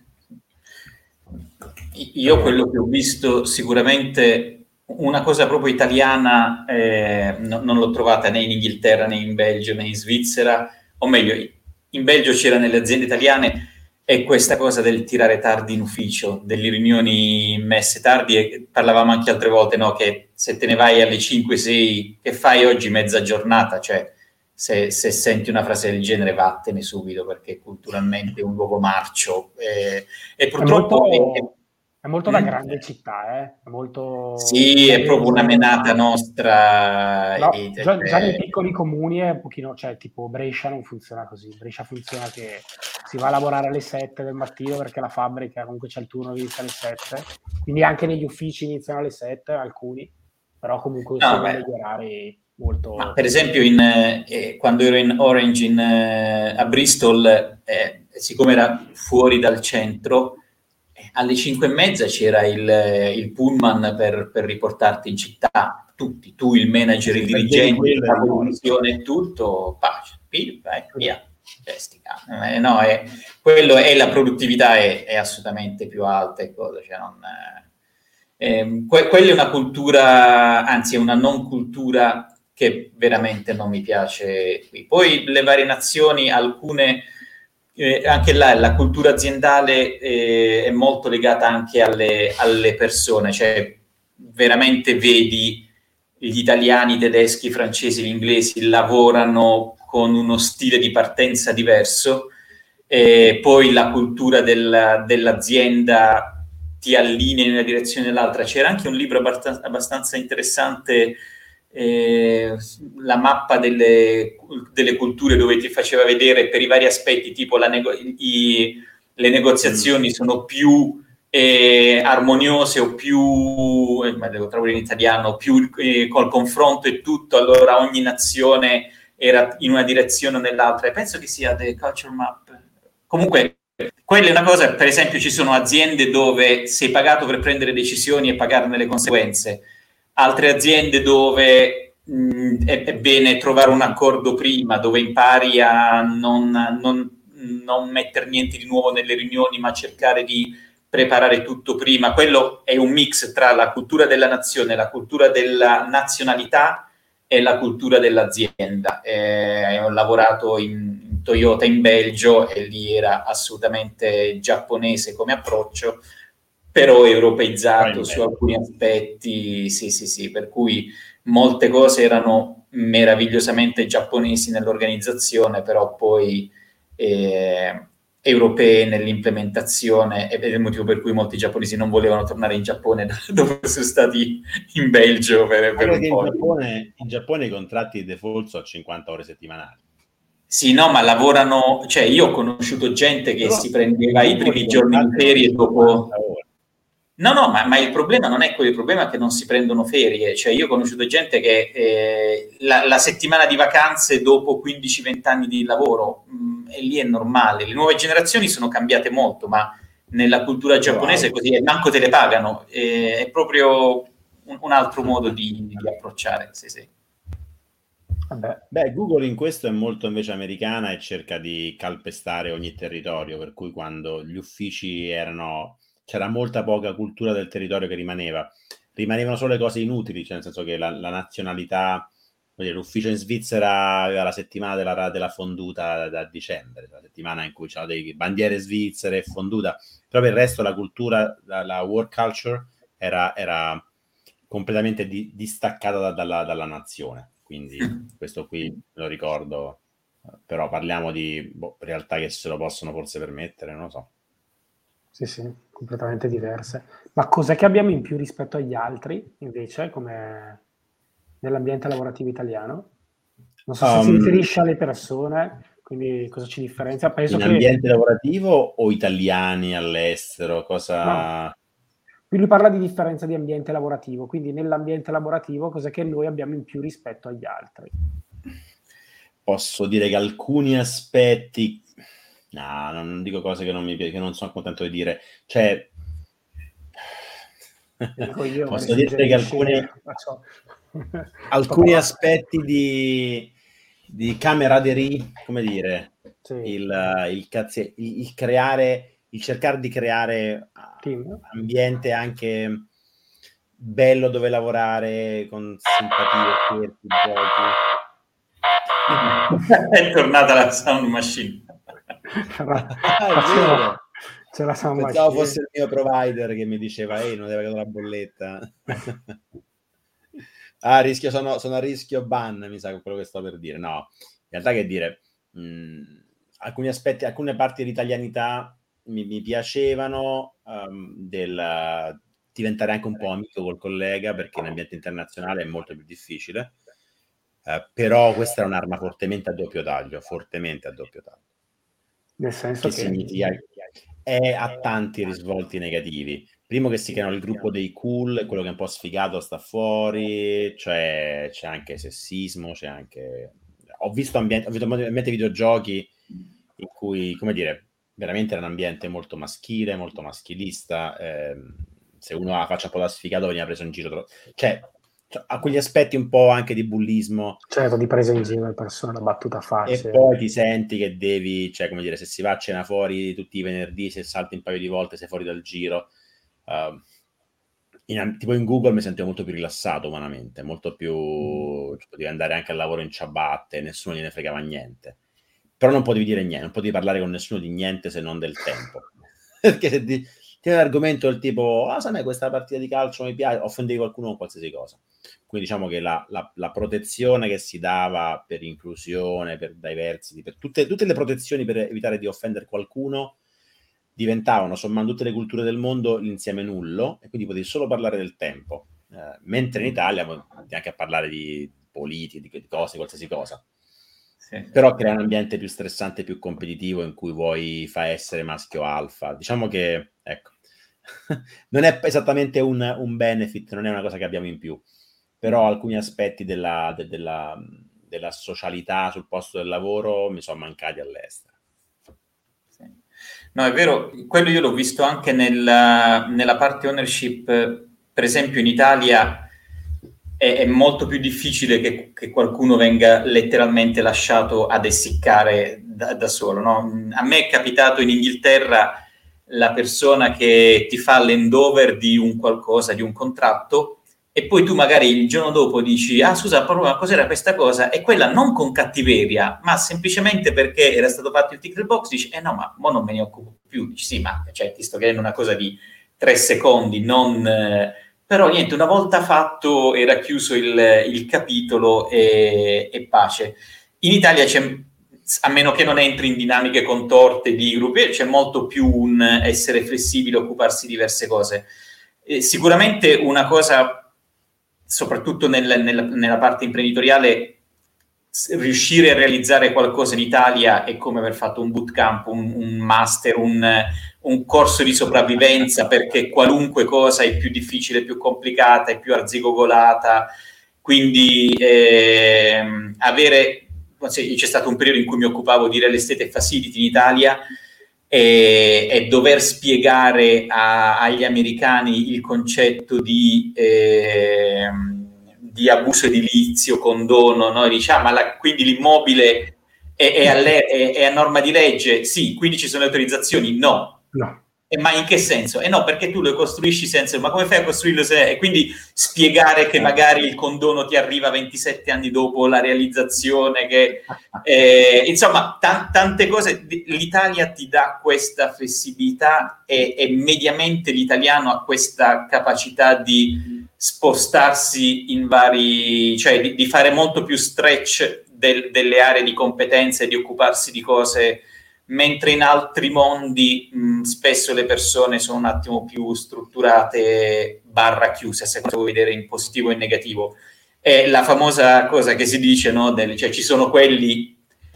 Io quello che ho visto sicuramente una cosa proprio italiana, non l'ho trovata né in Inghilterra né in Belgio né in Svizzera, o meglio in Belgio c'era nelle aziende italiane, è questa cosa del tirare tardi in ufficio, delle riunioni messe tardi, e parlavamo anche altre volte, no, che se te ne vai alle 5-6, che fai oggi mezza giornata, cioè se senti una frase del genere vattene subito, perché culturalmente è un luogo marcio, e purtroppo è molto da grande città, è molto... Sì, è proprio una menata nostra. No, già nei piccoli comuni è un pochino, cioè tipo Brescia non funziona così. Brescia funziona che si va a lavorare alle 7 del mattino perché la fabbrica comunque c'è il turno che inizia alle 7, quindi anche negli uffici iniziano alle 7 alcuni, però comunque sono degli orari molto... Ma per esempio quando ero in Orange a Bristol, siccome era fuori dal centro, alle 5:30 c'era il pullman per riportarti in città, tutti, tu, il manager, il dirigente, la commissione e tutto, pace, vai, via. No, quello è la produttività è assolutamente più alta e cosa, cioè quella è una cultura, anzi è una non cultura che veramente non mi piace qui. Poi le varie nazioni, alcune... anche là la cultura aziendale è molto legata anche alle persone, cioè veramente vedi gli italiani, i tedeschi, i francesi, gli inglesi lavorano con uno stile di partenza diverso, e poi la cultura dell'azienda ti allinea in una direzione o nell'altra. C'era anche un libro abbastanza interessante, la mappa delle culture, dove ti faceva vedere per i vari aspetti, tipo le negoziazioni sono più armoniose o più, ma devo trovare in italiano, più col confronto e tutto, allora ogni nazione era in una direzione o nell'altra, e penso che sia The Culture Map. Comunque, quella è una cosa. Per esempio, ci sono aziende dove sei pagato per prendere decisioni e pagarne le conseguenze, altre aziende dove è bene trovare un accordo prima, dove impari a non mettere niente di nuovo nelle riunioni, ma cercare di preparare tutto prima. Quello è un mix tra la cultura della nazione, la cultura della nazionalità e la cultura dell'azienda. Ho lavorato in Toyota in Belgio e lì era assolutamente giapponese come approccio, però europeizzato su alcuni aspetti, sì, per cui molte cose erano meravigliosamente giapponesi nell'organizzazione, però poi europee nell'implementazione, ed è il motivo per cui molti giapponesi non volevano tornare in Giappone dopo sono stati in Belgio per un po'. In Giappone i contratti di default sono 50 ore settimanali. Sì, no, ma lavorano, cioè io ho conosciuto gente che si prendeva i primi giorni in ferie e dopo... No, ma il problema non è quello, il problema è che non si prendono ferie. Cioè io ho conosciuto gente che la settimana di vacanze dopo 15-20 anni di lavoro, e lì è normale. Le nuove generazioni sono cambiate molto, ma nella cultura giapponese così è, manco te le pagano, è proprio un altro modo di approcciare. Sì. Beh, Google in questo è molto invece americana e cerca di calpestare ogni territorio, per cui quando gli uffici c'era molta poca cultura del territorio che rimanevano solo le cose inutili, cioè nel senso che la nazionalità, l'ufficio in Svizzera aveva la settimana della fonduta da dicembre, la settimana in cui c'erano delle bandiere svizzere e fonduta, però per il resto la cultura, la work culture era completamente distaccata dalla nazione, quindi questo qui lo ricordo, però parliamo di realtà che se lo possono forse permettere, non lo so. Sì, completamente diverse. Ma cos'è che abbiamo in più rispetto agli altri, invece, come nell'ambiente lavorativo italiano? Non so se si riferisce alle persone, quindi cosa ci differenzia? Penso in ambiente lavorativo o italiani all'estero? Cosa... No. Qui lui parla di differenza di ambiente lavorativo, quindi nell'ambiente lavorativo cos'è che noi abbiamo in più rispetto agli altri? Posso dire che alcuni aspetti... No, non dico cose che non sono contento di dire. Cioè, dico io, posso dire che alcuni aspetti di camaraderie, come dire, sì. il cercare di creare ambiente anche bello dove lavorare, con simpatia, giochi. È tornata la sound machine. C'è la sound Pensavo machine. fosse il mio provider che mi diceva non deve pagare la bolletta. Sono a rischio ban, mi sa, quello che sto per dire. No, in realtà che dire, alcuni aspetti, alcune parti dell'italianità mi piacevano, diventare anche un po' amico col collega, perché in ambiente internazionale è molto più difficile, però questa è un'arma fortemente a doppio taglio. Nel senso che significa ha tanti risvolti negativi. Primo che si creano il gruppo dei cool, quello che è un po' sfigato sta fuori, cioè c'è anche sessismo, c'è anche... Ho visto ambiente videogiochi in cui, come dire, veramente era un ambiente molto maschile, molto maschilista, se uno ha la faccia un po' da sfigato veniva preso in giro. Cioè, ha quegli aspetti un po' anche di bullismo. Certo, di presa in giro le persone, la battuta facile. E poi ti senti che devi, cioè, come dire, se si va a cena fuori tutti i venerdì, se salti un paio di volte, sei fuori dal giro. Tipo in Google mi sento molto più rilassato umanamente, molto più... potevi andare anche al lavoro in ciabatte, nessuno gliene fregava niente. Però non potevi dire niente, non potevi parlare con nessuno di niente se non del tempo. Perché se ti che l'argomento del tipo, sai me questa partita di calcio mi piace, offendevi qualcuno con qualsiasi cosa. Quindi diciamo che la protezione che si dava per inclusione, per diversity, per tutte le protezioni per evitare di offendere qualcuno, diventavano, sommando tutte le culture del mondo, l'insieme nullo, e quindi potevi solo parlare del tempo. Mentre in Italia potevi anche a parlare di politica, di cose, qualsiasi cosa. Sì. Però crea un ambiente più stressante, più competitivo, in cui vuoi far essere maschio alfa. Diciamo che, ecco, non è esattamente un benefit, non è una cosa che abbiamo in più, però alcuni aspetti della socialità sul posto del lavoro mi sono mancati all'estero. Sì. No, è vero, quello io l'ho visto anche nella parte ownership, per esempio in Italia è molto più difficile che qualcuno venga letteralmente lasciato ad essiccare da solo, no? A me è capitato in Inghilterra la persona che ti fa l'handover di un qualcosa, di un contratto, e poi tu magari il giorno dopo dici scusa, ma cos'era questa cosa? E quella non con cattiveria, ma semplicemente perché era stato fatto il tick del box, dici no, ma mo non me ne occupo più. Dici sì, ma cioè, ti sto chiedendo una cosa di 3 secondi, non... Però niente, una volta fatto era chiuso il capitolo e pace. In Italia c'è, a meno che non entri in dinamiche contorte di gruppi, c'è molto più un essere flessibile, occuparsi di diverse cose. Sicuramente una cosa, soprattutto nella parte imprenditoriale, riuscire a realizzare qualcosa in Italia è come aver fatto un bootcamp, un master, un corso di sopravvivenza, perché qualunque cosa è più difficile, più complicata, è più arzigogolata. Quindi c'è stato un periodo in cui mi occupavo di real estate e facility in Italia, e dover spiegare agli americani il concetto di abuso edilizio, condono, no? Diciamo, quindi l'immobile è a norma di legge? Sì. Quindi ci sono le autorizzazioni? No. Ma in che senso? No, perché tu lo costruisci senza... Ma come fai a costruirlo? E quindi spiegare che magari il condono ti arriva 27 anni dopo la realizzazione, insomma, tante cose. L'Italia ti dà questa flessibilità e mediamente l'italiano ha questa capacità di spostarsi in vari... cioè di fare molto più stretch delle aree di competenza e di occuparsi di cose, mentre in altri mondi spesso le persone sono un attimo più strutturate / chiuse, se vuoi vedere in positivo e in negativo. È la famosa cosa che si dice, no? Cioè ci sono quelli,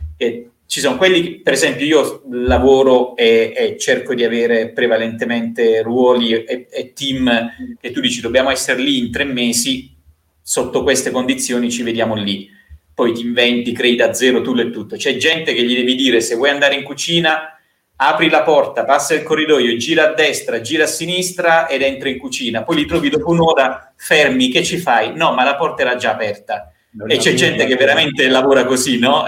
per esempio io lavoro e cerco di avere prevalentemente ruoli e team che tu dici dobbiamo essere lì in 3 mesi, sotto queste condizioni ci vediamo lì. Poi ti inventi, crei da zero tutto e tutto. C'è gente che gli devi dire: se vuoi andare in cucina, apri la porta, passa il corridoio, gira a destra, gira a sinistra ed entra in cucina. Poi li trovi dopo un'ora fermi, che ci fai? No, ma la porta era già aperta. E c'è gente che veramente lavora così, no?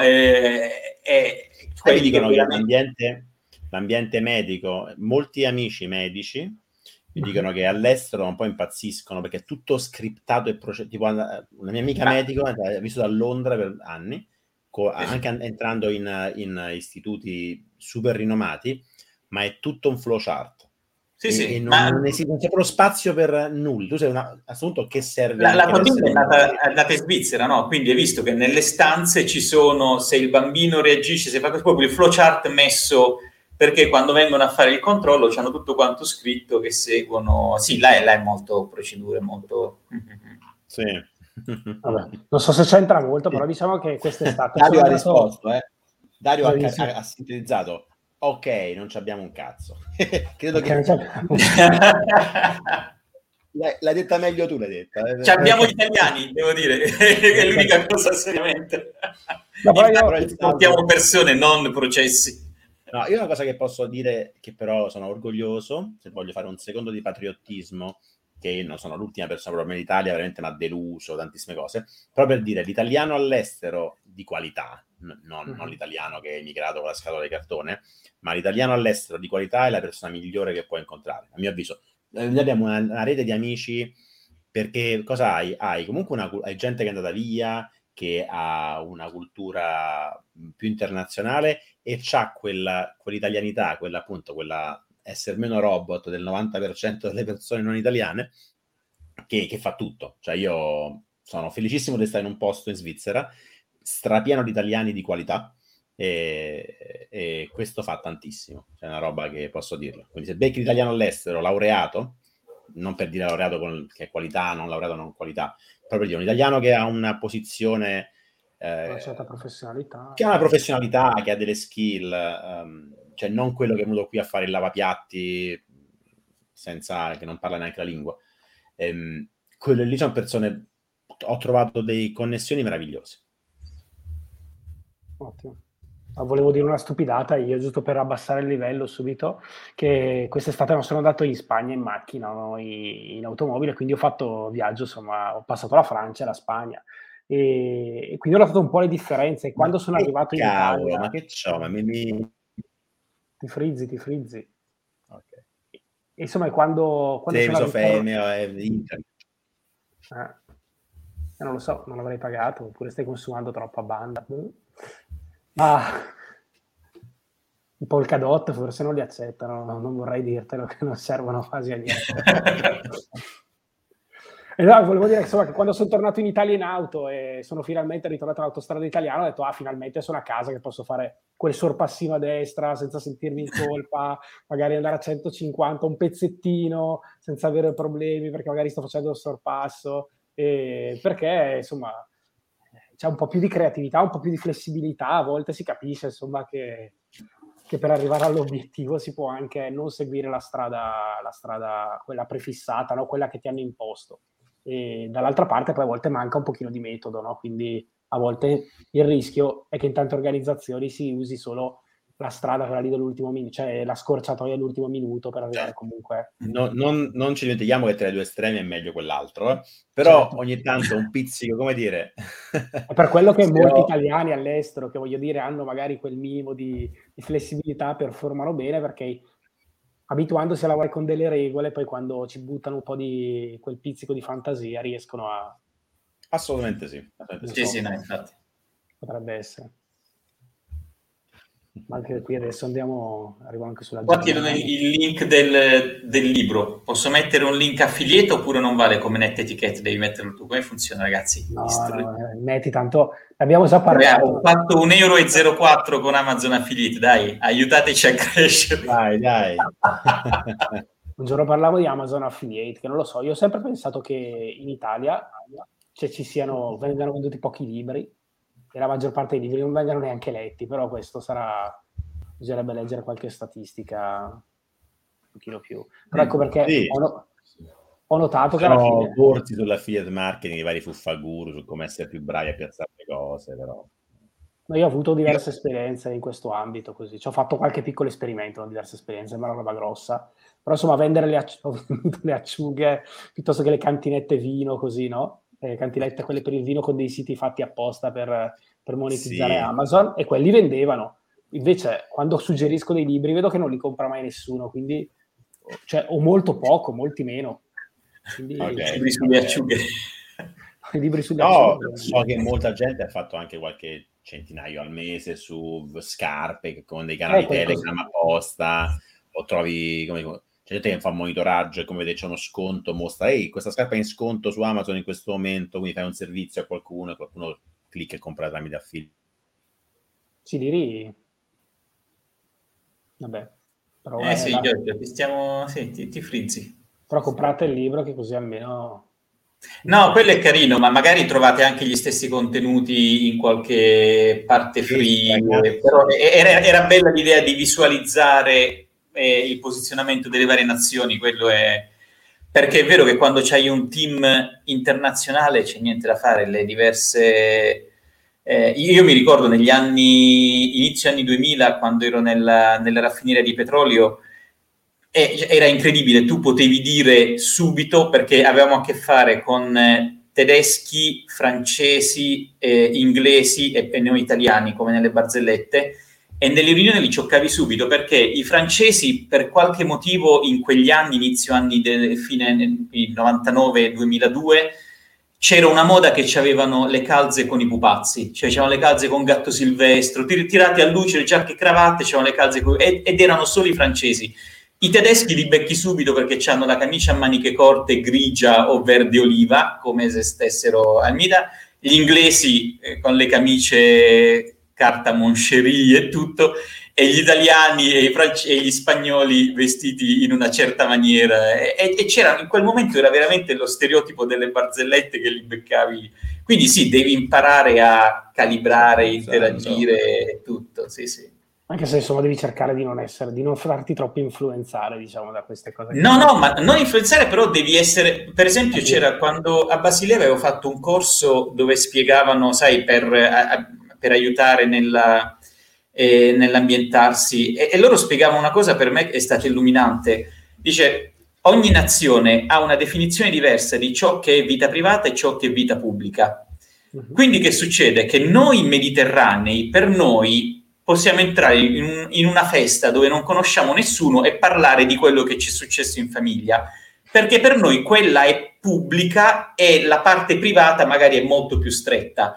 Quelli dicono che l'ambiente medico, molti amici medici mi dicono che all'estero un po' impazziscono perché è tutto scriptato e tipo una mia amica medico ha vissuto a Londra per anni, anche entrando in istituti super rinomati, ma è tutto un flowchart. Sì. Non c'è proprio spazio per nulla. Tu sei a questo punto che serve? La bambina è nata in Svizzera, no? Quindi hai visto che nelle stanze ci sono, se il bambino reagisce, se fa proprio il flowchart messo, perché quando vengono a fare il controllo c'hanno tutto quanto scritto che seguono. Sì, là è molto procedure, molto... Sì. Vabbè, non so se c'entra molto, però diciamo che quest'estate... Dario ha risposto, Dario ha sintetizzato: ok, non ci abbiamo un cazzo. Credo che... L'hai detta meglio tu, l'hai detta. Ci abbiamo gli italiani, devo dire, è l'unica cosa seriamente. No, però portiamo persone, non processi. No, io una cosa che posso dire, che però sono orgoglioso, se voglio fare un secondo di patriottismo, che non sono l'ultima persona proprio in Italia, veramente mi ha deluso tantissime cose, però per dire l'italiano all'estero di qualità, non l'italiano che è emigrato con la scatola di cartone, ma l'italiano all'estero di qualità è la persona migliore che puoi incontrare, a mio avviso. Noi abbiamo una rete di amici, perché cosa hai? Hai comunque hai gente che è andata via, che ha una cultura più internazionale e c'ha quell'italianità, quella essere meno robot del 90% delle persone non italiane che fa tutto. Cioè io sono felicissimo di stare in un posto in Svizzera strapieno di italiani di qualità e questo fa tantissimo, c'è una roba che posso dirlo. Quindi se becchi l'italiano all'estero laureato, non per dire laureato che è qualità, non laureato non qualità, proprio dire un italiano che ha una posizione una certa professionalità, che ha una professionalità, che ha delle skill, cioè non quello che è venuto qui a fare il lavapiatti senza che non parla neanche la lingua. Quello lì sono persone, ho trovato delle connessioni meravigliose. Ottimo. Volevo dire una stupidata io, giusto per abbassare il livello subito, che quest'estate non sono andato in Spagna in macchina, no? in automobile, quindi ho fatto viaggio, insomma, ho passato la Francia e la Spagna e quindi ho notato un po' le differenze. E quando sono arrivato in Italia... Ma che c'ho? Ma Ti frizzi. Okay. E, insomma, quando sono internet. Non lo so, non l'avrei pagato, oppure stai consumando troppa banda. Ma i Polkadot forse non li accettano, non vorrei dirtelo che non servono quasi a niente. E no, volevo dire insomma, che quando sono tornato in Italia in auto e sono finalmente ritornato all'autostrada italiana, ho detto finalmente sono a casa che posso fare quel sorpassino a destra senza sentirmi in colpa, magari andare a 150, un pezzettino senza avere problemi perché magari sto facendo il sorpasso, perché insomma c'è un po' più di creatività, un po' più di flessibilità, a volte si capisce insomma che per arrivare all'obiettivo si può anche non seguire la strada quella prefissata, no? Quella che ti hanno imposto. E dall'altra parte poi a volte manca un pochino di metodo, no? Quindi a volte il rischio è che in tante organizzazioni si usi solo la strada quella lì dell'ultimo minuto, cioè la scorciatoia dell'ultimo minuto per arrivare comunque... Non ci dimentichiamo che tra i due estremi è meglio quell'altro, però certo. Ogni tanto un pizzico, come dire... È per quello che molti italiani all'estero, che voglio dire, hanno magari quel minimo di flessibilità, performano bene, perché abituandosi a lavorare con delle regole, poi quando ci buttano un po' di quel pizzico di fantasia riescono a... Assolutamente sì. Sì, no, infatti. Potrebbe essere. Ma anche qui adesso arriviamo anche sulla... Qua chiedono il link del libro. Posso mettere un link affiliate oppure non vale come net etiquette? Devi metterlo tu. Come funziona, ragazzi? No, metti tanto... Abbiamo già parlato. Ho fatto 1,04 € con Amazon Affiliate. Dai, aiutateci a crescere. Dai. Un giorno parlavo di Amazon Affiliate, che non lo so. Io ho sempre pensato che in Italia vengano venduti pochi libri e la maggior parte dei libri non vengano neanche letti, però questo bisognerebbe leggere qualche statistica un pochino più. Però ecco perché sì. Ho notato che alla fine... corsi sull'affiliate marketing, i vari fuffaguru, su come essere più bravi a piazzare le cose, però... Ma io ho avuto diverse esperienze in questo ambito, così. Ci ho fatto qualche piccolo esperimento, non diverse esperienze, ma una roba grossa. Però insomma, vendere le acciughe piuttosto che le cantinette vino, così, no? Cantinette quelle per il vino con dei siti fatti apposta per monetizzare Amazon, e quelli vendevano. Invece quando suggerisco dei libri vedo che non li compra mai nessuno, quindi o molto poco, molti meno. Quindi, libri sulle acciughe. So che molta gente ha fatto anche qualche centinaio al mese su scarpe con dei canali Telegram apposta, o trovi c'è gente che fa un monitoraggio e come vede c'è uno sconto, mostra questa scarpa è in sconto su Amazon in questo momento, quindi fai un servizio a qualcuno e qualcuno clicca e compra tramite affiliate. Ci diri? Vabbè. Però ti frizzi. Però comprate il libro che così almeno... No, quello è carino, ma magari trovate anche gli stessi contenuti in qualche parte free. Però era bella l'idea di visualizzare il posizionamento delle varie nazioni, quello è... Perché è vero che quando c'hai un team internazionale c'è niente da fare, le diverse... io mi ricordo negli inizio anni 2000, quando ero nella raffineria di petrolio, era incredibile, tu potevi dire subito, perché avevamo a che fare con tedeschi, francesi, inglesi e noi italiani, come nelle barzellette, e nelle riunioni li cioccavi subito, perché i francesi per qualche motivo in quegli anni, inizio anni fine 99-2002, c'era una moda che avevano le calze con i pupazzi, cioè c'erano le calze con gatto silvestro, tirati a luce, le giacche e cravatte, c'erano le calze ed erano solo i francesi. I tedeschi li becchi subito perché hanno la camicia a maniche corte grigia o verde oliva, come se stessero al Mida. Gli inglesi con le camicie carta Moncherie e tutto, e gli italiani e gli spagnoli vestiti in una certa maniera. E c'era, in quel momento era veramente lo stereotipo delle barzellette che li beccavi. Quindi sì, devi imparare a calibrare, interagire e tutto, sì, sì. Anche se insomma devi cercare di non farti troppo influenzare, diciamo, da queste cose. No, ma non influenzare, però devi essere, per esempio c'era quando a Basilea avevo fatto un corso dove spiegavano, sai, per aiutare nell'ambientarsi, e loro spiegavano una cosa per me che è stata illuminante. Dice, ogni nazione ha una definizione diversa di ciò che è vita privata e ciò che è vita pubblica. Quindi che succede? Che noi mediterranei, per noi, possiamo entrare in una festa dove non conosciamo nessuno e parlare di quello che ci è successo in famiglia, perché per noi quella è pubblica e la parte privata magari è molto più stretta.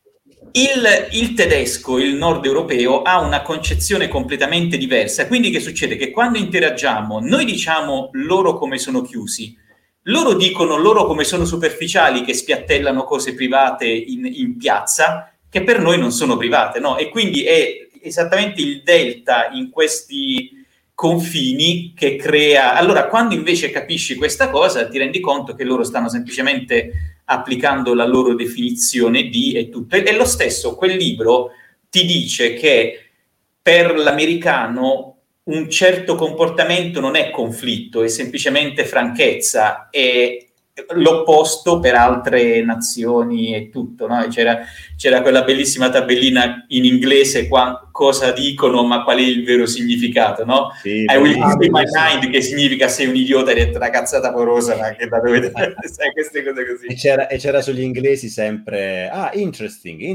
Il tedesco, il nord europeo, ha una concezione completamente diversa, quindi che succede? Che quando interagiamo, noi diciamo loro come sono chiusi, loro dicono loro come sono superficiali, che spiattellano cose private in piazza, che per noi non sono private, no? E quindi è esattamente il delta in questi confini che crea. Allora, quando invece capisci questa cosa, ti rendi conto che loro stanno semplicemente applicando la loro definizione di e tutto. E lo stesso, quel libro ti dice che per l'americano un certo comportamento non è conflitto, è semplicemente franchezza, e l'opposto per altre nazioni e tutto, no? C'era quella bellissima tabellina in inglese, cosa dicono ma qual è il vero significato, no? Sì, I will speak my mind, che significa sei un idiota, hai detto una cazzata porosa, ma che da dove sai queste cose così. E c'era sugli inglesi sempre interesting.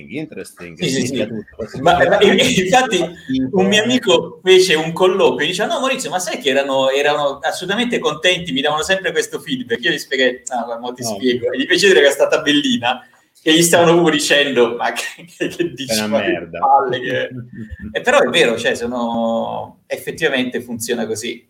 Sì. Ma infatti un mio amico fece un colloquio e diceva: no Maurizio, ma sai che erano assolutamente contenti, mi davano sempre questo feedback. Io gli spiegai, spiego, e gli fece vedere questa tabellina che gli stavano proprio dicendo ma che dici, una merda. Palle, e però è vero, cioè effettivamente funziona così.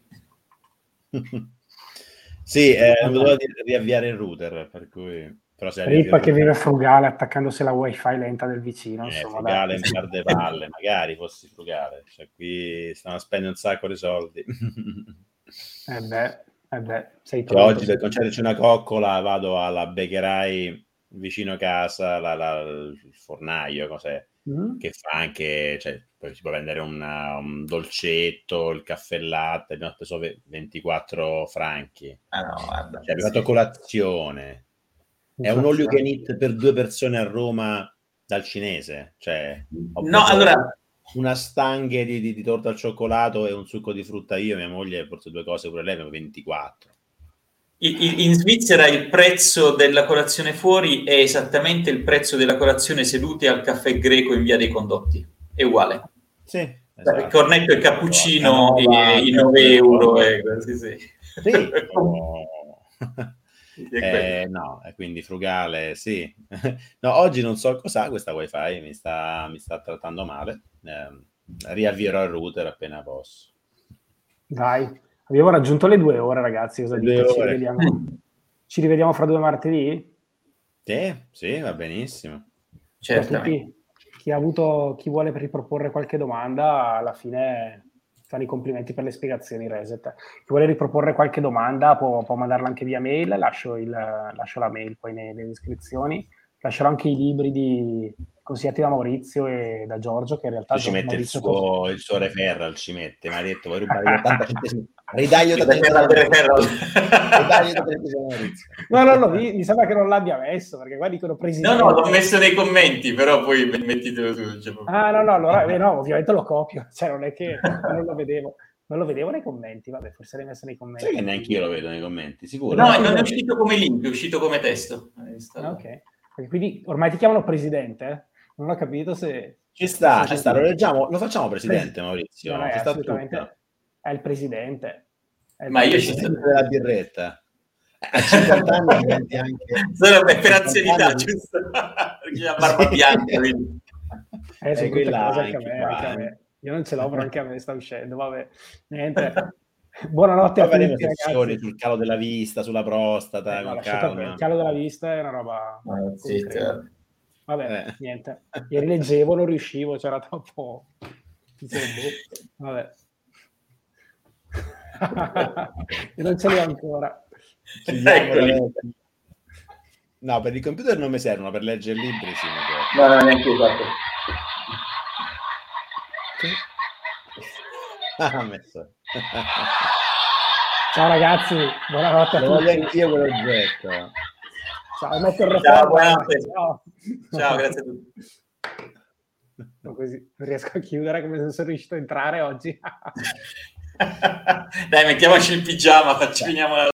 Sì, dovevo riavviare il router, per cui Rippa che vive frugale attaccandosi alla wifi lenta del vicino, insomma, frugale in par de palle, magari fossi frugale, cioè qui stanno a spendere un sacco di soldi. Sei pronto, oggi per concederci una coccola vado alla Beccherai vicino casa, il fornaio, cos'è? Che fa anche, cioè, poi si può prendere un dolcetto, il caffè latte, abbiamo speso 24 franchi. Guarda, abbiamo fatto colazione. È un all you can eat per 2 persone a Roma dal cinese, cioè allora una stanghe di torta al cioccolato e un succo di frutta io, mia moglie, forse 2 cose pure lei, abbiamo 24. In Svizzera il prezzo della colazione fuori è esattamente il prezzo della colazione seduti al caffè greco in via dei Condotti, è uguale. Sì, esatto. Il cornetto e cappuccino i 9 euro. Sì. No, e quindi frugale, sì. No, oggi non so cos'ha questa wifi, mi sta trattando male. Riavvierò il router appena posso. Dai, abbiamo raggiunto le 2 ore, ragazzi. Cosa dite? Ci rivediamo fra 2 martedì? Sì, va benissimo. Certo. Chi vuole riproporre qualche domanda, alla fine fanno i complimenti per le spiegazioni, Reset. Chi vuole riproporre qualche domanda può mandarla anche via mail, lascio la mail poi nelle descrizioni. Lascerò anche i libri consigliati da Maurizio e da Giorgio, che in realtà ci mette il suo referral, ci mette, mi ha detto vuoi rubare 80 centesimi, ridaglio da No, mi sembra che non l'abbia messo, perché qua dicono presidente. No, l'ho messo nei commenti, però poi mettitelo su. Cioè. Allora no, ovviamente lo copio, cioè non è che non lo vedevo nei commenti, vabbè, forse l'hai messo nei commenti. Sai che neanche io lo vedo nei commenti, sicuro? No, non è uscito come link, è uscito come testo. Ok, quindi ormai ti chiamano presidente? Non ho capito se... Ci sta, lo leggiamo, lo facciamo presidente, Maurizio. No, assolutamente, è il presidente. Ma io ci sto della birretta. A 50 anni diventi anche... per anzianità, giusto? Perché la barba bianca, quindi... Quella anche a me. Io non ce l'ho, però anche a me sta uscendo, vabbè. Niente. Buonanotte a faremo tutti, sezioni ragazzi. sul calo della vista, sulla prostata, con calma. Il calo della vista è una roba concreta. Vabbè, niente. Ieri leggevo, non riuscivo, c'era troppo... Vabbè. E non ce li ho ancora. No, per il computer non mi servono, per leggere libri sì. No, neanche esatto. Ciao ragazzi, buonanotte a tutti. Voglio anch'io quell'oggetto. Ciao, metto il Ciao, buonanotte. Ciao, grazie a tutti. Così riesco a chiudere come se sono riuscito a entrare oggi. Dai, mettiamoci il pigiama, finiamo la